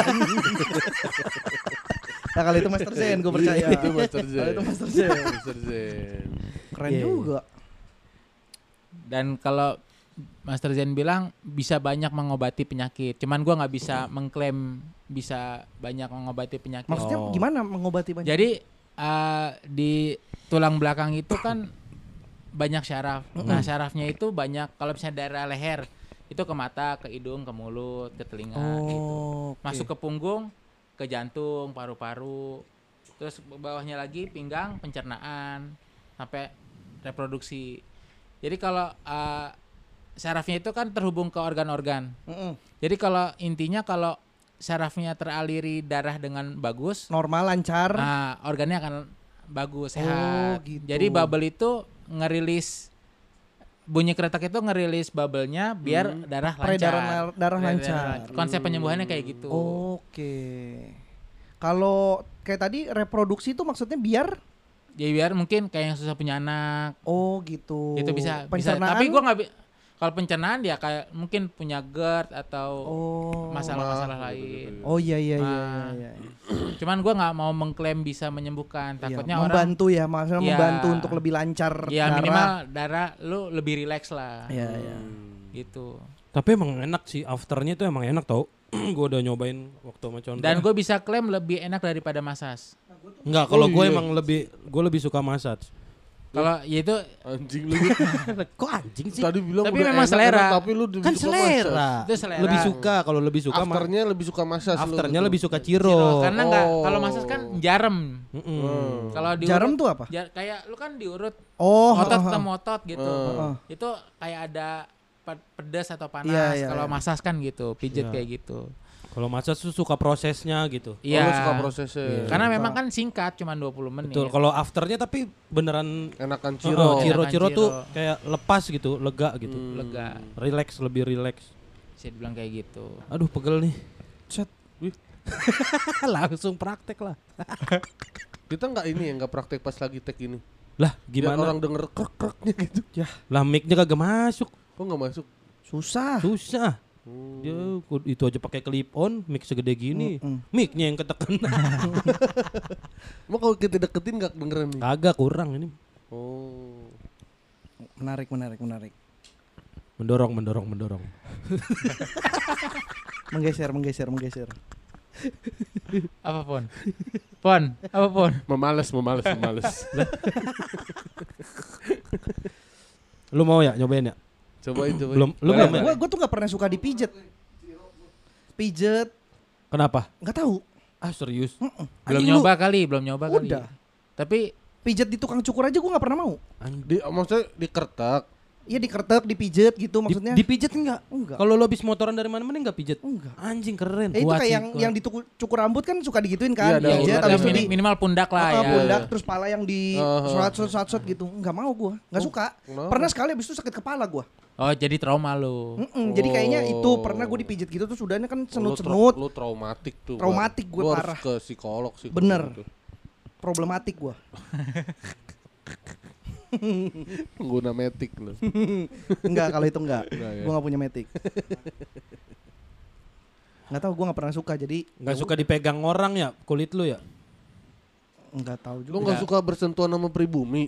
[SPEAKER 3] Nah kalau itu Master Zen gue percaya.
[SPEAKER 1] Iya, itu Master Zen.
[SPEAKER 3] Kalau itu Master Zen.
[SPEAKER 1] Master Zen.
[SPEAKER 3] Keren
[SPEAKER 2] Iya,
[SPEAKER 3] juga.
[SPEAKER 4] Dan kalau Master Zen bilang bisa banyak mengobati penyakit. Cuman gua nggak bisa mengklaim bisa banyak mengobati penyakit.
[SPEAKER 3] Maksudnya
[SPEAKER 2] Oh.
[SPEAKER 3] gimana mengobati banyak?
[SPEAKER 4] Jadi eh, di tulang belakang itu kan banyak syaraf. Nah, syarafnya itu banyak kalau misalnya daerah leher itu ke mata, ke hidung, ke mulut, ke telinga gitu.
[SPEAKER 3] Oh, oke.
[SPEAKER 4] Masuk ke punggung, ke jantung, paru-paru. Terus bawahnya lagi pinggang, pencernaan, sampai reproduksi. Jadi kalau eh, syarafnya itu kan terhubung ke organ-organ.
[SPEAKER 3] Mm-mm.
[SPEAKER 4] Jadi kalau intinya kalau syarafnya teraliri darah dengan bagus,
[SPEAKER 3] Normal lancar.
[SPEAKER 4] nah, organnya akan bagus,
[SPEAKER 3] Oh,
[SPEAKER 4] sehat.
[SPEAKER 3] gitu.
[SPEAKER 4] Jadi bubble itu ngerilis bunyi keretak itu ngerilis bubble-nya biar darah lancar.
[SPEAKER 3] Peredaran nar- darah
[SPEAKER 4] Peredaran
[SPEAKER 3] lancar.
[SPEAKER 4] lancar. Konsep penyembuhannya kayak gitu.
[SPEAKER 3] Oke. Kalau kayak tadi reproduksi itu maksudnya biar
[SPEAKER 4] Jadi biar mungkin kayak yang susah punya anak
[SPEAKER 3] oh gitu.
[SPEAKER 4] itu bisa bisa.
[SPEAKER 3] Pencernaan?
[SPEAKER 4] Tapi gua nggak bi- kalau pencernaan dia kayak mungkin punya GERD atau
[SPEAKER 3] Oh.
[SPEAKER 4] masalah-masalah
[SPEAKER 1] Mah,
[SPEAKER 4] lain.
[SPEAKER 3] Oh iya iya iya
[SPEAKER 4] Ah.
[SPEAKER 3] iya. iya.
[SPEAKER 4] Cuman gua nggak mau mengklaim bisa menyembuhkan. Takutnya
[SPEAKER 3] Iya,
[SPEAKER 4] orang
[SPEAKER 3] membantu ya, maksudnya
[SPEAKER 4] Iya.
[SPEAKER 3] membantu untuk lebih lancar
[SPEAKER 4] ya
[SPEAKER 3] darah.
[SPEAKER 4] minimal darah lu lebih rileks lah.
[SPEAKER 3] Iya iya.
[SPEAKER 4] Gitu.
[SPEAKER 2] Tapi emang enak sih, afternya tuh emang enak tau. Gue udah nyobain waktu sama Condro.
[SPEAKER 4] Dan gue bisa klaim lebih enak daripada masas.
[SPEAKER 2] Enggak, kalau
[SPEAKER 1] Oh,
[SPEAKER 2] gue
[SPEAKER 1] iya.
[SPEAKER 2] emang lebih gue lebih suka massage.
[SPEAKER 4] Kalau ya itu
[SPEAKER 1] Anjing lu.
[SPEAKER 2] Kok anjing sih?
[SPEAKER 1] Tadi bilang
[SPEAKER 4] Tapi
[SPEAKER 1] udah
[SPEAKER 4] memang
[SPEAKER 1] enak,
[SPEAKER 4] selera.
[SPEAKER 1] enak, tapi lu lebih
[SPEAKER 2] Kan
[SPEAKER 1] suka
[SPEAKER 2] selera.
[SPEAKER 1] massage.
[SPEAKER 4] Itu selera.
[SPEAKER 2] Lebih suka kalau lebih suka mah.
[SPEAKER 1] Afternya lebih suka massage lu
[SPEAKER 2] Afternya
[SPEAKER 1] gitu.
[SPEAKER 2] lebih suka
[SPEAKER 4] Ciro,
[SPEAKER 2] ciro.
[SPEAKER 4] karena nggak
[SPEAKER 1] Oh.
[SPEAKER 4] kalau massage kan jarem.
[SPEAKER 2] Mm-mm.
[SPEAKER 1] Hmm.
[SPEAKER 4] Kalau diurut,
[SPEAKER 3] Jarem tuh apa?
[SPEAKER 4] ja- kayak lu kan diurut
[SPEAKER 3] Oh,
[SPEAKER 4] otot
[SPEAKER 3] ha, ha.
[SPEAKER 4] ketemu otot gitu.
[SPEAKER 1] Hmm.
[SPEAKER 4] Itu kayak ada pe- pedas atau panas.
[SPEAKER 3] Iya, iya,
[SPEAKER 4] Kalau
[SPEAKER 3] iya.
[SPEAKER 4] massage kan gitu, pijet
[SPEAKER 2] Iya.
[SPEAKER 4] kayak gitu.
[SPEAKER 2] Kalau massage tuh suka prosesnya gitu.
[SPEAKER 1] Oh,
[SPEAKER 4] Iya.
[SPEAKER 1] lu suka prosesnya.
[SPEAKER 4] Karena memang kan singkat, cuma dua puluh menit.
[SPEAKER 2] Betul. Kalau afternya tapi beneran
[SPEAKER 1] Enakan
[SPEAKER 2] ciro,
[SPEAKER 1] Ciro.
[SPEAKER 2] ciro,
[SPEAKER 4] Enakan
[SPEAKER 2] ciro tuh
[SPEAKER 4] Ciro.
[SPEAKER 2] kayak lepas gitu, lega gitu.
[SPEAKER 1] Hmm.
[SPEAKER 4] Lega,
[SPEAKER 2] Relax, lebih relax.
[SPEAKER 4] bisa dibilang kayak gitu.
[SPEAKER 2] Aduh, pegel nih.
[SPEAKER 3] Set.
[SPEAKER 2] Langsung praktek lah.
[SPEAKER 1] Kita nggak ini ya, nggak praktek pas lagi tag ini.
[SPEAKER 2] Lah,
[SPEAKER 1] Biar
[SPEAKER 2] gimana?
[SPEAKER 1] orang denger krek-kreknya gitu.
[SPEAKER 2] Lah mic-nya kagak masuk.
[SPEAKER 1] Kok nggak masuk?
[SPEAKER 3] Susah.
[SPEAKER 2] Susah.
[SPEAKER 1] Hmm.
[SPEAKER 2] Ya, ku- itu aja pakai clip on, mic segede gini.
[SPEAKER 3] Mm-mm.
[SPEAKER 2] Mic-nya yang ketekan.
[SPEAKER 1] Emang kalau kita deketin nggak dengeran nih?
[SPEAKER 2] Kagak kurang ini.
[SPEAKER 1] Oh.
[SPEAKER 3] Menarik, menarik, menarik.
[SPEAKER 2] Mendorong, mendorong, mendorong.
[SPEAKER 3] Menggeser, menggeser, menggeser.
[SPEAKER 4] Apa pon? Pon, apa pon?
[SPEAKER 1] Memales, memales, memales.
[SPEAKER 2] Lu mau ya nyobain ya?
[SPEAKER 1] Cobain, cobain.
[SPEAKER 2] Belum, lu
[SPEAKER 1] Boleh,
[SPEAKER 2] belum ya?
[SPEAKER 3] Gue gue tuh nggak pernah suka dipijet. Pijet,
[SPEAKER 2] Kenapa?
[SPEAKER 3] nggak tahu.
[SPEAKER 2] Ah serius?
[SPEAKER 3] Mm-mm.
[SPEAKER 4] Belum
[SPEAKER 3] Anjing lu,
[SPEAKER 4] nyoba kali, belum nyoba kali.
[SPEAKER 3] Udah.
[SPEAKER 4] Tapi
[SPEAKER 3] pijet di tukang cukur aja gue nggak pernah mau.
[SPEAKER 1] Di, maksudnya dikertak.
[SPEAKER 3] Iya dikertek, dipijet gitu
[SPEAKER 2] Di,
[SPEAKER 3] maksudnya.
[SPEAKER 2] dipijet enggak?
[SPEAKER 3] Enggak.
[SPEAKER 2] Kalau lu habis motoran dari mana-mana enggak pijet?
[SPEAKER 3] Enggak.
[SPEAKER 2] Anjing keren.
[SPEAKER 3] Eh, itu
[SPEAKER 4] Kuat
[SPEAKER 3] kayak
[SPEAKER 4] sih,
[SPEAKER 3] yang
[SPEAKER 4] kuat.
[SPEAKER 3] yang ditukur cukur rambut kan suka digituin kan,
[SPEAKER 1] Iya, ada
[SPEAKER 3] pijet
[SPEAKER 1] urat,
[SPEAKER 3] habis
[SPEAKER 1] ada
[SPEAKER 3] itu
[SPEAKER 4] mini-
[SPEAKER 3] di
[SPEAKER 4] minimal pundak lah
[SPEAKER 3] ah,
[SPEAKER 4] ya.
[SPEAKER 3] pundak terus pala yang di
[SPEAKER 1] Uh-huh.
[SPEAKER 3] shot-shot gitu. Enggak mau gua, enggak suka.
[SPEAKER 1] kenapa?
[SPEAKER 3] Pernah sekali habis itu sakit kepala gua.
[SPEAKER 4] Oh, jadi trauma lu.
[SPEAKER 3] Mm-mm, Jadi kayaknya itu
[SPEAKER 1] Oh.
[SPEAKER 3] pernah gue dipijet gitu terus udahnya kan
[SPEAKER 1] Lu, tra-
[SPEAKER 3] senut-senut,
[SPEAKER 1] lu traumatik tuh.
[SPEAKER 3] Traumatik
[SPEAKER 1] Bang.
[SPEAKER 3] gue
[SPEAKER 1] Lu harus
[SPEAKER 3] parah.
[SPEAKER 1] ke psikolog sih. kalau
[SPEAKER 3] Bener.
[SPEAKER 1] gitu.
[SPEAKER 3] problematik gua.
[SPEAKER 1] Pengguna metik lu.
[SPEAKER 3] Enggak, kalau itu enggak.
[SPEAKER 1] Enggak, ya.
[SPEAKER 3] Gua enggak punya metik. Enggak tahu, gua enggak pernah suka jadi
[SPEAKER 2] Enggak suka dipegang orang ya kulit lu ya?
[SPEAKER 3] enggak tahu
[SPEAKER 1] Lu
[SPEAKER 3] juga.
[SPEAKER 1] nggak suka bersentuhan sama pribumi?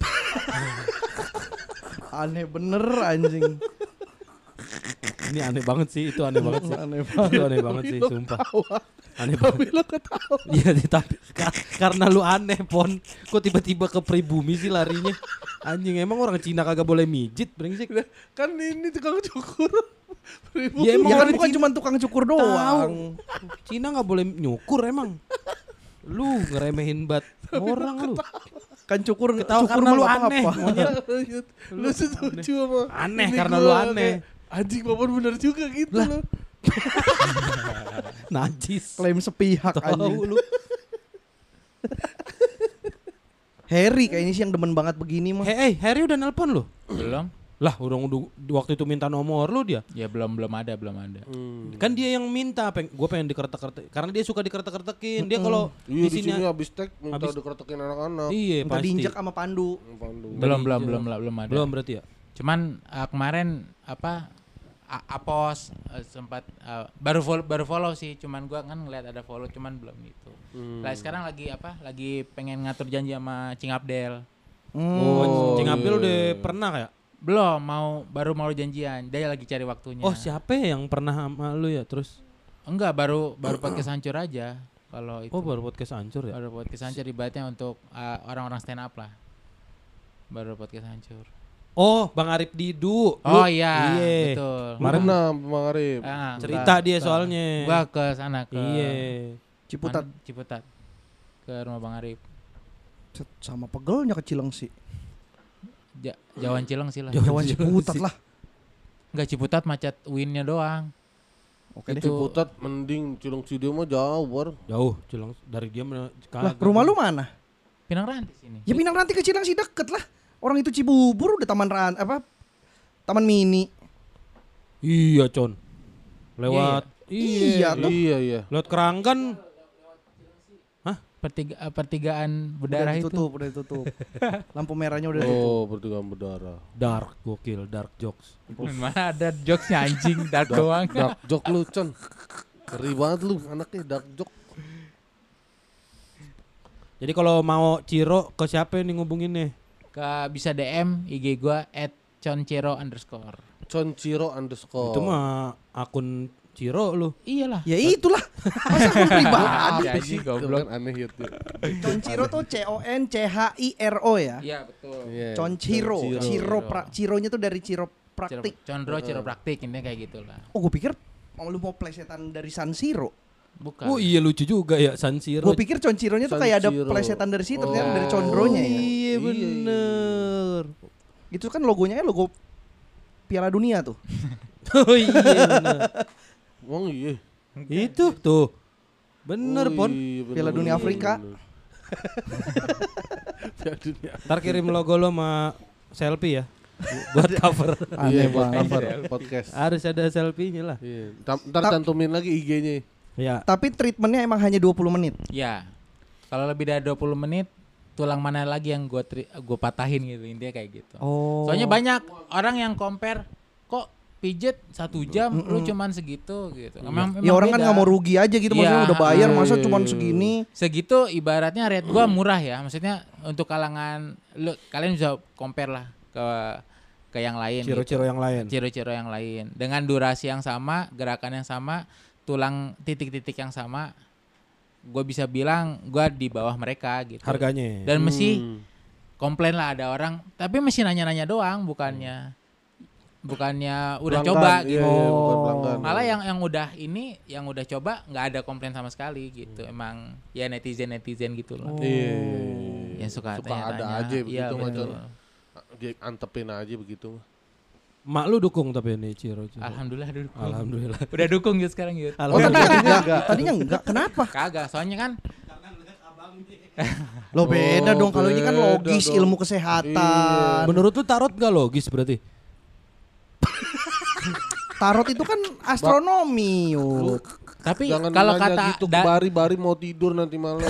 [SPEAKER 3] Aneh bener anjing.
[SPEAKER 2] Ini aneh banget sih, itu aneh banget sih.
[SPEAKER 3] Aneh banget.
[SPEAKER 2] Itu aneh banget sih,
[SPEAKER 1] Lu
[SPEAKER 2] sumpah.
[SPEAKER 1] ketawa.
[SPEAKER 2] Aneh
[SPEAKER 1] Tapi
[SPEAKER 2] banget.
[SPEAKER 1] lu ketawa.
[SPEAKER 2] Iya, tapi ka- karena lu aneh, Pon. Kok tiba-tiba ke pribumi sih larinya? Anjing, emang orang Cina kagak boleh mijit, brengsek.
[SPEAKER 1] Kan ini tukang cukur. Pribumi.
[SPEAKER 2] Ya, emang
[SPEAKER 3] Ya kan
[SPEAKER 2] orang
[SPEAKER 3] bukan
[SPEAKER 2] Cina-
[SPEAKER 3] cuma tukang cukur doang.
[SPEAKER 2] Cina nggak boleh nyukur emang. Lu ngeremehin bat orang lu.
[SPEAKER 3] Kan cukur
[SPEAKER 2] Ketawa
[SPEAKER 3] cukur
[SPEAKER 2] karena
[SPEAKER 3] mah
[SPEAKER 2] lu
[SPEAKER 3] nggak
[SPEAKER 2] aneh,
[SPEAKER 3] apa-apa.
[SPEAKER 2] monyet.
[SPEAKER 1] Lu setuju sama
[SPEAKER 2] Aneh
[SPEAKER 1] ini
[SPEAKER 2] karena
[SPEAKER 1] gua,
[SPEAKER 2] lu aneh.
[SPEAKER 1] kayak, anjing Popon bener juga gitu loh.
[SPEAKER 2] Najis.
[SPEAKER 3] Klaim sepihak
[SPEAKER 2] Tahu
[SPEAKER 3] anjing.
[SPEAKER 2] lu.
[SPEAKER 3] Harry kayaknya sih yang demen banget begini mah.
[SPEAKER 2] Hei, Harry udah nelpon lu?
[SPEAKER 4] Belum?
[SPEAKER 2] Lah, udah udah- waktu itu minta nomor lu dia.
[SPEAKER 4] Ya belum belum ada, belum ada.
[SPEAKER 1] Hmm.
[SPEAKER 2] Kan dia yang minta, peng gue pengen dikeretek-keretek karena dia suka dikeretek-keretekin. Dia kalau
[SPEAKER 1] Iya
[SPEAKER 2] di sini
[SPEAKER 1] habis tag minta
[SPEAKER 2] habis-
[SPEAKER 1] dikeretekin anak-anak.
[SPEAKER 2] iya
[SPEAKER 3] Minta
[SPEAKER 2] pasti.
[SPEAKER 3] diinjak sama Pandu.
[SPEAKER 1] Pandu.
[SPEAKER 4] Belum belum
[SPEAKER 2] Iya.
[SPEAKER 4] belum belum ada.
[SPEAKER 2] Belum berarti ya?
[SPEAKER 4] Cuman uh, kemarin apa A- Apos uh, sempat uh, baru follow, baru follow sih, cuman gua kan ngeliat ada follow cuman belum itu.
[SPEAKER 1] Hmm.
[SPEAKER 4] Lah sekarang lagi apa? Lagi pengen ngatur janji sama Cing Abdel.
[SPEAKER 3] Hmm.
[SPEAKER 2] Oh, Cing
[SPEAKER 1] iya.
[SPEAKER 2] Abdel udah pernah kayak?
[SPEAKER 4] Belum, mau baru mau janjian. Dia lagi cari waktunya.
[SPEAKER 2] Oh, siapa ya yang pernah sama lu ya? Terus
[SPEAKER 4] Enggak, baru baru podcast hancur aja. Kalau itu.
[SPEAKER 2] oh baru podcast hancur ya?
[SPEAKER 4] Baru podcast hancur ibaratnya untuk uh, orang-orang stand up lah. Baru podcast hancur.
[SPEAKER 2] Oh, Bang Arif Didu.
[SPEAKER 4] Oh
[SPEAKER 2] Lu-
[SPEAKER 4] iya,
[SPEAKER 2] Iya.
[SPEAKER 4] betul.
[SPEAKER 2] Kemarin
[SPEAKER 1] Kemarin nah, Bang Arif.
[SPEAKER 4] Ah,
[SPEAKER 2] cerita
[SPEAKER 4] ke-
[SPEAKER 2] dia
[SPEAKER 4] ke-
[SPEAKER 2] soalnya.
[SPEAKER 4] Gua ke sana ke
[SPEAKER 2] Iya.
[SPEAKER 3] Ciputat
[SPEAKER 4] mana? Ciputat. Ke rumah Bang Arif.
[SPEAKER 3] Cet, sama pegelnya ke Cilengsi.
[SPEAKER 4] Ja, Jawan Cileng sih lah.
[SPEAKER 3] Jawan Ciputat lah.
[SPEAKER 4] Enggak, Ciputat macet winnya doang.
[SPEAKER 3] Oke deh.
[SPEAKER 4] Itu-
[SPEAKER 1] Ciputat mending Cilung Studio mah jauh, Bor.
[SPEAKER 2] Jauh, Cilang dari dia mana?
[SPEAKER 3] Lah, rumah lu mana?
[SPEAKER 4] Pinang Ranti sini.
[SPEAKER 3] Ya Pinang Ranti ke Cilengsi deket lah. Orang itu Cibubur udah taman ran apa? Taman mini.
[SPEAKER 2] Iya, Con. Lewat
[SPEAKER 3] Iya, toh.
[SPEAKER 1] Iya, iya.
[SPEAKER 2] lewat Keranggan.
[SPEAKER 4] Pertiga, eh, pertigaan berdarah
[SPEAKER 3] Udah
[SPEAKER 4] itu.
[SPEAKER 3] ditutup, udah ditutup. Lampu merahnya udah ditutup.
[SPEAKER 1] Oh, pertigaan berdarah.
[SPEAKER 2] Dark, gokil, dark jokes.
[SPEAKER 4] Mana ada jokesnya anjing dark doang.
[SPEAKER 1] Dark joke lu, Con. Ngeri banget lu anaknya dark joke.
[SPEAKER 2] Jadi kalau mau Ciro ke siapa nih ngubungin nih?
[SPEAKER 4] Ke bisa D M I G gua at concero underscore.
[SPEAKER 1] Conciro underscore.
[SPEAKER 2] Itu mah akun Ciro lu.
[SPEAKER 4] Iyalah.
[SPEAKER 3] Ya itulah. Masa akun pribadi.
[SPEAKER 4] Ya, anjing, goblok.
[SPEAKER 1] Kan aneh gitu.
[SPEAKER 3] Conciro tuh C O N C H I R O ya.
[SPEAKER 4] Iya, betul.
[SPEAKER 1] Iya,
[SPEAKER 3] Conciro.
[SPEAKER 1] Conciro.
[SPEAKER 3] Ciro pra, Cironya tuh dari Ciro
[SPEAKER 4] Ciro,
[SPEAKER 3] praktik.
[SPEAKER 4] Condro Ciro praktik ini kayak gitulah.
[SPEAKER 3] Oh, gue pikir mau lu mau plesetan dari San Siro.
[SPEAKER 4] Bukan.
[SPEAKER 2] Oh iya lucu juga ya San Siro.
[SPEAKER 3] Gue pikir Concironya tuh
[SPEAKER 1] San
[SPEAKER 3] kayak ada
[SPEAKER 1] Siro.
[SPEAKER 3] plesetan dari situ
[SPEAKER 1] Oh.
[SPEAKER 3] kan, dari Condronya ya.
[SPEAKER 2] Iya
[SPEAKER 1] Iya,
[SPEAKER 2] bener.
[SPEAKER 3] Itu kan logonya logo Piala Dunia tuh.
[SPEAKER 2] Oh iya bener.
[SPEAKER 1] Oh iya.
[SPEAKER 2] Itu tuh. Bener
[SPEAKER 1] Oh,
[SPEAKER 2] Pon.
[SPEAKER 1] iya, bener,
[SPEAKER 3] Piala Dunia
[SPEAKER 1] bener,
[SPEAKER 3] Afrika.
[SPEAKER 1] bener. Piala Dunia.
[SPEAKER 2] Ntar kirim logo lo sama selfie ya. Buat cover.
[SPEAKER 3] Aneh
[SPEAKER 1] Iya, buat
[SPEAKER 3] banget.
[SPEAKER 1] cover podcast.
[SPEAKER 2] Harus ada selfie-nya lah.
[SPEAKER 1] Iya. Ntar- Ntar
[SPEAKER 3] Ta-
[SPEAKER 1] cantumin lagi I G-nya.
[SPEAKER 2] Ya.
[SPEAKER 3] Tapi treatmentnya emang hanya dua puluh menit.
[SPEAKER 4] Ya. Kalau lebih dari dua puluh menit tulang mana lagi yang gue gue patahin gitu intinya kayak gitu.
[SPEAKER 3] Oh.
[SPEAKER 4] Soalnya banyak orang yang compare kok pijet satu jam lu cuman segitu gitu. Emang,
[SPEAKER 3] Ya
[SPEAKER 4] emang
[SPEAKER 3] orang kan
[SPEAKER 4] beda.
[SPEAKER 3] nggak mau rugi aja gitu,
[SPEAKER 4] Iya,
[SPEAKER 3] maksudnya udah bayar masa
[SPEAKER 1] iya,
[SPEAKER 3] cuman
[SPEAKER 1] iya.
[SPEAKER 3] segini.
[SPEAKER 4] Segitu ibaratnya rate gua murah ya. Maksudnya untuk kalangan lu kalian bisa compare lah ke ke yang lain.
[SPEAKER 2] Ciro-ciro
[SPEAKER 4] gitu.
[SPEAKER 2] yang lain.
[SPEAKER 4] Ciro-ciro yang lain dengan durasi yang sama, gerakan yang sama, tulang titik-titik yang sama. Gue bisa bilang gue di bawah mereka gitu.
[SPEAKER 2] Harganya.
[SPEAKER 4] Dan mesti
[SPEAKER 1] Hmm.
[SPEAKER 4] komplain lah ada orang, tapi mesti nanya-nanya doang, bukannya bukannya udah
[SPEAKER 1] Pelanggan,
[SPEAKER 4] coba
[SPEAKER 1] iya,
[SPEAKER 4] gitu.
[SPEAKER 1] iya, bukan
[SPEAKER 3] Oh.
[SPEAKER 1] pelanggan.
[SPEAKER 4] Malah yang yang udah ini, yang udah coba nggak ada komplain sama sekali gitu. Emang ya netizen netizen gitu loh.
[SPEAKER 1] Iya.
[SPEAKER 4] Yang suka,
[SPEAKER 1] Suka ada
[SPEAKER 4] tanya-tanya.
[SPEAKER 1] aja begitu
[SPEAKER 4] Iya,
[SPEAKER 1] mah,
[SPEAKER 4] betul.
[SPEAKER 1] Con. Dia antepin aja begitu.
[SPEAKER 2] Mak lu dukung tapi ini Ciro. Ciro.
[SPEAKER 4] Alhamdulillah dukung.
[SPEAKER 2] Alhamdulillah.
[SPEAKER 4] Udah dukung gitu sekarang gitu.
[SPEAKER 3] Oh tadinya enggak, tadinya enggak. Kenapa?
[SPEAKER 4] Kagak, soalnya kan
[SPEAKER 3] Lo beda
[SPEAKER 1] Oh,
[SPEAKER 3] dong, kalau ini kan
[SPEAKER 1] beda
[SPEAKER 3] logis,
[SPEAKER 1] dong.
[SPEAKER 3] ilmu kesehatan.
[SPEAKER 2] Menurut lu tarot gak logis berarti?
[SPEAKER 3] Tarot itu kan astronomi, yuk.
[SPEAKER 4] tapi
[SPEAKER 1] Jangan
[SPEAKER 4] kalau
[SPEAKER 1] nanya
[SPEAKER 4] kata
[SPEAKER 1] gitu
[SPEAKER 4] da-
[SPEAKER 1] bari-bari mau tidur nanti malam.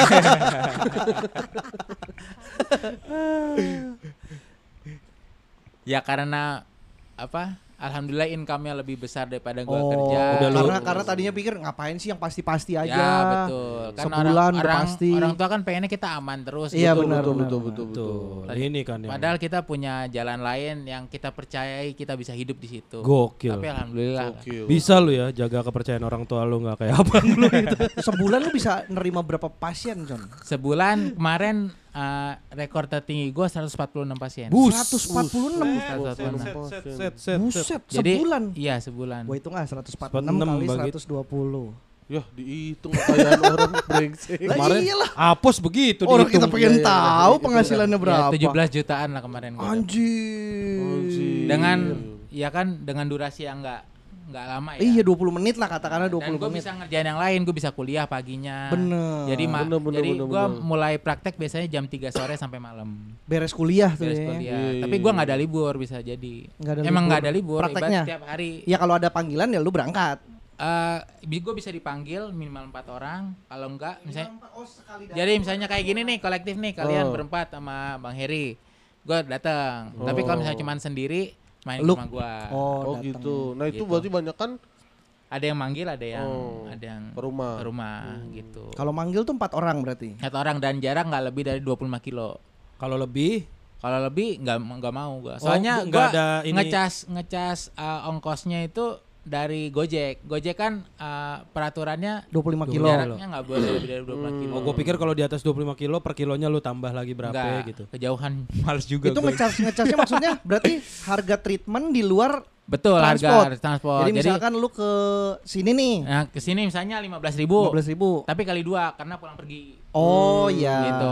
[SPEAKER 4] ya karena apa? Alhamdulillah income-nya lebih besar daripada gua
[SPEAKER 3] Oh,
[SPEAKER 4] kerja.
[SPEAKER 2] udah lu-
[SPEAKER 3] karena karena tadinya pikir ngapain sih yang pasti-pasti aja.
[SPEAKER 4] Ya betul. Kan
[SPEAKER 3] Sebulan
[SPEAKER 4] orang,
[SPEAKER 3] udah
[SPEAKER 4] orang,
[SPEAKER 3] pasti.
[SPEAKER 4] orang tua kan pengennya kita aman terus.
[SPEAKER 3] Iya,
[SPEAKER 4] gitu.
[SPEAKER 3] benar,
[SPEAKER 1] betul,
[SPEAKER 3] benar,
[SPEAKER 1] betul,
[SPEAKER 3] benar.
[SPEAKER 1] betul, betul.
[SPEAKER 2] Tuh, ini kan yang
[SPEAKER 4] Padahal kita punya jalan lain yang kita percayai kita bisa hidup di situ.
[SPEAKER 2] gokil.
[SPEAKER 4] Tapi alhamdulillah.
[SPEAKER 1] Gokil.
[SPEAKER 2] Bisa lu ya jaga kepercayaan orang tua lu nggak kayak abang lu gitu.
[SPEAKER 3] Sebulan lu bisa nerima berapa pasien, John?
[SPEAKER 4] Sebulan kemarin uh, rekor tertinggi gua seratus empat puluh enam pasien.
[SPEAKER 2] Bus.
[SPEAKER 3] seratus empat puluh enam.
[SPEAKER 4] seratus empat puluh enam.
[SPEAKER 2] Set, set, set.
[SPEAKER 3] Buset,
[SPEAKER 4] Jadi
[SPEAKER 3] sebulan.
[SPEAKER 4] iya sebulan.
[SPEAKER 3] Gua hitung ah seratus empat puluh enam kali
[SPEAKER 2] bagi-
[SPEAKER 3] seratus dua puluh.
[SPEAKER 1] Ya dihitung kekayaan orang brengsek.
[SPEAKER 3] Lah
[SPEAKER 2] Kemarin
[SPEAKER 3] iyalah.
[SPEAKER 2] apos begitu
[SPEAKER 3] Orang
[SPEAKER 2] dihitung.
[SPEAKER 3] kita pengen
[SPEAKER 1] Iya, iya,
[SPEAKER 3] tahu
[SPEAKER 1] iya,
[SPEAKER 3] penghasilannya
[SPEAKER 4] Ya,
[SPEAKER 3] berapa.
[SPEAKER 4] tujuh belas jutaan lah kemarin gua.
[SPEAKER 3] Anjir.
[SPEAKER 1] Anjir.
[SPEAKER 4] Dengan ya kan dengan durasi yang enggak enggak lama ya.
[SPEAKER 3] Iya dua puluh menit lah katakanlah dua
[SPEAKER 4] Dan
[SPEAKER 3] puluh
[SPEAKER 4] gue
[SPEAKER 3] menit.
[SPEAKER 4] bisa ngerjain yang lain, gue bisa kuliah paginya.
[SPEAKER 3] Bener.
[SPEAKER 4] Jadi ma-
[SPEAKER 1] Bener, bener,
[SPEAKER 4] jadi
[SPEAKER 1] bener,
[SPEAKER 4] gue
[SPEAKER 1] bener.
[SPEAKER 4] mulai praktek biasanya jam tiga sore sampai malam.
[SPEAKER 3] Beres kuliah tuh
[SPEAKER 4] Beres
[SPEAKER 3] ya.
[SPEAKER 4] kuliah.
[SPEAKER 1] Iya,
[SPEAKER 4] Tapi
[SPEAKER 1] iya,
[SPEAKER 4] gue
[SPEAKER 1] iya.
[SPEAKER 4] nggak ada libur bisa jadi.
[SPEAKER 3] Nggak ada
[SPEAKER 4] Emang
[SPEAKER 3] libur.
[SPEAKER 4] nggak ada libur.
[SPEAKER 3] Prakteknya?
[SPEAKER 4] Ibarat tiap hari.
[SPEAKER 3] Ya kalau ada panggilan ya lu berangkat.
[SPEAKER 4] Eh, gue bisa dipanggil minimal empat orang. Kalau enggak, misalnya. Jadi misalnya kayak gini nih kolektif nih kalian
[SPEAKER 1] Oh.
[SPEAKER 4] berempat sama Bang Heri. Gue datang. Tapi
[SPEAKER 1] Oh.
[SPEAKER 4] kalau misalnya cuma sendiri main
[SPEAKER 3] Lu-
[SPEAKER 4] ke rumah gue.
[SPEAKER 3] Oh,
[SPEAKER 1] Oh
[SPEAKER 3] datang.
[SPEAKER 1] gitu. Nah itu
[SPEAKER 4] Gitu.
[SPEAKER 1] berarti banyak kan
[SPEAKER 4] Ada yang manggil, ada yang
[SPEAKER 1] Oh,
[SPEAKER 4] ada yang
[SPEAKER 1] ke rumah.
[SPEAKER 4] ke rumah gitu.
[SPEAKER 3] Kalau manggil tuh empat orang berarti.
[SPEAKER 4] Satu orang dan jarak nggak lebih dari dua puluh lima kilo.
[SPEAKER 2] Kalau lebih
[SPEAKER 4] Kalau lebih nggak nggak mau gua. Soalnya
[SPEAKER 2] bu-
[SPEAKER 4] gua
[SPEAKER 2] nggak ada ini.
[SPEAKER 4] ngecas ngecas uh, ongkosnya itu dari Gojek. Gojek kan uh, peraturannya
[SPEAKER 3] dua puluh lima kilo.
[SPEAKER 4] jaraknya nggak boleh lebih dari dua puluh lima kilo.
[SPEAKER 2] oh gue pikir kalau di atas dua puluh lima kilo per kilonya lu tambah lagi berapa
[SPEAKER 4] Nggak,
[SPEAKER 2] gitu.
[SPEAKER 4] kejauhan males juga.
[SPEAKER 3] Itu
[SPEAKER 4] gua.
[SPEAKER 3] ngecas ngecasnya maksudnya berarti harga treatment di luar
[SPEAKER 4] Betul
[SPEAKER 3] transport.
[SPEAKER 4] harga transport.
[SPEAKER 3] Jadi misalkan lu ke sini nih
[SPEAKER 4] nah, kesini misalnya lima belas ribu.
[SPEAKER 3] lima belas ribu.
[SPEAKER 4] Tapi kali dua karena pulang pergi.
[SPEAKER 3] Oh iya.
[SPEAKER 4] Gitu.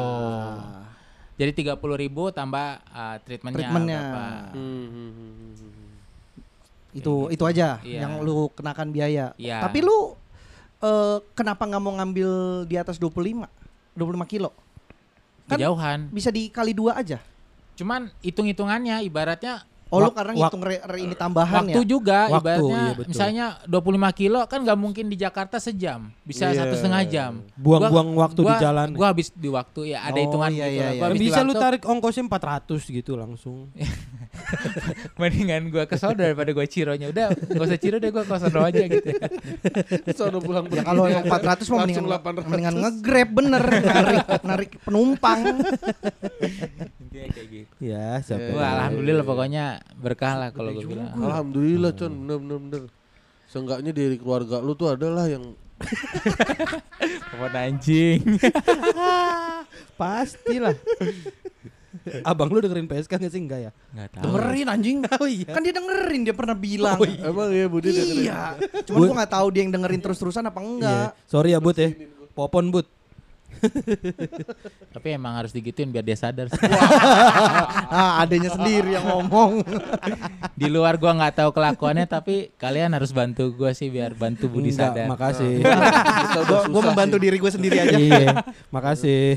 [SPEAKER 4] Jadi tiga puluh ribu tambah uh, treatmentnya.
[SPEAKER 3] Treatmentnya.
[SPEAKER 4] berapa.
[SPEAKER 1] Hmm, hmm, hmm, hmm, hmm.
[SPEAKER 3] Itu itu aja
[SPEAKER 4] Iya.
[SPEAKER 3] yang lu kenakan biaya.
[SPEAKER 4] Iya.
[SPEAKER 3] Tapi lu eh, kenapa nggak mau ngambil di atas dua puluh lima? dua puluh lima kilo? Kan
[SPEAKER 4] Kejauhan.
[SPEAKER 3] bisa dikali dua aja.
[SPEAKER 4] Cuman hitung-hitungannya ibaratnya
[SPEAKER 3] Oh lu
[SPEAKER 2] Wak-
[SPEAKER 3] karena
[SPEAKER 2] wak-
[SPEAKER 3] ngitung re- re- ini tambahan
[SPEAKER 4] waktu
[SPEAKER 3] ya?
[SPEAKER 4] juga
[SPEAKER 2] Waktu,
[SPEAKER 4] ibaratnya
[SPEAKER 2] iya, betul.
[SPEAKER 4] misalnya dua puluh lima kilo kan nggak mungkin di Jakarta sejam, bisa
[SPEAKER 1] Iya.
[SPEAKER 4] satu setengah jam.
[SPEAKER 2] Buang-buang waktu di
[SPEAKER 4] gua,
[SPEAKER 2] jalan.
[SPEAKER 4] Gua habis di waktu ya ada
[SPEAKER 3] Oh,
[SPEAKER 4] hitungan
[SPEAKER 3] iya,
[SPEAKER 4] gitu.
[SPEAKER 3] iya,
[SPEAKER 4] lah.
[SPEAKER 3] iya.
[SPEAKER 4] Gua
[SPEAKER 2] Kan
[SPEAKER 4] habis di
[SPEAKER 2] bisa lu
[SPEAKER 4] waktu,
[SPEAKER 2] tarik ongkosnya empat ratus gitu langsung.
[SPEAKER 4] mendingan gua ke sono daripada gua cironya. Udah nggak usah ciro deh, gua ke sono aja gitu.
[SPEAKER 1] Sono pulang
[SPEAKER 3] Ya kalau yang empat ratus mah mendingan,
[SPEAKER 1] Langsung delapan ratus.
[SPEAKER 3] mendingan nge-grab bener narik, narik penumpang.
[SPEAKER 4] Intinya kayak gitu.
[SPEAKER 2] Ya, siapa?
[SPEAKER 4] Wah, alhamdulillah pokoknya berkah lah kalau gua bilang.
[SPEAKER 1] Alhamdulillah Con, bener bener bener. seenggaknya dari keluarga lu tuh adalah yang
[SPEAKER 4] Popon anjing.
[SPEAKER 2] Pastilah. Abang lu dengerin P S K nggak sih? Enggak ya?
[SPEAKER 4] Enggak tahu.
[SPEAKER 3] Dengerin anjing.
[SPEAKER 2] Oh iya.
[SPEAKER 3] Kan dia dengerin, dia pernah bilang.
[SPEAKER 2] Oh, iya.
[SPEAKER 1] emang ya Budi dengerin.
[SPEAKER 3] Iya. Cuman
[SPEAKER 2] Bud.
[SPEAKER 3] gua enggak tahu dia yang dengerin terus-terusan apa enggak.
[SPEAKER 2] Iya. Sorry ya Bud ya. Popon Bud.
[SPEAKER 4] Tapi emang harus digituin biar dia sadar.
[SPEAKER 3] Ah, adanya sendiri yang ngomong.
[SPEAKER 4] Di luar gua nggak tahu kelakuannya, tapi kalian harus bantu gua sih biar bantu Budi
[SPEAKER 2] Enggak,
[SPEAKER 4] sadar.
[SPEAKER 2] makasih.
[SPEAKER 1] Kita udah
[SPEAKER 3] Gua, gua
[SPEAKER 1] susah
[SPEAKER 3] membantu
[SPEAKER 1] sih.
[SPEAKER 3] diri gue sendiri aja.
[SPEAKER 2] Iya, makasih.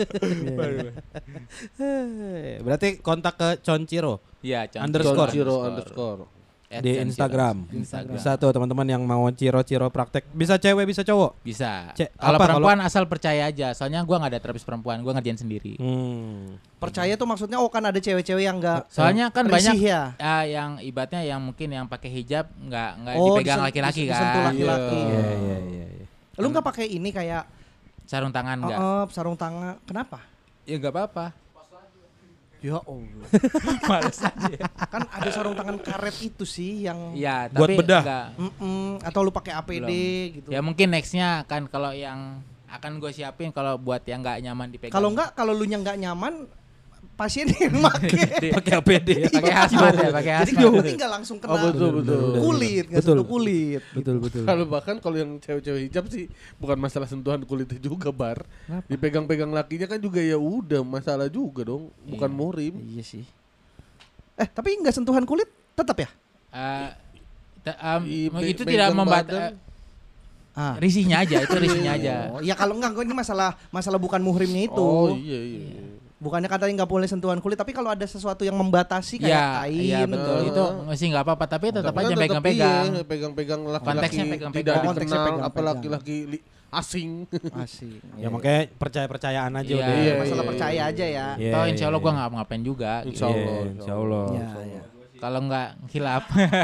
[SPEAKER 2] Berarti kontak ke Conciro
[SPEAKER 4] Iya, contoh.
[SPEAKER 2] Underscore.
[SPEAKER 1] Conciro underscore.
[SPEAKER 4] At
[SPEAKER 2] di
[SPEAKER 4] Conciro.
[SPEAKER 2] Instagram.
[SPEAKER 4] Instagram.
[SPEAKER 2] Bisa tuh teman-teman yang mau ciro-ciro praktek. Bisa cewek, bisa cowok.
[SPEAKER 4] Bisa.
[SPEAKER 2] Cek,
[SPEAKER 4] Kalau
[SPEAKER 2] apa
[SPEAKER 4] perempuan asal percaya aja. Soalnya gua nggak ada terapis perempuan, gua ngerjain sendiri.
[SPEAKER 2] Hmm.
[SPEAKER 3] Percaya tuh maksudnya oh kan ada cewek-cewek yang enggak
[SPEAKER 4] Soalnya kan
[SPEAKER 3] risih
[SPEAKER 4] banyak
[SPEAKER 3] ya.
[SPEAKER 4] ah, yang ibaratnya yang mungkin yang pakai hijab nggak nggak
[SPEAKER 3] Oh,
[SPEAKER 4] dipegang
[SPEAKER 3] disen-
[SPEAKER 4] laki-laki
[SPEAKER 3] dis-
[SPEAKER 4] kan.
[SPEAKER 3] disentuh laki-laki.
[SPEAKER 2] Iya, iya, iya, iya.
[SPEAKER 3] Lu enggak pakai ini kayak
[SPEAKER 4] Sarung tangan nggak?
[SPEAKER 3] uh, sarung tangan. Kenapa?
[SPEAKER 4] Ya nggak apa-apa.
[SPEAKER 3] Ya Allah.
[SPEAKER 4] Males aja.
[SPEAKER 3] Kan ada sarung tangan karet itu sih yang
[SPEAKER 4] Iya,
[SPEAKER 2] Buat
[SPEAKER 4] tapi
[SPEAKER 2] bedah.
[SPEAKER 4] nggak-
[SPEAKER 3] Mm-mm, atau lu pakai A P D
[SPEAKER 4] Belum.
[SPEAKER 3] gitu.
[SPEAKER 4] Ya mungkin nextnya kan kalau yang akan gue siapin kalau buat yang nggak nyaman dipegang.
[SPEAKER 3] Kalau enggak, kalau lu yang enggak nyaman, pasien yang make.
[SPEAKER 2] Pakai A P D ya.
[SPEAKER 4] pakai hazmat ya, pakai
[SPEAKER 3] Jadi
[SPEAKER 4] hazmat.
[SPEAKER 3] berarti enggak langsung kena
[SPEAKER 1] Oh betul betul.
[SPEAKER 3] kulit, enggak
[SPEAKER 2] Betul.
[SPEAKER 3] sentuh kulit.
[SPEAKER 2] Betul, betul.
[SPEAKER 1] Kalau bahkan kalau yang cewek-cewek hijab sih bukan masalah sentuhan kulitnya juga bar. Dipegang-pegang lakinya kan juga ya udah masalah juga dong, bukan
[SPEAKER 4] Iya.
[SPEAKER 1] muhrim.
[SPEAKER 3] Iya sih. Eh, tapi enggak sentuhan kulit tetap ya?
[SPEAKER 4] Eh, te- um,
[SPEAKER 1] I- be-
[SPEAKER 4] itu tidak
[SPEAKER 1] pegang
[SPEAKER 4] membat
[SPEAKER 1] badan.
[SPEAKER 4] eh,
[SPEAKER 3] Ah.
[SPEAKER 4] risihnya aja, itu risihnya aja.
[SPEAKER 3] Oh, ya kalau enggak ini masalah masalah bukan muhrimnya itu.
[SPEAKER 1] Oh iya iya. iya.
[SPEAKER 3] Bukannya katanya nggak boleh sentuhan kulit, tapi kalau ada sesuatu yang membatasi kayak
[SPEAKER 4] Iya,
[SPEAKER 3] kain.
[SPEAKER 4] iya betul.
[SPEAKER 1] Ah.
[SPEAKER 4] Itu masih nggak apa-apa, tapi tetap
[SPEAKER 1] Kan
[SPEAKER 4] aja
[SPEAKER 1] tetap
[SPEAKER 4] pegang-pegang.
[SPEAKER 1] iya, pegang-pegang laki-laki
[SPEAKER 4] Konteksnya pegang-pegang.
[SPEAKER 1] tidak
[SPEAKER 3] Oh, konteksnya
[SPEAKER 1] dikenal apa
[SPEAKER 3] pegang-pegang.
[SPEAKER 1] laki-laki li- asing.
[SPEAKER 3] Asik.
[SPEAKER 2] Ya makanya percaya-percayaan aja
[SPEAKER 4] Iya.
[SPEAKER 2] udah.
[SPEAKER 1] Iya,
[SPEAKER 3] masalah
[SPEAKER 1] iya,
[SPEAKER 3] percaya
[SPEAKER 1] iya.
[SPEAKER 3] aja ya.
[SPEAKER 2] Iya,
[SPEAKER 4] Toh insya Allah
[SPEAKER 2] iya,
[SPEAKER 4] gue
[SPEAKER 2] iya.
[SPEAKER 4] nggak ngapain juga.
[SPEAKER 1] Insya
[SPEAKER 4] Gitu.
[SPEAKER 1] Allah.
[SPEAKER 2] Iya, insya Allah.
[SPEAKER 3] Ya, ya.
[SPEAKER 4] Kalau nggak hilap.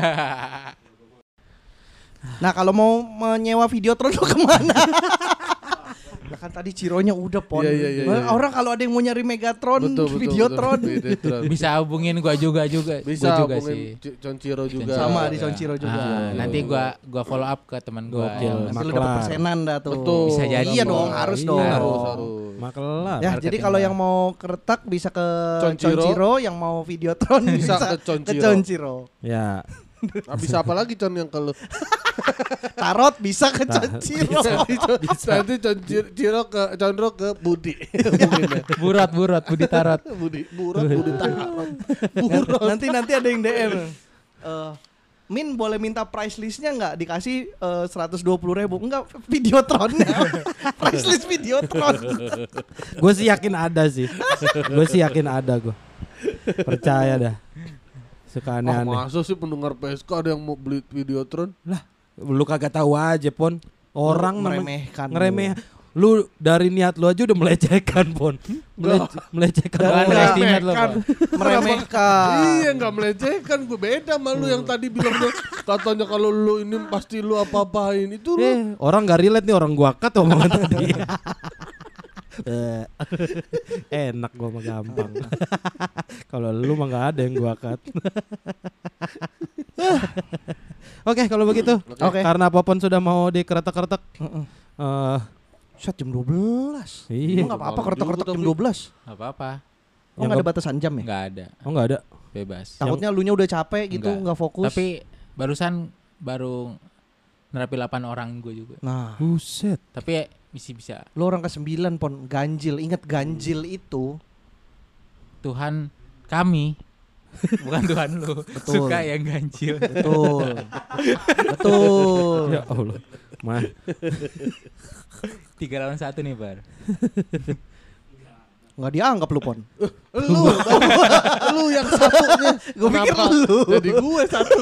[SPEAKER 3] Nah kalau mau menyewa Videotron lu kemana? Lah kan tadi Cironya udah pon.
[SPEAKER 1] Iya, iya, iya, iya.
[SPEAKER 3] Orang kalau ada yang mau nyari Megatron,
[SPEAKER 1] Betul betul.
[SPEAKER 3] Videotron.
[SPEAKER 1] betul. Videotron.
[SPEAKER 4] Bisa hubungin gue juga juga.
[SPEAKER 1] Bisa
[SPEAKER 4] Gua juga
[SPEAKER 1] hubungin
[SPEAKER 4] sih.
[SPEAKER 1] C- Conciro juga.
[SPEAKER 3] Sama di Conciro juga.
[SPEAKER 4] Ah, nanti gua gua follow up ke teman gua.
[SPEAKER 2] Gokil.
[SPEAKER 3] Nanti lu
[SPEAKER 2] Maklar.
[SPEAKER 3] dapat persenan dah tuh.
[SPEAKER 1] Betul.
[SPEAKER 4] Bisa jadi.
[SPEAKER 3] Iya dong, harus
[SPEAKER 2] Iya.
[SPEAKER 3] dong.
[SPEAKER 1] Harus harus.
[SPEAKER 2] Makelar.
[SPEAKER 3] Ya,
[SPEAKER 4] Marketing
[SPEAKER 3] jadi kalau
[SPEAKER 4] lah.
[SPEAKER 3] yang mau keretak bisa ke
[SPEAKER 1] Conciro.
[SPEAKER 3] Conciro, yang mau Videotron
[SPEAKER 1] Bisa
[SPEAKER 3] bisa,
[SPEAKER 1] ke Conciro.
[SPEAKER 3] ke Conciro.
[SPEAKER 2] Ya.
[SPEAKER 1] Ah, bisa apa lagi Con yang kalau
[SPEAKER 3] Tarot bisa ke
[SPEAKER 2] Nah,
[SPEAKER 3] Conciro.
[SPEAKER 1] nanti Conciro ke Condro ke Budi. Mungkin ya.
[SPEAKER 4] Burat burat Budi Tarot.
[SPEAKER 1] Budi burat Budi tarot. Burat.
[SPEAKER 3] nanti nanti ada yang D M. Eh, Min boleh minta price listnya nggak dikasih eh, seratus dua puluh ribu enggak Videotronnya price list Videotron.
[SPEAKER 2] Gue sih yakin ada sih. Gue sih yakin ada gue. Percaya dah. Suka
[SPEAKER 1] Ah,
[SPEAKER 2] aneh-aneh.
[SPEAKER 1] masa sih pendengar P S K ada yang mau beli Videotron?
[SPEAKER 2] Lah, lu kagak tahu aja, Pon. Orang namanya-
[SPEAKER 3] meremehkan lu.
[SPEAKER 2] ngeremeh. Lu dari niat lu aja udah melecehkan, Pon. Melece- melecehkan
[SPEAKER 4] Jangan
[SPEAKER 2] orang.
[SPEAKER 4] underestimate lo, Pak.
[SPEAKER 3] Meremehkan.
[SPEAKER 1] Iya nggak melecehkan, gue beda sama lu yang tadi bilangnya katanya kalau lu ini pasti lu apa-apain itu lu.
[SPEAKER 2] Eh, orang gak relate nih, orang gua cut omongan tadi. Eh, enak gua mah gampang. Kalau lu mah gak ada yang gua cut. Oke, kalau begitu.
[SPEAKER 3] Oke.
[SPEAKER 2] Karena Popon sudah mau dikeretak-keretak.
[SPEAKER 3] Heeh.
[SPEAKER 2] eh
[SPEAKER 3] Shot jam dua belas.
[SPEAKER 2] Iya.
[SPEAKER 3] Emang nggak apa-apa
[SPEAKER 1] Malam
[SPEAKER 3] keretak-keretak
[SPEAKER 1] juga
[SPEAKER 3] jam
[SPEAKER 1] tapi.
[SPEAKER 3] dua belas.
[SPEAKER 4] Gak apa-apa.
[SPEAKER 3] Oh
[SPEAKER 2] Yang
[SPEAKER 3] nggak ada
[SPEAKER 2] nggak-
[SPEAKER 3] batasan jam ya?
[SPEAKER 4] Nggak ada.
[SPEAKER 2] Oh enggak ada.
[SPEAKER 4] Bebas.
[SPEAKER 3] Takutnya lu nya udah capek gitu
[SPEAKER 4] Nggak.
[SPEAKER 3] nggak fokus.
[SPEAKER 4] Tapi barusan baru nerapi delapan orang gue juga.
[SPEAKER 3] Nah,
[SPEAKER 2] Buset.
[SPEAKER 4] Tapi misi bisa.
[SPEAKER 3] lu orang ke sembilan pon ganjil. Ingat ganjil itu
[SPEAKER 4] Tuhan kami bukan Tuhan lu.
[SPEAKER 3] Betul.
[SPEAKER 4] Suka yang ganjil.
[SPEAKER 3] betul. betul.
[SPEAKER 2] Ya Allah. Mah.
[SPEAKER 4] Tiga lawan satu nih Bar.
[SPEAKER 3] Nggak dianggap lu pon.
[SPEAKER 1] Lu, lu yang satunya.
[SPEAKER 3] Gue pikir
[SPEAKER 1] Kenapa?
[SPEAKER 3] lu.
[SPEAKER 1] Jadi gue satu.